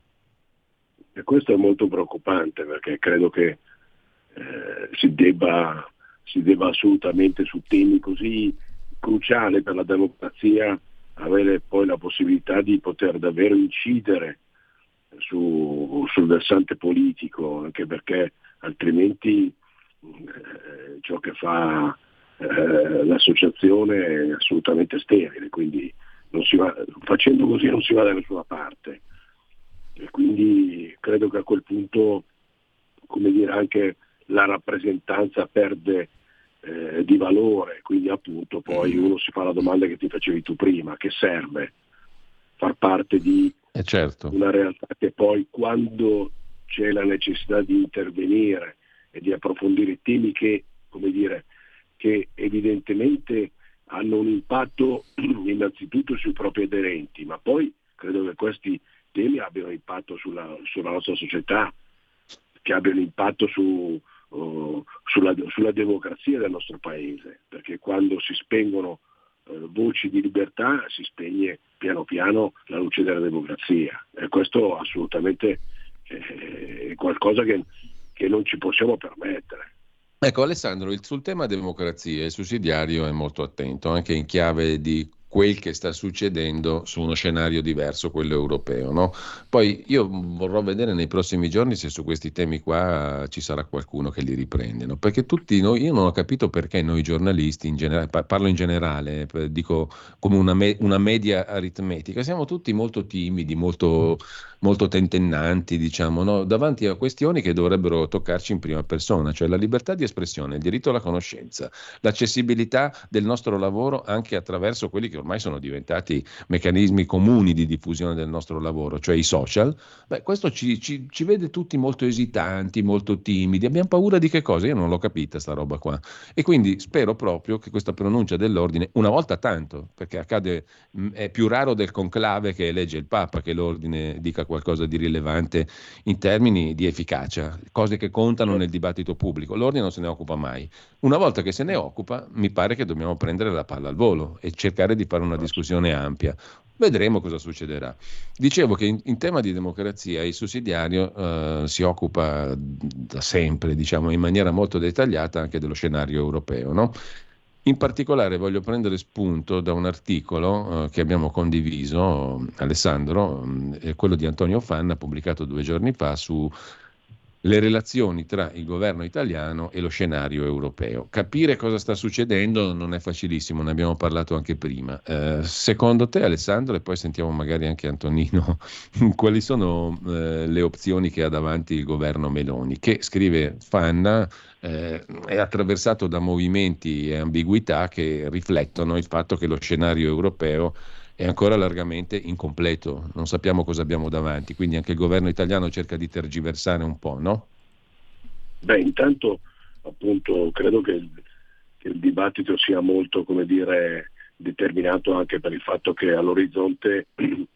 E questo è molto preoccupante perché credo che Eh, si debba, si debba assolutamente su temi così cruciali per la democrazia avere poi la possibilità di poter davvero incidere su, sul versante politico, anche perché altrimenti eh, ciò che fa eh, l'associazione è assolutamente sterile, quindi non si va, facendo così non si va da nessuna parte, e quindi credo che a quel punto, come dire, anche la rappresentanza perde eh, di valore, quindi appunto poi uno si fa la domanda che ti facevi tu prima: che serve far parte di eh certo. una realtà che poi, quando c'è la necessità di intervenire e di approfondire i temi che, come dire, che evidentemente hanno un impatto innanzitutto sui propri aderenti, ma poi credo che questi temi abbiano impatto sulla, sulla nostra società, che abbiano impatto su uh, sulla, sulla democrazia del nostro paese, perché quando si spengono uh, voci di libertà si spegne piano piano la luce della democrazia, e questo assolutamente eh, è qualcosa che, che non ci possiamo permettere. Ecco Alessandro, il, sul tema democrazia il sussidiario è molto attento, anche in chiave di quel che sta succedendo su uno scenario diverso, quello europeo, no? Poi io vorrò vedere nei prossimi giorni se su questi temi qua ci sarà qualcuno che li riprende, no? Perché tutti noi, io non ho capito perché noi giornalisti, in generale, parlo in generale, dico come una, me, una media aritmetica, siamo tutti molto timidi, molto, molto tentennanti, diciamo, no? Davanti a questioni che dovrebbero toccarci in prima persona, cioè la libertà di espressione, il diritto alla conoscenza, l'accessibilità del nostro lavoro anche attraverso quelli che ormai sono diventati meccanismi comuni di diffusione del nostro lavoro, cioè i social. Beh, questo ci, ci, ci vede tutti molto esitanti, molto timidi, abbiamo paura di che cosa? Io non l'ho capita sta roba qua, e quindi spero proprio che questa pronuncia dell'ordine, una volta tanto, perché accade, mh, è più raro del conclave che elegge il Papa che l'ordine dica qualcosa di rilevante in termini di efficacia, cose che contano nel dibattito pubblico. L'ordine non se ne occupa mai. Una volta che se ne occupa, mi pare che dobbiamo prendere la palla al volo e cercare di fare una discussione ampia. Vedremo cosa succederà. Dicevo che in, in tema di democrazia il sussidiario eh, si occupa da sempre, diciamo, in maniera molto dettagliata anche dello scenario europeo, no? In particolare voglio prendere spunto da un articolo eh, che abbiamo condiviso, Alessandro, eh, quello di Antonio Fanna, pubblicato due giorni fa su le relazioni tra il governo italiano e lo scenario europeo. Capire cosa sta succedendo non è facilissimo, ne abbiamo parlato anche prima. Eh, secondo te, Alessandro, e poi sentiamo magari anche Antonino, quali sono eh, le opzioni che ha davanti il governo Meloni, che, scrive Fanna, eh, è attraversato da movimenti e ambiguità che riflettono il fatto che lo scenario europeo è ancora largamente incompleto, non sappiamo cosa abbiamo davanti, quindi anche il governo italiano cerca di tergiversare un po', no? Beh, intanto appunto credo che il, che il dibattito sia molto, come dire, determinato anche per il fatto che all'orizzonte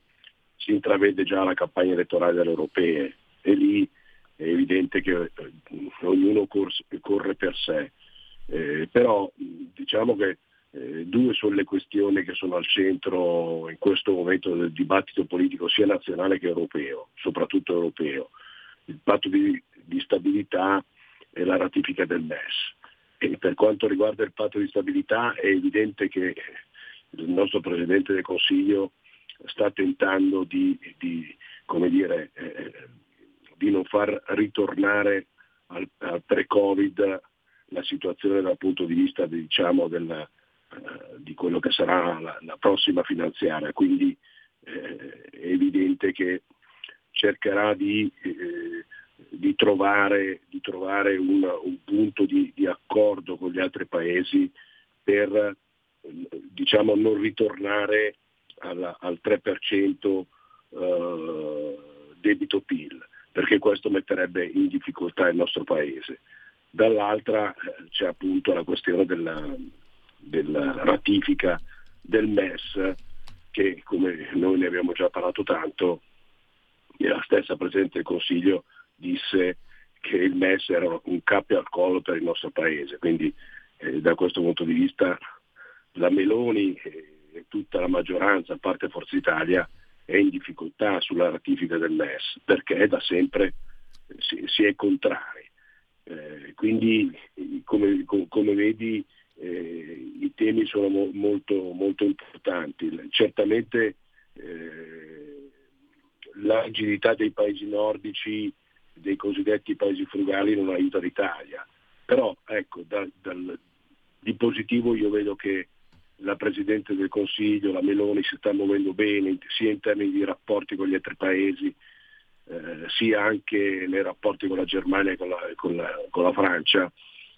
si intravede già la campagna elettorale delle europee, e lì è evidente che ognuno corse, corre per sé, eh, però diciamo che Eh, due sono le questioni che sono al centro in questo momento del dibattito politico sia nazionale che europeo, soprattutto europeo: il patto di, di stabilità e la ratifica del M E S. E per quanto riguarda il patto di stabilità è evidente che il nostro Presidente del Consiglio sta tentando di, di come dire, eh, di non far ritornare al, al pre-Covid la situazione dal punto di vista, diciamo, del di quello che sarà la, la prossima finanziaria, quindi eh, è evidente che cercherà di, eh, di trovare, di trovare un, un punto di, di accordo con gli altri paesi per eh, diciamo non ritornare alla, al tre per cento eh, debito P I L, perché questo metterebbe in difficoltà il nostro paese. Dall'altra eh, c'è appunto la questione della della ratifica del M E S, che, come noi ne abbiamo già parlato tanto, la stessa Presidente del Consiglio disse che il M E S era un cappio al collo per il nostro Paese, quindi eh, da questo punto di vista la Meloni e tutta la maggioranza, a parte Forza Italia, è in difficoltà sulla ratifica del M E S, perché da sempre si, si è contrari. Eh, quindi come, come vedi Eh, i temi sono mo- molto, molto importanti. Certamente eh, l'agilità dei paesi nordici, dei cosiddetti paesi frugali, non aiuta l'Italia, però ecco, da, dal, di positivo io vedo che la Presidente del Consiglio, la Meloni, si sta muovendo bene sia in termini di rapporti con gli altri paesi, eh, sia anche nei rapporti con la Germania e con la, con la, con la Francia.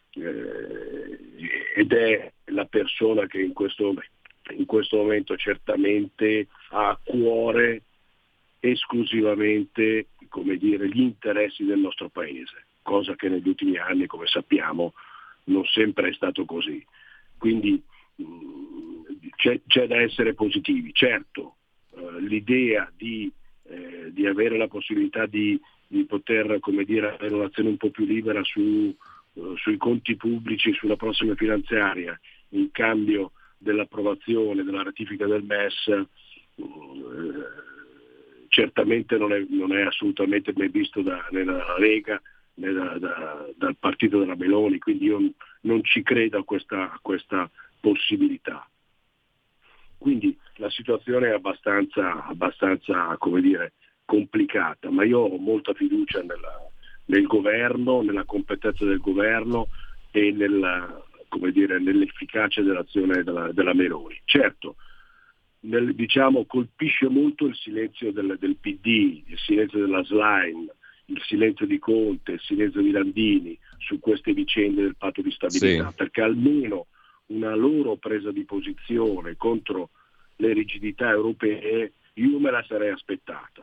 Eh, ed è la persona che in questo, in questo momento certamente ha a cuore esclusivamente, come dire, gli interessi del nostro paese, cosa che negli ultimi anni, come sappiamo, non sempre è stato così. Quindi mh, c'è, c'è da essere positivi. Certo, eh, l'idea di, eh, di avere la possibilità di, di poter, come dire, avere un'azione un po' più libera su uh, sui conti pubblici, sulla prossima finanziaria, in cambio dell'approvazione, della ratifica del M E S, uh, certamente non è, non è assolutamente mai visto da, né dalla Lega né da, da, dal partito della Meloni, quindi io non ci credo a questa, a questa possibilità. Quindi la situazione è abbastanza, abbastanza come dire, complicata, ma io ho molta fiducia nella, nel governo, nella competenza del governo e nella, come dire, nell'efficacia dell'azione della, della Meloni. Certo, nel, diciamo, colpisce molto il silenzio del, del P D, il silenzio della Schlein, il silenzio di Conte, il silenzio di Landini su queste vicende del patto di stabilità, sì. Perché almeno una loro presa di posizione contro le rigidità europee io me la sarei aspettata.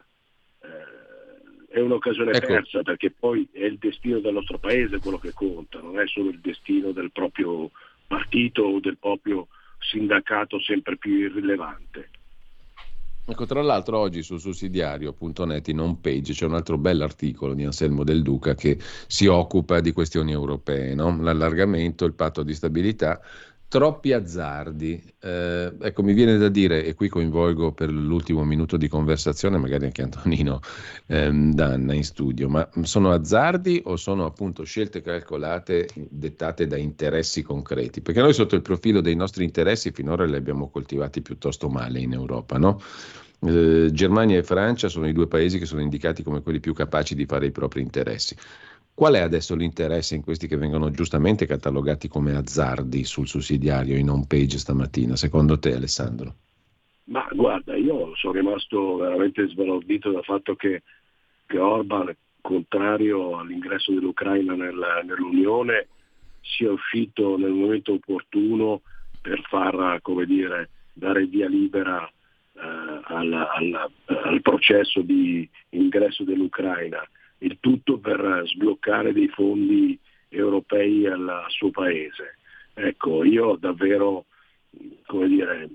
Eh, è un'occasione ecco. persa, perché poi è il destino del nostro paese quello che conta, non è solo il destino del proprio partito o del proprio sindacato sempre più irrilevante. Ecco, tra l'altro oggi su sussidiario punto net in home page c'è un altro bell'articolo di Anselmo Del Duca che si occupa di questioni europee, no? L'allargamento, il patto di stabilità, troppi azzardi. Eh, ecco, mi viene da dire, e qui coinvolgo per l'ultimo minuto di conversazione magari anche Antonino ehm, Danna in studio, ma sono azzardi o sono appunto scelte calcolate dettate da interessi concreti? Perché noi sotto il profilo dei nostri interessi finora li abbiamo coltivati piuttosto male in Europa, no? Eh, Germania e Francia sono i due paesi che sono indicati come quelli più capaci di fare i propri interessi. Qual è adesso l'interesse in questi che vengono giustamente catalogati come azzardi sul sussidiario in home page stamattina, secondo te, Alessandro? Ma guarda, io sono rimasto veramente sbalordito dal fatto che, che Orban, contrario all'ingresso dell'Ucraina nella, nell'Unione, sia uscito nel momento opportuno per far, come dire, dare via libera eh, alla, alla, al processo di ingresso dell'Ucraina. Il tutto per sbloccare dei fondi europei al, al suo paese. Ecco, io davvero, come dire,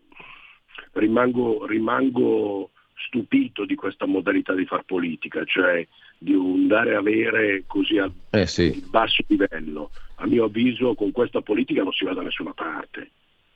rimango, rimango stupito di questa modalità di far politica, cioè di andare a avere così a eh sì. basso livello. A mio avviso con questa politica non si va da nessuna parte.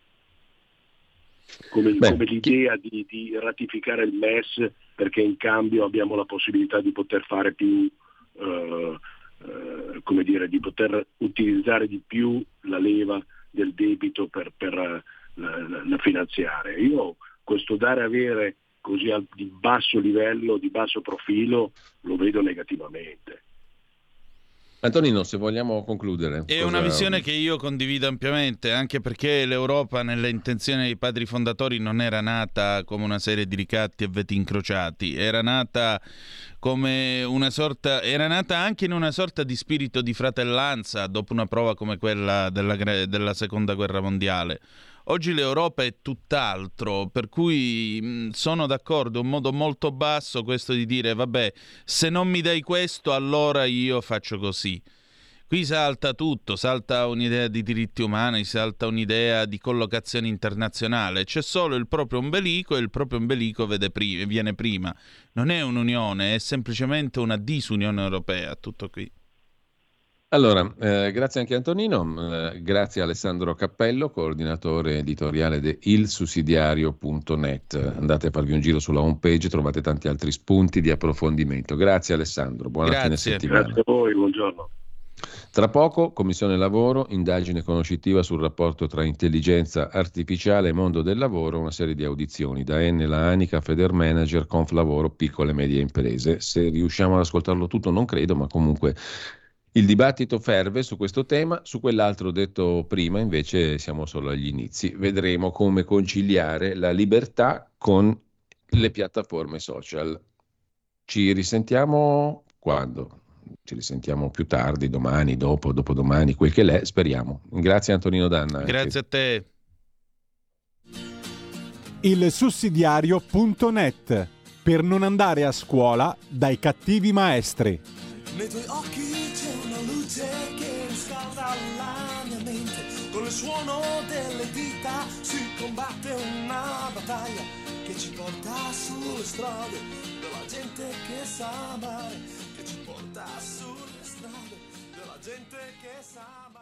Come, come l'idea di, di ratificare il M E S perché in cambio abbiamo la possibilità di poter fare più, eh, eh, come dire, di poter utilizzare di più la leva del debito per, per la, la, la finanziare. Io questo dare avere così al, di basso livello, di basso profilo, lo vedo negativamente. Antonino, se vogliamo concludere. È cosa... una visione che io condivido ampiamente, anche perché l'Europa nelle intenzioni dei padri fondatori non era nata come una serie di ricatti e veti incrociati, era nata come una sorta, era nata anche in una sorta di spirito di fratellanza dopo una prova come quella della, della seconda guerra mondiale. Oggi l'Europa è tutt'altro, per cui mh, sono d'accordo, è un modo molto basso questo di dire vabbè, se non mi dai questo allora io faccio così. Qui salta tutto, salta un'idea di diritti umani, salta un'idea di collocazione internazionale, c'è solo il proprio ombelico e il proprio ombelico vede prima, viene prima. Non è un'unione, è semplicemente una disunione europea, tutto qui. Allora, eh, grazie anche a Antonino, eh, grazie a Alessandro Cappello, coordinatore editoriale di il sussidiario punto net. Andate a farvi un giro sulla home page, trovate tanti altri spunti di approfondimento. Grazie Alessandro, buona grazie. fine settimana. Grazie a voi, buongiorno. Tra poco, Commissione Lavoro, indagine conoscitiva sul rapporto tra intelligenza artificiale e mondo del lavoro, una serie di audizioni da Enel, Anica, Federmanager, Conflavoro, piccole e medie imprese. Se riusciamo ad ascoltarlo tutto non credo, ma comunque il dibattito ferve su questo tema, su quell'altro detto prima invece siamo solo agli inizi. Vedremo come conciliare la libertà con le piattaforme social. Ci risentiamo quando? Ci risentiamo più tardi, domani, dopo, dopodomani, quel che l'è, speriamo. Grazie Antonino Danna. Grazie a te. il sussidiario punto net, per non andare a scuola dai cattivi maestri. Nei tuoi occhi c'è una luce che riscalda la mia mente, con il suono delle dita si combatte una battaglia che ci porta sulle strade della gente che sa amare, che ci porta sulle strade della gente che sa